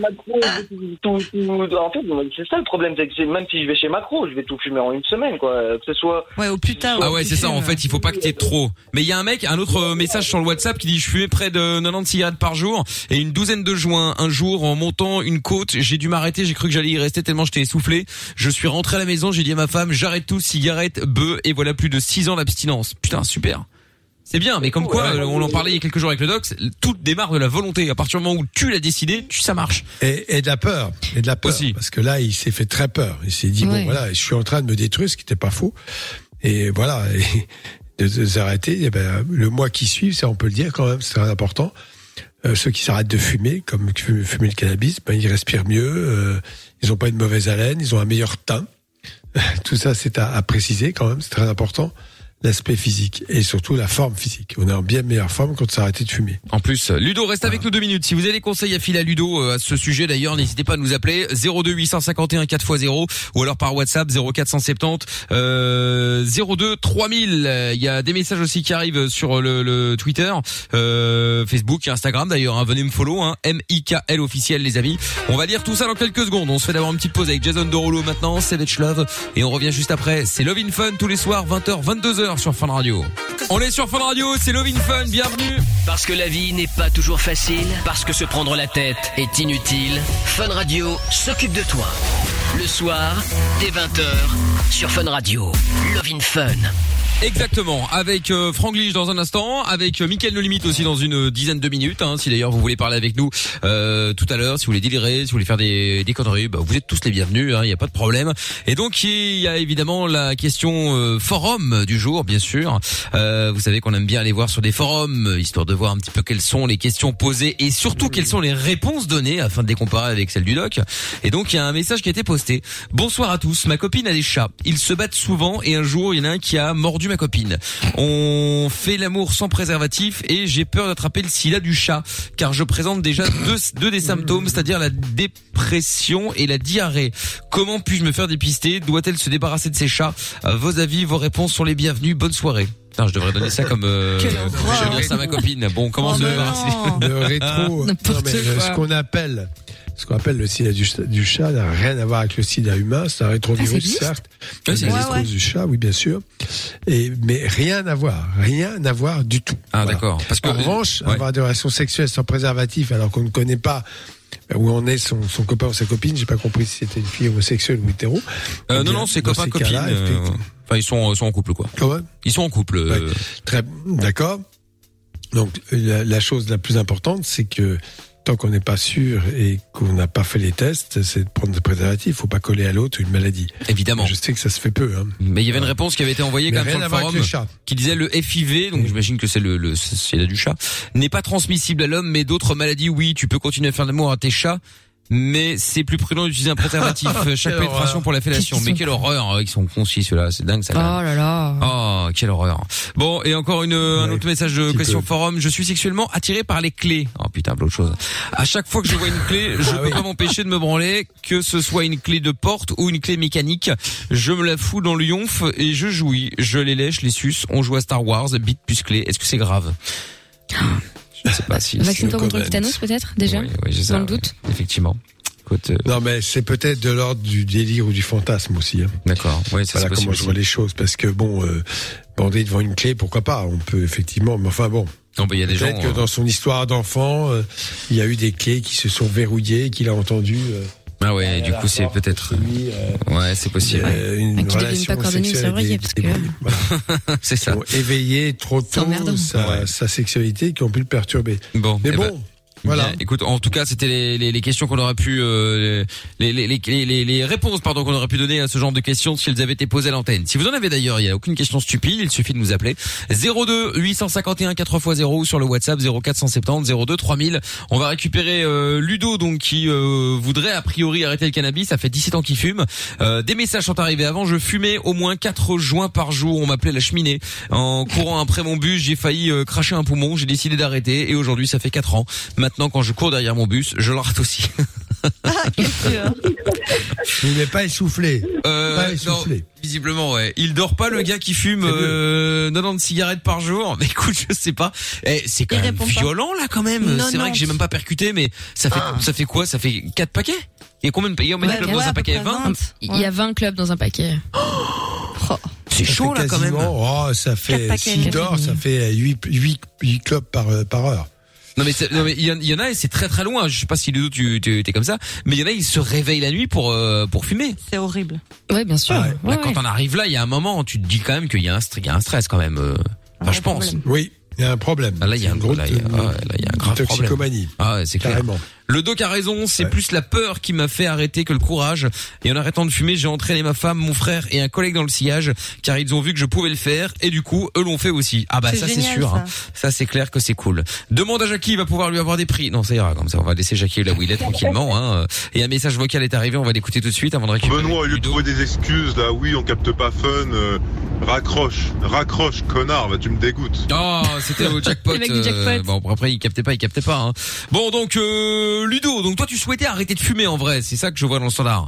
En fait, c'est ça le problème, c'est que même si je vais chez Macro, je vais tout fumer en une semaine quoi, que ce soit ouais au plus tard. Ah ouais, c'est ça en fait, il faut pas que t'aies trop. Mais il y a un mec, un autre message sur le WhatsApp qui dit je fumais près de quatre-vingt-dix cigarettes par jour et une douzaine de joints un jour en montant une côte, j'ai dû m'arrêter. J'ai cru que j'allais y rester tellement j'étais essoufflé. Je suis rentré à la maison, j'ai dit à ma femme, j'arrête tout, cigarettes, bœufs, et voilà plus de six ans d'abstinence. Putain, super. C'est bien, mais comme quoi, ouais, on en parlait il y a quelques jours avec le doc, tout démarre de la volonté. À partir du moment où tu l'as décidé, tu, ça marche. Et, et de la peur. Et de la peur. Aussi. Parce que là, il s'est fait très peur. Il s'est dit, ouais. bon, voilà, je suis en train de me détruire, ce qui n'était pas faux. Et voilà. Et de, de s'arrêter, et ben, le mois qui suit, ça, on peut le dire quand même, c'est très important. Euh, ceux qui s'arrêtent de fumer, comme fumer, fumer le cannabis, ben ils respirent mieux, euh, ils ont pas une mauvaise haleine, ils ont un meilleur teint. Tout ça, c'est à, à préciser quand même, c'est très important. l'aspect physique et surtout la forme physique. On est en bien meilleure forme quand on s'est arrêté de fumer. En plus, Ludo reste avec nous deux minutes. Si vous avez des conseils à filer à Ludo euh, à ce sujet d'ailleurs, n'hésitez pas à nous appeler zéro deux huit cent cinquante et un quatre fois zéro ou alors par WhatsApp zéro quatre cent soixante-dix euh, zéro deux trois mille. Il y a des messages aussi qui arrivent sur le, le Twitter, euh, Facebook et Instagram d'ailleurs. Hein. Venez me follow, hein, M I K L officiel les amis. On va lire tout ça dans quelques secondes. On se fait d'abord une petite pause avec Jason Derulo maintenant, Savage Love et on revient juste après. C'est Love in Fun tous les soirs vingt heures vingt-deux heures sur Fun Radio. On est sur Fun Radio, c'est Love in Fun, bienvenue. Parce que la vie n'est pas toujours facile, parce que se prendre la tête est inutile, Fun Radio s'occupe de toi. Le soir, dès vingt heures, sur Fun Radio. Love in Fun. Exactement, avec euh, Franglish dans un instant, avec euh, Mickaël No Limite aussi dans une dizaine de minutes. Hein, si d'ailleurs vous voulez parler avec nous euh, tout à l'heure, si vous voulez délirer, si vous voulez faire des, des conneries, bah, vous êtes tous les bienvenus, il hein, n'y a pas de problème. Et donc il y a évidemment la question euh, forum du jour, bien sûr. Euh, vous savez qu'on aime bien aller voir sur des forums, histoire de voir un petit peu quelles sont les questions posées et surtout quelles sont les réponses données afin de les comparer avec celles du doc. Et donc il y a un message qui a été posté. Bonsoir à tous, ma copine a des chats. Ils se battent souvent et un jour il y en a un qui a mordu ma copine. On fait l'amour sans préservatif et j'ai peur d'attraper le sida du chat car je présente déjà deux, deux des symptômes, c'est-à-dire la dépression et la diarrhée. Comment puis-je me faire dépister? Doit-elle se débarrasser de ses chats? Vos avis, vos réponses sont les bienvenus. Bonne soirée. Putain, je devrais donner ça comme euh, je vais dire ça à ma copine. Bon, comment se débarrasser? Le rétro, non, mais ce qu'on appelle Ce qu'on appelle le sida du, du chat n'a rien à voir avec le sida humain. C'est un rétrovirus, ah, certes. Ouais, c'est le ouais, rétrovirus ouais. du chat, oui, bien sûr. Et, mais rien à voir. Rien à voir du tout. Ah, voilà. D'accord. Parce que, en revanche, ouais. avoir des relations sexuelles sans préservatif alors qu'on ne connaît pas où en est son, son copain ou sa copine, j'ai pas compris si c'était une fille homosexuelle ou hétéro. Euh, non, non, c'est copain, copine. Euh, enfin, ils sont, sont en couple, quoi. Comment? Ils sont en couple. Euh... Ouais. Très, d'accord. Donc, la, la chose la plus importante, c'est que tant qu'on n'est pas sûr et qu'on n'a pas fait les tests, c'est de prendre des préservatifs. Faut pas coller à l'autre une maladie. Évidemment. Je sais que ça se fait peu. Hein. Mais il y avait une réponse qui avait été envoyée quand même sur le forum qui disait le F I V, donc j'imagine que c'est le, le c'est là du chat, n'est pas transmissible à l'homme, mais d'autres maladies, oui, tu peux continuer à faire l'amour à tes chats. Mais c'est plus prudent d'utiliser un préservatif. Chaque pénétration pour la fellation. Mais quelle horreur, ils sont concis ceux-là, c'est dingue ça. Oh là là. Oh, quelle horreur. Bon, et encore une ouais, un autre message de question peu. forum. Je suis sexuellement attiré par les clés. Oh putain, l'autre chose. À chaque fois que je vois une clé, je ah peux oui. pas m'empêcher de me branler, que ce soit une clé de porte ou une clé mécanique. Je me la fous dans le yonf et je jouis. Je les lèche, les suce. On joue à Star Wars, bite plus clé. Est-ce que c'est grave? Je sais pas si. Vaccine-toi contre le tétanos peut-être déjà. Oui, oui, j'ai ça. Dans le doute. Effectivement. Écoute, euh... Non, mais c'est peut-être de l'ordre du délire ou du fantasme aussi. Hein. D'accord. Oui, ça voilà c'est comment je vois les choses, parce que bon, euh, bander devant une clé, pourquoi pas? On peut effectivement, mais enfin bon. Non, bah il y a des gens. Peut-être que euh... dans son histoire d'enfant, euh, il y a eu des clés qui se sont verrouillées, qu'il a entendu. Euh, Ah ouais, euh, du coup c'est peut-être. Euh, ouais, c'est possible. Euh, une qui ne deviennent pas coordonnées, c'est vrai, parce que. Voilà. C'est ça. Éveiller trop tôt sa, ouais. sa sexualité qui ont pu le perturber. Bon, mais bon. Ben... Voilà. Bien, écoute, en tout cas, c'était les, les, les questions qu'on aurait pu, euh, les, les, les, les, les réponses, pardon, qu'on aurait pu donner à ce genre de questions si elles avaient été posées à l'antenne. Si vous en avez d'ailleurs, il n'y a aucune question stupide, il suffit de nous appeler zéro deux huit cent cinquante et un quatre fois zéro ou sur le WhatsApp zéro quatre cent soixante-dix zéro deux trois mille. On va récupérer euh, Ludo, donc qui euh, voudrait a priori arrêter le cannabis. Ça fait dix-sept ans qu'il fume. Euh, des messages sont arrivés avant. Je fumais au moins quatre joints par jour. On m'appelait la cheminée. En courant après mon bus, j'ai failli euh, cracher un poumon. J'ai décidé d'arrêter et aujourd'hui, ça fait quatre ans. Maintenant, quand je cours derrière mon bus, je le rate aussi. Ah, il n'est pas essoufflé. Euh, pas essoufflé. Non, visiblement, ouais. Il dort pas, le gars qui fume euh, quatre-vingt-dix cigarettes par jour. Mais écoute, je sais pas. Eh, c'est quand il même violent pas. Là, quand même. Non, c'est non. vrai que j'ai même pas percuté, mais ça fait, ah. ça fait quoi? Ça fait quatre paquets? Il y a combien de paquets? Ouais, clubs dans un paquet? vingt? Il y a vingt clubs dans un paquet. Oh. C'est ça chaud là, quand même. Oh, ça fait, s'il dort, ça fait huit clubs par, par heure. Non mais non mais il y, y en a et c'est très très loin. Je sais pas si Ludo tu tu es comme ça, mais il y en a ils se réveillent la nuit pour euh, pour fumer. C'est horrible. Ouais bien sûr. Ah ouais. Là, Ouais, quand ouais. on arrive là, il y a un moment, tu te dis quand même qu'il y a un il y a un stress quand même. Euh, enfin, je pense. Oui, il y a un problème. Ah, là il y a un gros là il y a, ah, là il y a un grave toxicomanie. problème. Ah ouais, c'est clair. Carrément. Le doc a raison, c'est ouais. plus la peur qui m'a fait arrêter que le courage. Et en arrêtant de fumer, j'ai entraîné ma femme, mon frère et un collègue dans le sillage, car ils ont vu que je pouvais le faire, et du coup, eux l'ont fait aussi. Ah bah c'est ça génial, c'est sûr. Ça. Hein. Ça c'est clair que c'est cool. Demande à Jackie, il va pouvoir lui avoir des prix. Non, ça ira comme ça. On va laisser Jackie là où il est tranquillement. Hein. Et un message vocal est arrivé, on va l'écouter tout de suite avant de récupérer. Benoît, au lieu de trouver des excuses là, oui, on capte pas fun. Euh, raccroche, raccroche, connard, bah tu me dégoûtes. Oh, c'était au jackpot. Euh, jackpot. Bon, après il captait pas, il captait pas. Hein. Bon, donc euh, Ludo, donc toi tu souhaitais arrêter de fumer en vrai, c'est ça que je vois dans le standard.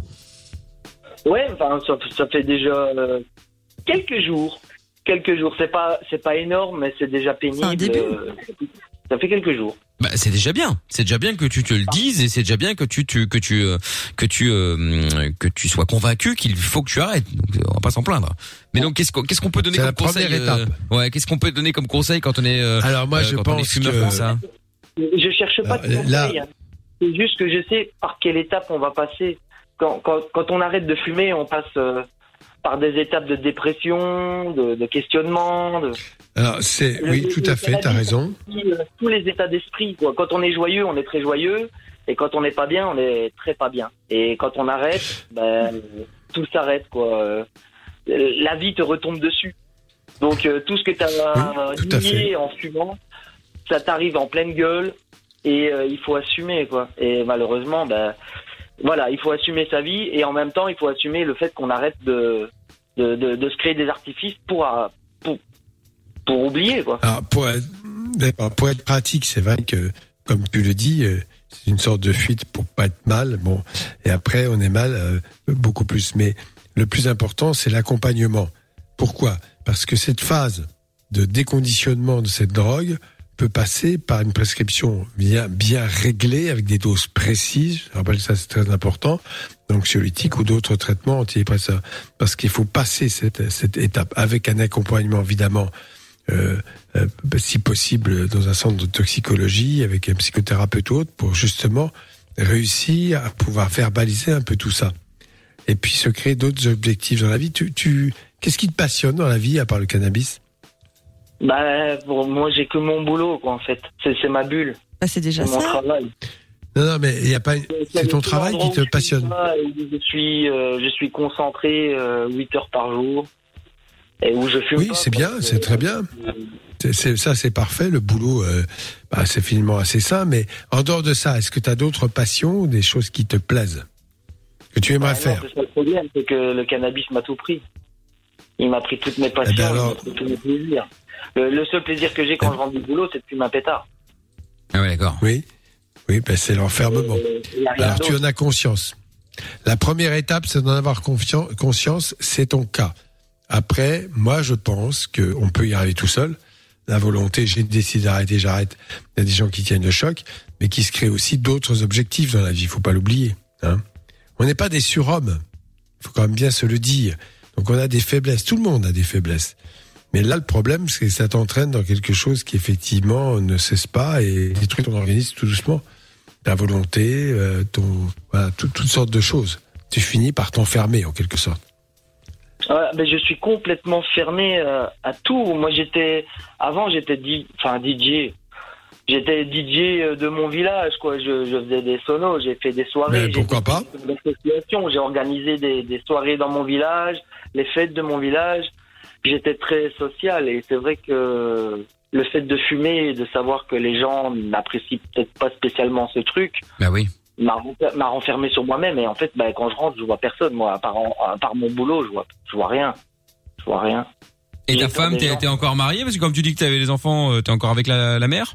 Ouais, enfin ça, ça fait déjà euh, quelques jours, quelques jours. C'est pas, c'est pas énorme, mais c'est déjà pénible. C'est un début. Euh, ça fait quelques jours. Bah c'est déjà bien, c'est déjà bien que tu te le dises et c'est déjà bien que tu, tu que tu euh, que tu euh, que tu sois convaincu qu'il faut que tu arrêtes. Donc on va pas s'en plaindre. Mais donc qu'est-ce qu'on qu'est-ce qu'on peut donner c'est comme la conseil première étape. euh, Ouais, qu'est-ce qu'on peut donner comme conseil quand on est euh, Alors moi euh, je quand pense on est fumeur que comme ça. Je cherche pas de conseils. Là... Hein. C'est juste que je sais par quelle étape on va passer. Quand quand quand on arrête de fumer, on passe euh, par des étapes de dépression, de, de questionnement. De... Alors c'est le, oui, tout à fait, t'as raison. Tous les états d'esprit, quoi. Quand on est joyeux, on est très joyeux, et quand on n'est pas bien, on est très pas bien. Et quand on arrête, ben tout s'arrête, quoi. La vie te retombe dessus. Donc euh, tout ce que t'as oui, nié en fumant, ça t'arrive en pleine gueule, et euh, il faut assumer, quoi. Et malheureusement, ben voilà, il faut assumer sa vie, et en même temps, il faut assumer le fait qu'on arrête de de, de de se créer des artifices pour pour pour oublier, quoi. Alors, pour être, pour être pratique, c'est vrai que, comme tu le dis, c'est une sorte de fuite pour pas être mal. Bon, et après, on est mal euh, beaucoup plus. Mais le plus important, c'est l'accompagnement. Pourquoi ? Parce que cette phase de déconditionnement de cette drogue peut passer par une prescription bien bien réglée avec des doses précises. Je rappelle ça, c'est très important. Anxiolytiques ou d'autres traitements antidépresseurs. Parce qu'il faut passer cette cette étape avec un accompagnement évidemment. Euh, euh, si possible dans un centre de toxicologie avec un psychothérapeute ou autre pour justement réussir à pouvoir verbaliser un peu tout ça et puis se créer d'autres objectifs dans la vie. Tu, tu, qu'est-ce qui te passionne dans la vie à part le cannabis? Bah, bon, moi j'ai que mon boulot, quoi, en fait. C'est, c'est ma bulle. Bah, c'est déjà c'est mon ça. Travail. Non, non, mais il y a pas. C'est ton travail qui te passionne. Je suis, euh, je suis concentré euh, huit heures par jour. Et où je fume oui, pas, c'est bien, c'est très bien. C'est, c'est, ça, c'est parfait. Le boulot, euh, bah, c'est finalement assez sain. Mais en dehors de ça, est-ce que tu as d'autres passions ou des choses qui te plaisent, que tu aimerais bah, faire? Non, c'est ça le problème, c'est que le cannabis m'a tout pris. Il m'a pris toutes mes passions, eh ben alors... il m'a pris tous mes plaisirs. Le, le seul plaisir que j'ai quand eh... je rentre du boulot, c'est de fumer un pétard. Ah ouais, d'accord. Oui, oui, ben c'est l'enfermement. Euh, alors tu en as conscience. La première étape, c'est d'en avoir confiance, conscience. C'est ton cas. Après, moi, je pense qu'on peut y arriver tout seul. La volonté, j'ai décidé d'arrêter, j'arrête. Il y a des gens qui tiennent le choc, mais qui se créent aussi d'autres objectifs dans la vie. Il faut pas l'oublier. Hein. On n'est pas des surhommes. Il faut quand même bien se le dire. Donc, on a des faiblesses. Tout le monde a des faiblesses. Mais là, le problème, c'est que ça t'entraîne dans quelque chose qui, effectivement, ne cesse pas et détruit ton organisme tout doucement. Ta volonté, euh, ton, voilà, tout, toutes sortes de choses. Tu finis par t'enfermer, en quelque sorte. Ouais, mais je suis complètement fermé euh, à tout. Moi, j'étais avant, j'étais di... enfin D J. J'étais D J de mon village, quoi. Je, je faisais des sonos, j'ai fait des soirées. Mais pourquoi pas ? J'ai organisé des, des soirées dans mon village, les fêtes de mon village. J'étais très social et c'est vrai que le fait de fumer et de savoir que les gens n'apprécient peut-être pas spécialement ce truc. Bah oui. M'a, m'a renfermé sur moi-même et en fait bah, quand je rentre je vois personne moi à part, en, à part mon boulot je vois je vois rien je vois rien et ta femme t'es, t'es encore mariée parce que comme tu dis que t'avais les enfants t'es encore avec la, la mère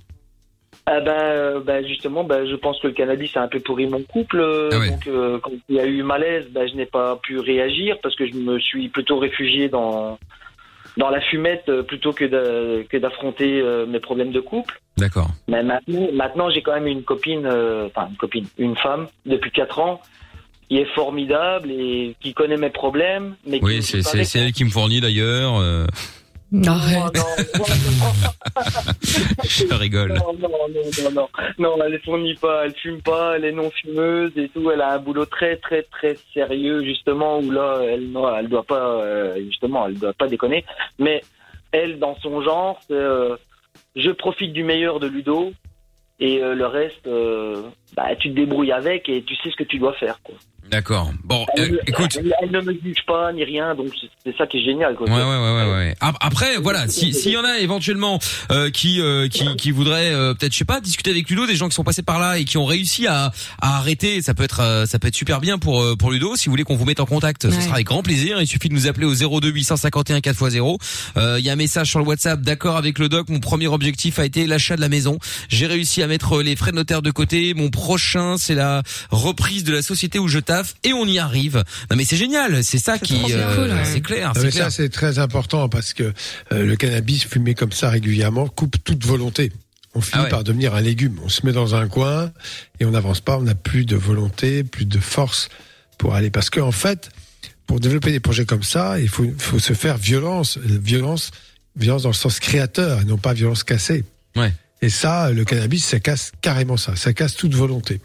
ah bah, bah justement bah, je pense que le cannabis a un peu pourri mon couple ah ouais. Donc euh, quand il y a eu malaise bah, je n'ai pas pu réagir parce que je me suis plutôt réfugié dans dans la fumette plutôt que de, que d'affronter euh, mes problèmes de couple. D'accord. Mais maintenant, maintenant j'ai quand même une copine, euh, enfin une copine, une femme depuis quatre ans qui est formidable et qui connaît mes problèmes. Mais oui, c'est, c'est, c'est elle qui me fournit d'ailleurs. Euh... Non, non, non. Je rigole. Non, non, non, non, non, non, elle ne fournit pas, elle fume pas, elle est non fumeuse et tout. Elle a un boulot très, très, très sérieux justement où là, elle, non, elle doit pas, euh, justement, elle doit pas déconner. Mais elle, dans son genre, c'est, euh, je profite du meilleur de Ludo et euh, le reste, euh, bah, tu te débrouilles avec et tu sais ce que tu dois faire, quoi. D'accord. Bon, Elle, euh, écoute. elle, elle ne me juge pas ni rien, donc c'est, c'est ça qui est génial, quoi. Ouais, ouais, ouais, ouais, ouais. Après, voilà, si s'il y en a éventuellement euh, qui euh, qui qui voudraient euh, peut-être, je sais pas, discuter avec Ludo, des gens qui sont passés par là et qui ont réussi à à arrêter, ça peut être euh, ça peut être super bien pour euh, pour Ludo. Si vous voulez qu'on vous mette en contact, ouais. Ce sera avec grand plaisir. Il suffit de nous appeler au zéro deux huit cent cinquante et un quatre fois zéro. Euh, il y a un message sur le WhatsApp. D'accord avec le doc. Mon premier objectif a été l'achat de la maison. J'ai réussi à mettre les frais de notaire de côté. Mon prochain, c'est la reprise de la société où je taffe et on y arrive. Non mais c'est génial, c'est ça c'est qui, euh, cool, ouais. C'est clair, non, c'est mais clair. Ça c'est très important parce que euh, le cannabis fumé comme ça régulièrement coupe toute volonté. On finit ah ouais. par devenir un légume. On se met dans un coin et on n'avance pas. On n'a plus de volonté, plus de force pour aller. Parce que en fait, pour développer des projets comme ça, il faut, faut se faire violence, violence, violence dans le sens créateur et non pas violence cassée. Ouais. Et ça, le cannabis, ça casse carrément ça. Ça casse toute volonté.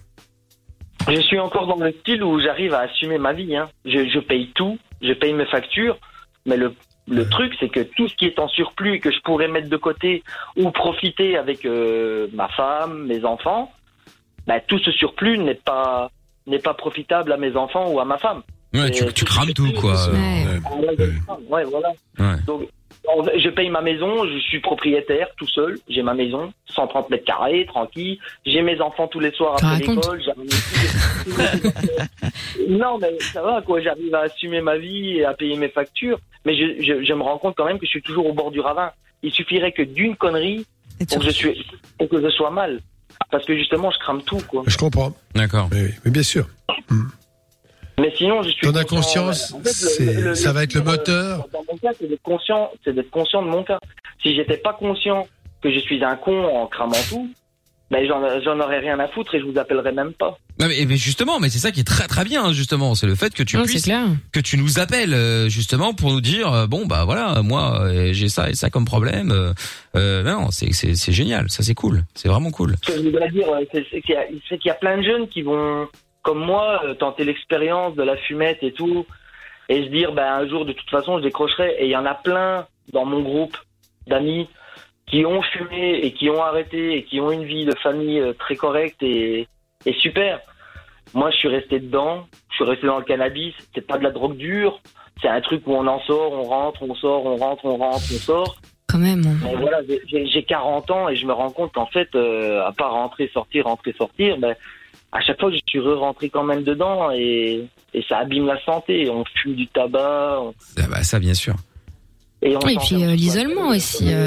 Je suis encore dans le style où j'arrive à assumer ma vie. Hein. Je, je paye tout, je paye mes factures, mais le, le truc, c'est que tout ce qui est en surplus et que je pourrais mettre de côté ou profiter avec euh, ma femme, mes enfants, bah, tout ce surplus n'est pas n'est pas profitable à mes enfants ou à ma femme. Ouais, tu, tu crames tout, quoi. Ouais, ouais, ouais voilà. Ouais. Donc, je paye ma maison, je suis propriétaire tout seul, j'ai ma maison, cent trente mètres carrés, tranquille, j'ai mes enfants tous les soirs après l'école, j'arrive... Non mais ça va quoi, j'arrive à assumer ma vie et à payer mes factures, mais je, je, je me rends compte quand même que je suis toujours au bord du ravin. Il suffirait que d'une connerie pour que, je suis, pour que je sois mal, parce que justement je crame tout, quoi. Je comprends. D'accord. Oui, mais bien sûr. Mmh. Mais sinon, je suis. T'en as conscience, en fait, c'est, le, le, ça le, va être le moteur. Dans mon cas, c'est d'être conscient, c'est d'être conscient de mon cas. Si j'étais pas conscient que je suis un con en cramant tout, ben j'en, j'en aurais rien à foutre et je vous appellerais même pas. Non mais, mais justement, mais c'est ça qui est très très bien justement, c'est le fait que tu non, puisses, que tu nous appelles justement pour nous dire bon bah voilà, moi j'ai ça et ça comme problème. Euh, non, c'est c'est c'est génial, ça c'est cool, c'est vraiment cool. Ce que je voudrais dire, c'est, c'est, qu'il y a, c'est qu'il y a plein de jeunes qui vont comme moi, euh, tenter l'expérience de la fumette et tout, et se dire, ben, un jour, de toute façon, je décrocherai. Et il y en a plein dans mon groupe d'amis qui ont fumé et qui ont arrêté et qui ont une vie de famille euh, très correcte et, et super. Moi, je suis resté dedans, je suis resté dans le cannabis. C'est pas de la drogue dure, c'est un truc où on en sort, on rentre, on sort, on rentre, on rentre, on sort. Quand même. Mais voilà, j'ai, j'ai quarante ans et je me rends compte qu'en fait, euh, à part rentrer, sortir, rentrer, sortir, ben, à chaque fois, je suis re-rentré quand même dedans et, et ça abîme la santé. On fume du tabac. On... Ah bah ça, bien sûr. Et, on et puis euh, l'isolement aussi. Euh...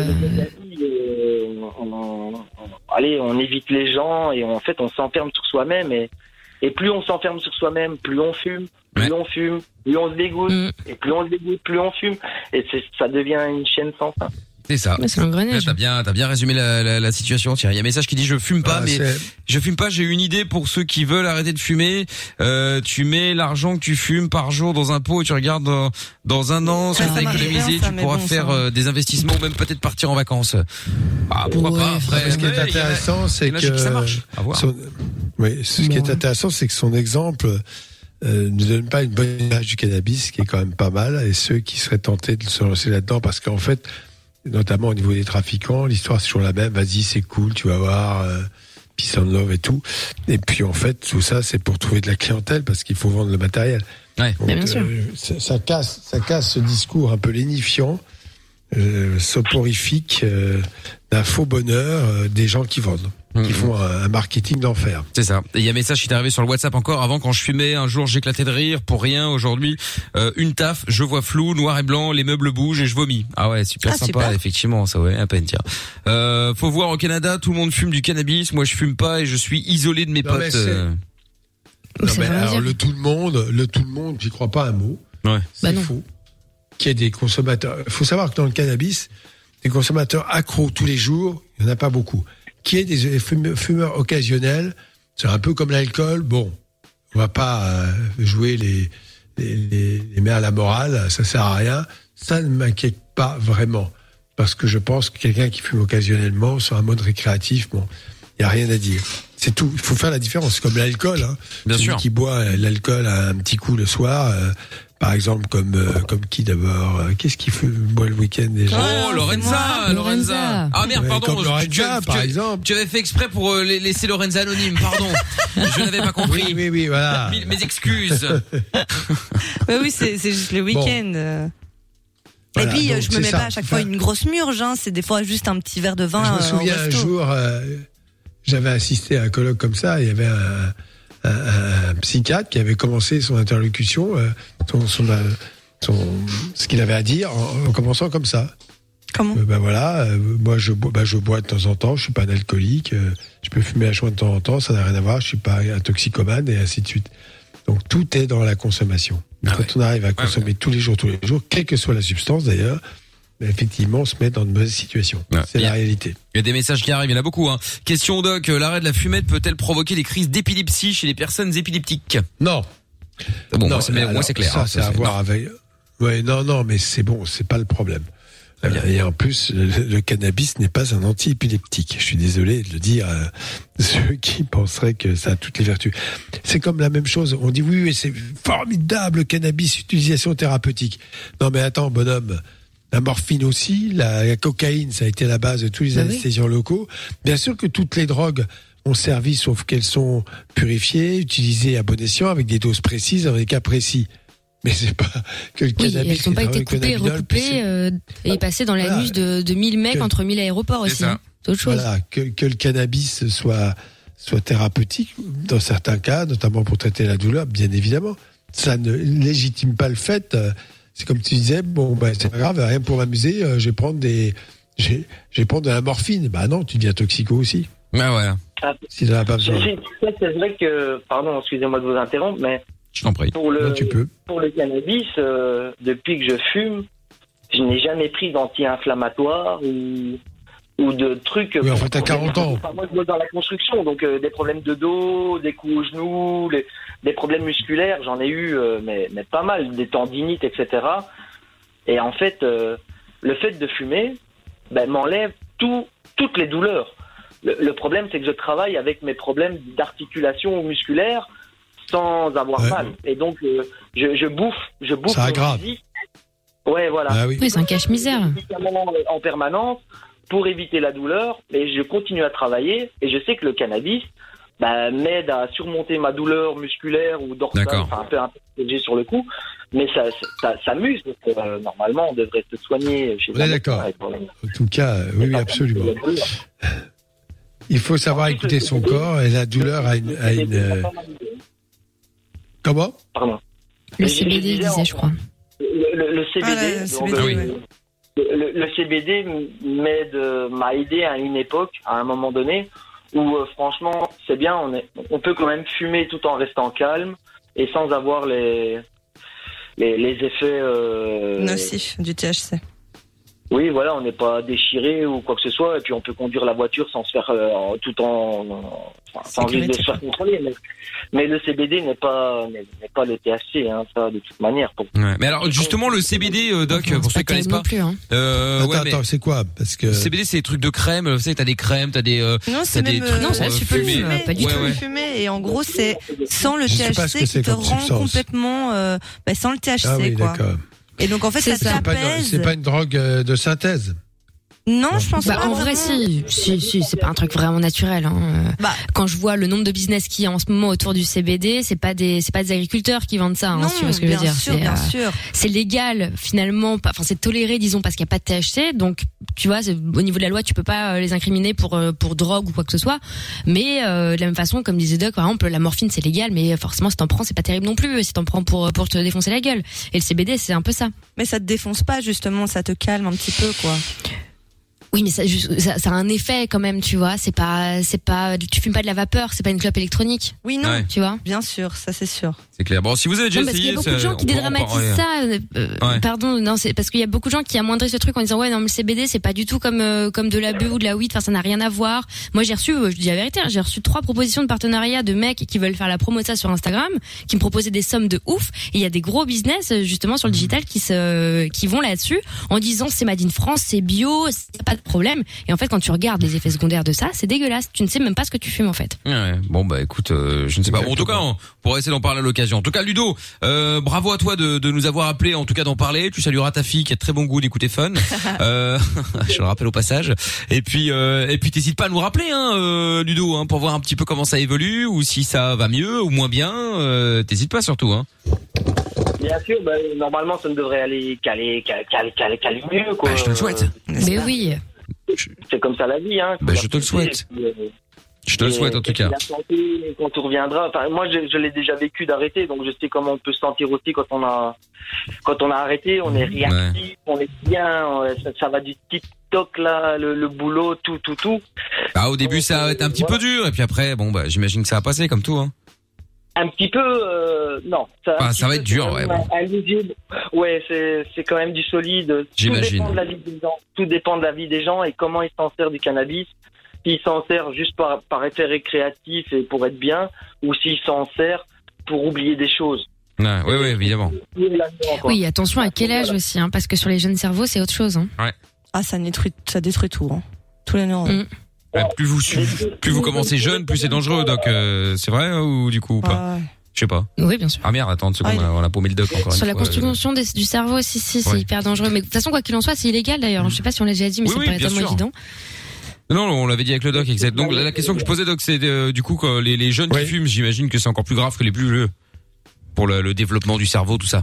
On, on, on, allez, on évite les gens et on, en fait, on s'enferme sur soi-même. Et, et plus on s'enferme sur soi-même, plus on fume, plus ouais. on fume, plus on se dégoûte. Mm. Et plus on se dégoûte, plus on fume. Et c'est, ça devient une chaîne sans fin. C'est ça. C'est l'engrenage. T'as bien, t'as bien résumé la, la, la situation. Tiens, il y a un message qui dit je fume pas, ah, mais c'est... je fume pas. J'ai une idée pour ceux qui veulent arrêter de fumer. Euh, tu mets l'argent que tu fumes par jour dans un pot et tu regardes dans, dans un an ce que t'as économisé. Tu pourras bon, faire euh, des investissements ou même peut-être partir en vacances. Ah pourquoi ouais, pas. Après, ce qui est intéressant, c'est que ça marche. Son... oui, ce qui est intéressant, c'est que son exemple euh, ne donne pas une bonne image du cannabis, qui est quand même pas mal, et ceux qui seraient tentés de se lancer là-dedans, parce qu'en fait, notamment au niveau des trafiquants, l'histoire c'est toujours la même. Vas-y, c'est cool, tu vas voir, euh, peace and love et tout. Et puis en fait, tout ça, c'est pour trouver de la clientèle parce qu'il faut vendre le matériel. Ouais, donc, bien euh, sûr. Ça, ça casse, ça casse ce discours un peu lénifiant, euh, soporifique euh, d'un faux bonheur euh, des gens qui vendent. Qui font un, un marketing d'enfer. C'est ça. Et il y a un message qui est arrivé sur le WhatsApp encore. Avant, quand je fumais, un jour j'éclatais de rire pour rien. Aujourd'hui, euh, une taf, je vois flou, noir et blanc, les meubles bougent et je vomis. Ah ouais, super ah, sympa, super. Effectivement, ça ouais, à peine tiens. Euh, faut voir au Canada, tout le monde fume du cannabis. Moi, je fume pas et je suis isolé de mes non, potes. Mais euh... non, mais alors le tout le monde, le tout le monde, j'y crois pas un mot. Ouais. C'est bah faux. Qu'il y ait des consommateurs. Il faut savoir que dans le cannabis, des consommateurs accros tous les jours, il y en a pas beaucoup. Qui est des fumeurs occasionnels, c'est un peu comme l'alcool. Bon, on va pas euh, jouer les, les, les, les mères à la morale, ça sert à rien. Ça ne m'inquiète pas vraiment, parce que je pense que quelqu'un qui fume occasionnellement sur un mode récréatif, bon, il y a rien à dire. C'est tout. Il faut faire la différence. C'est comme l'alcool. Hein. Bien Celui sûr. qui boit l'alcool à un petit coup le soir, euh, Par exemple, comme euh, comme qui d'abord euh, Qu'est-ce qu'il fait moi le week-end déjà? Oh, Lorenza, Lorenza. Ah merde, Ouais, pardon. comme tu- Lorenza, tu, as- par tu as- exemple. Tu avais fait exprès pour euh, la- laisser Lorenza anonyme, pardon. Je n'avais pas compris. Oui, oui, oui, voilà. Mes, mes excuses. Ouais, oui, c'est c'est juste le week-end. euh. Voilà, Et puis, euh, donc je me c'est mets ça. pas à chaque fois Enfin, une grosse murge, hein. C'est des fois juste un petit verre de vin. Je me euh, au souviens un resto. jour, euh, j'avais assisté à un colloque comme ça. Il y avait un, un, un psychiatre qui avait commencé son interlocution, euh, son, son, euh, son, ce qu'il avait à dire, en, en commençant comme ça. Comment euh, Ben voilà, euh, moi je, bois- ben, je bois de temps en temps. Je suis pas un alcoolique. euh, je peux fumer un joint de temps en temps. Ça n'a rien à voir. Je suis pas un toxicomane et ainsi de suite. Donc tout est dans la consommation. Mais Ah quand ouais. on arrive à Ouais, consommer tous les jours, tous les jours, quelle que soit la substance d'ailleurs, ben, effectivement, on se met dans de mauvaises situations. Ouais. C'est la Bien. réalité. Il y a des messages qui arrivent, il y en a beaucoup. Hein. Question Doc, euh, l'arrêt de la fumette peut-elle provoquer des crises d'épilepsie chez les personnes épileptiques? Non. Bon, Non, moi c'est, mais alors, moi, c'est clair. Ça, hein, c'est à c'est- voir non. avec. Ouais, non, non, mais c'est bon, c'est pas le problème. Euh, et en plus, le, le cannabis n'est pas un anti-épileptique. Je suis désolé de le dire à ceux qui penseraient que ça a toutes les vertus. C'est comme la même chose. On dit oui, oui, c'est formidable, le cannabis, utilisation thérapeutique. Non, mais attends, bonhomme. La morphine aussi, la, la cocaïne, ça a été la base de tous les Bah oui. anesthésiants locaux. Bien sûr que toutes les drogues ont servi, sauf qu'elles sont purifiées, utilisées à bon escient, avec des doses précises, dans des cas précis. Mais c'est pas que le Oui, cannabis. elles n'ont pas qui est été le coupées, cannabinol, recoupées c'est- euh, et passées dans Voilà. l'anus de, de mille mecs Que- entre mille aéroports C'est aussi. ça. hein. C'est autre chose. Voilà, que, que le cannabis soit, soit thérapeutique, dans certains cas, notamment pour traiter la douleur, bien évidemment. Ça ne légitime pas le fait. euh, C'est comme tu disais, bon, ben, c'est pas grave, rien pour m'amuser, euh, je vais prendre des, je vais je vais prendre de la morphine. Bah non, tu deviens toxico aussi. Ah ouais, Ah, Si t'en as pas c'est besoin. c'est- c'est vrai que, pardon, excusez-moi de vous interrompre, mais je t'en prie. pour le, Non, tu peux. pour le cannabis, euh, depuis que je fume, je n'ai jamais pris d'anti-inflammatoire ou, ou de trucs. Oui, enfin, pour- t'as pour- quarante ans. Enfin, moi, je bosse dans la construction, donc euh, des problèmes de dos, des coups aux genoux, les- des problèmes musculaires, j'en ai eu, euh, mais, mais pas mal, des tendinites, et cetera. Et en fait, euh, le fait de fumer ben, m'enlève tout, toutes les douleurs. Le, le problème, c'est que je travaille avec mes problèmes d'articulation musculaire sans avoir Ouais. mal. Et donc, euh, je, je bouffe, je bouffe. Ça mon aggrave. physique. Ouais, voilà. Ah oui. Oui, c'est un cache-misère. Des médicaments en permanence pour éviter la douleur, et je continue à travailler. Et je sais que le cannabis bah, m'aide à surmonter ma douleur musculaire ou dorsale, D'accord. enfin un peu un peu que j'ai sur le coup. Mais ça, ça, ça m'use, parce que euh, normalement, on devrait se soigner chez On est un d'accord. médecin pour les- En tout cas, euh, oui, oui, absolument. Il faut savoir écouter son corps et la douleur a une, a une, euh, comment? Pardon. Le Je- je C B D, il disais, disait, en- je crois. Le, le- le C B D, Ah, le donc, C B D, euh, ouais. le, le C B D m'aide, euh, m'a aidé à une époque, à un moment donné, où euh, franchement, c'est bien, on, est, on peut quand même fumer tout en restant calme et sans avoir les, les, les effets... euh, Nocif du T H C. Oui, voilà, on n'est pas déchiré ou quoi que ce soit, et puis on peut conduire la voiture sans se faire euh, tout en, en- enfin, sans risque de se faire contrôler. Mais, mais le C B D n'est pas n'est n'est pas le T H C, hein, ça de toute manière. Pour... Ouais. Mais alors justement le C B D, euh, Doc, pour ceux qui connaissent pas. Plus, hein. Euh, Attends, ouais, mais attends, c'est quoi? Parce que. le C B D c'est des trucs de crème. Vous savez, t'as des crèmes, t'as des. Euh, Non, t'as c'est des même. trucs Non, pour, ça, euh, tu peux le fumer. fumer. pas du tu tout. peux Ouais, le ouais. fumer. Et en gros, c'est sans le Je sais pas ce T H C que c'est qui te comme rend substance. complètement. Euh, bah, sans le T H C, Ah oui, quoi. d'accord. Et donc, en fait, C'est ça ça. C'est pas, une- t'apaise. c'est pas une drogue euh, de synthèse. Non, je pense Bah, pas. en vrai, vraiment. si, si, si, c'est pas un truc vraiment naturel. Hein. Euh, Bah. Quand je vois le nombre de business qu'il y a en ce moment autour du C B D, c'est pas des, c'est pas des agriculteurs qui vendent ça. Hein, Non, si tu vois ce que je veux bien dire. sûr, C'est, bien euh, sûr. c'est légal finalement, pas- enfin c'est toléré, disons, parce qu'il n'y a pas de T H C. Donc, tu vois, c'est- au niveau de la loi, tu peux pas euh, les incriminer pour euh, pour drogue ou quoi que ce soit. Mais euh, de la même façon, comme disait Doc, par exemple, la morphine c'est légal, mais forcément si t'en prends, c'est pas terrible non plus. Si t'en prends pour pour te défoncer la gueule. Et le C B D, c'est un peu ça. Mais ça te défonce pas, justement, ça te calme un petit peu, quoi. Oui, mais ça, juste- ça, ça a un effet quand même, tu vois. C'est pas, c'est pas, tu fumes pas de la vapeur, c'est pas une clope électronique. Oui, non. Ouais. Tu vois. Bien sûr, ça c'est sûr. C'est clair. Bon, si vous avez déjà Non, parce qu'il y essayé, a beaucoup de ça- gens qui on peut en dédramatisent parler. ça. euh, Ouais. Pardon, non, c'est parce qu'il y a beaucoup de gens qui amoindrissent ce truc en disant ouais, non, mais le C B D c'est pas du tout comme euh, comme de la bœuf ou de la weed. Enfin, ça n'a rien à voir. Moi, j'ai reçu, euh, je dis la vérité, hein, j'ai reçu trois propositions de partenariat de mecs qui veulent faire la promo de ça sur Instagram, qui me proposaient des sommes de ouf. Et il y a des gros business euh, justement sur le digital qui se qui vont là-dessus en disant c'est made in France, c'est bio, c'est pas de problème. Et en fait, quand tu regardes les effets secondaires de ça, c'est dégueulasse. Tu ne sais même pas ce que tu fumes en fait. Ouais, bon bah écoute, euh, je ne sais pas. Bon, en tout cas, on pourra essayer d'en parler à l'occasion. l'occasion. En tout cas, Ludo, euh, bravo à toi de, de nous avoir appelé, en tout cas d'en parler. Tu salueras ta fille qui a très bon goût d'écouter Fun. euh, je le rappelle au passage. Et puis, euh, et puis, t'hésites pas à nous rappeler, hein, euh, Ludo, hein, pour voir un petit peu comment ça évolue ou si ça va mieux ou moins bien. Euh, t'hésites pas surtout, hein. Bien sûr, ben, normalement, ça ne devrait aller qu'aller, qu'aller, qu'aller, qu'aller mieux, quoi. Bah, je te le souhaite. Mais oui. C'est comme ça la vie, hein. Bah, je te le souhaite. Puis, euh, Je te le souhaite en tout cas. La santé, quand tout reviendra. Enfin, moi, je, je l'ai déjà vécu d'arrêter, donc je sais comment on peut se sentir aussi quand on a, quand on a arrêté. On est réactif, ouais. On est bien. Ça, ça va du TikTok là, le, le boulot, tout, tout, tout. Ah, au début, donc, ça a été un petit voilà. peu dur, et puis après, bon, bah, j'imagine que ça va passer comme tout, hein. Un petit peu, euh, non. Ça, ah, ça va peu, être dur, ouais. Bon. Ouais, c'est, c'est quand même du solide. J'imagine. Tout dépend de la vie des gens. Tout dépend de la vie des gens et comment ils s'en servent du cannabis. S'ils s'en servent juste par, par effet récréatif et pour être bien, ou s'ils s'en servent pour oublier des choses. Ouais, oui, oui, évidemment. Oui, attention à quel âge aussi, hein, parce que sur les jeunes cerveaux, c'est autre chose. Hein. Ouais. Ah, ça détruit, ça détruit tout, hein. Tous les neurones. Mm. Ouais, plus vous plus vous commencez jeune, plus c'est dangereux, Doc. Euh, c'est vrai ou du coup ou pas? Ouais. Je sais pas. Oui, bien sûr. Ah merde, attends une seconde, ouais. on a paumé le Doc encore. Sur la fois, construction euh... des, du cerveau aussi, si, c'est ouais. hyper dangereux. Mais de toute façon, quoi qu'il en soit, c'est illégal d'ailleurs. Je sais pas si on l'a déjà dit, mais oui, c'est oui, pas tellement évident. Non, on l'avait dit avec le Doc, exact. Donc la question que je posais, Doc, c'est euh, du coup quand les, les jeunes ouais. qui fument, j'imagine que c'est encore plus grave que les plus vieux pour le, le développement du cerveau, tout ça.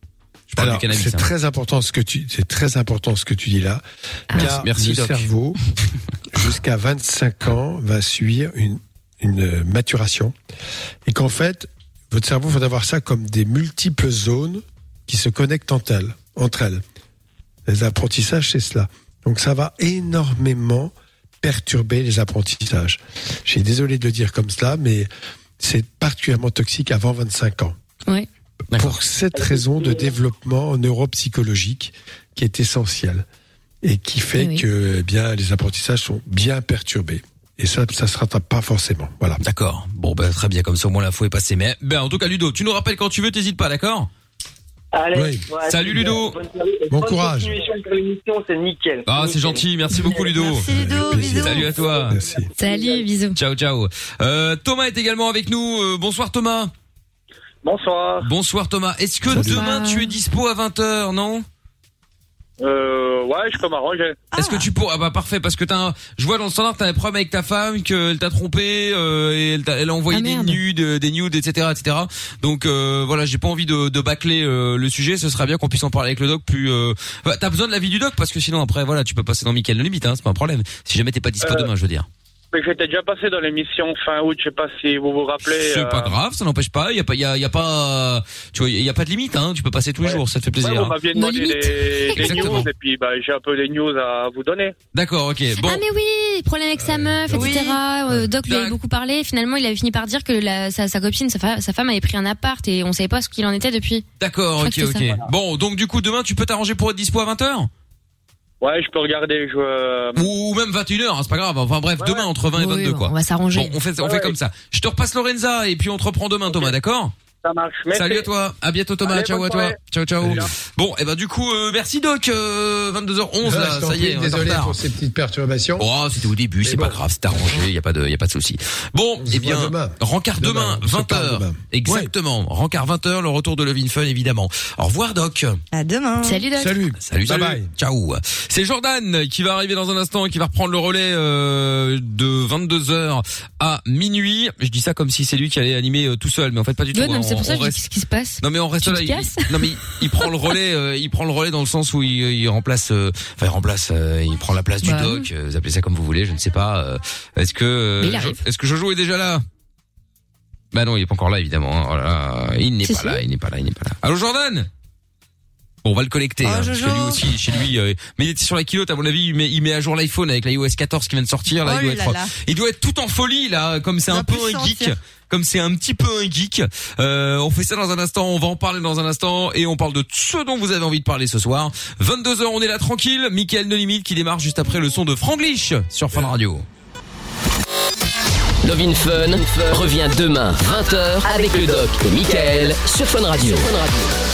Je parle Alors, du cannabis. C'est hein. très important ce que tu, c'est très important ce que tu dis là. Ah. Car Merci, le Doc. cerveau, jusqu'à vingt-cinq ans, va suivre une, une maturation. Et qu'en fait, votre cerveau va avoir ça comme des multiples zones qui se connectent entre elles. Entre elles. Les apprentissages, c'est cela. Donc ça va énormément perturber les apprentissages. Je suis désolé de le dire comme cela, mais c'est particulièrement toxique avant vingt-cinq ans. Oui. Pour cette raison de développement neuropsychologique qui est essentielle et qui fait oui. que eh bien les apprentissages sont bien perturbés. Et ça, ça se rattrape pas forcément. Voilà. D'accord. Bon, ben, très bien. Comme ça, au moins, l'info est passée. Mais, ben, en tout cas, Ludo, tu nous rappelles quand tu veux, t'hésites pas, d'accord? Allez. Oui. Ouais, salut, Ludo. Bonne, bon bonne courage. Pour l'émission, c'est nickel. Ah, nickel. c'est gentil. Merci beaucoup, Ludo. Merci, Ludo. Bisous. Salut à toi. Merci. Salut, bisous. Ciao, ciao. Euh, Thomas est également avec nous. Euh, bonsoir, Thomas. Bonsoir. Bonsoir, Thomas. Est-ce que Salut. demain, tu es dispo à vingt heures, non? Euh, ouais, je peux m'arranger. Ah. Est-ce que tu pourrais, ah bah parfait, parce que t'as un, je vois dans le standard, t'as un problème avec ta femme, qu'elle t'a trompé, euh, et elle, t'a, elle a envoyé ah, des merde. nudes, des nudes, et cetera, et cetera. Donc, euh, voilà, j'ai pas envie de, de bâcler, euh, le sujet, ce serait bien qu'on puisse en parler avec le doc plus, euh, bah, t'as besoin de l'avis du doc, parce que sinon après, voilà, tu peux passer dans Mickaël No Limite, hein, c'est pas un problème. Si jamais t'es pas dispo euh... demain, je veux dire. Mais j'étais déjà passé dans l'émission fin août, je sais pas si vous vous rappelez. C'est euh... pas grave, ça n'empêche pas, il y a pas, il y a, y a pas, tu vois, il y a pas de limite, hein, tu peux passer tous les ouais. jours, ça te fait plaisir. Ouais, vous m'aviez demandé No des, des Exactement. news, et puis, bah, j'ai un peu des news à vous donner. D'accord, ok, bon. Ah mais oui, problème avec sa meuf, oui. et cetera. Euh, Doc lui avait Tac. beaucoup parlé. Finalement, il avait fini par dire que la, sa, sa copine, sa, fa- sa femme avait pris un appart et on savait pas ce qu'il en était depuis. D'accord, Je ok, crois que c'est ok. ça. Bon, donc du coup, demain, tu peux t'arranger pour être dispo à vingt heures? Ouais, je peux regarder, je euh... Ou même vingt et une heures, hein, c'est pas grave. Enfin bref, ouais, demain entre vingt et Oui, vingt-deux, bon, quoi. on va s'arranger. Bon, on fait, on Ouais, fait ouais. comme ça. Je te repasse Lorenza et puis on te reprend demain, Okay. Thomas, d'accord? Ça marche. Merci. Salut à toi. À bientôt, Thomas. Allez, ciao bonne à toi. soirée. Ciao, ciao. Salut. Bon, et ben du coup, euh, merci Doc. Euh, vingt-deux heures onze, Ah, là, je t'en ça y prie, est, on est en désolé retard. pour ces petites perturbations. Oh, c'était au début, c'est bon. pas grave, c'est arrangé, y a pas de, y a pas de souci. Bon, On se eh voit bien, demain. rencard demain, Demain, on se vingt parle heures. demain. Exactement. Rencard vingt heures, le retour de Love in Fun, évidemment. Au revoir, Doc. À demain. Salut Doc. Salut. Salut, salut. Bye bye. Ciao. C'est Jordan qui va arriver dans un instant et qui va reprendre le relais euh, de vingt-deux heures à minuit. Je dis ça comme si c'est lui qui allait animer euh, tout seul, mais en fait pas du Ouais, tout. non, hein. c'est pour On- ça on que je dis reste- qu'est-ce qui se passe. Non mais on reste Tu là. te Il, casses non mais il, il prend le relais. Euh, il prend le relais dans le sens où il, il remplace. euh, Enfin, il remplace. euh, il prend la place du Bah, doc. euh, Vous appelez ça comme vous voulez. Je ne sais pas. euh, Est-ce que euh, Mais il Jo- arrive. est-ce que Jojo est déjà là? Bah non, il est pas encore là évidemment. hein. Oh là là, il n'est Si, pas si. là. Il n'est pas là. Il n'est pas là. Allô Jordan? Bon, on va le collecter, Oh, hein, parce que Jojo. lui aussi, chez lui, euh, mais il était sur la kilote, à mon avis, il met, il met à jour l'iPhone avec l'iOS quatorze qui vient de sortir, là, Oh il doit là être, là. il doit être tout en folie, là, comme c'est Il un va peu plus un geek, sortir. comme c'est un petit peu un geek. Euh, on fait ça dans un instant, on va en parler dans un instant, et on parle de ce dont vous avez envie de parler ce soir. vingt-deux heures, on est là tranquille, Mickaël No Limite qui démarre juste après le son de Franglish sur Fun Radio. Love in Fun revient demain vingt heures avec le doc et Mickaël sur Fun Radio.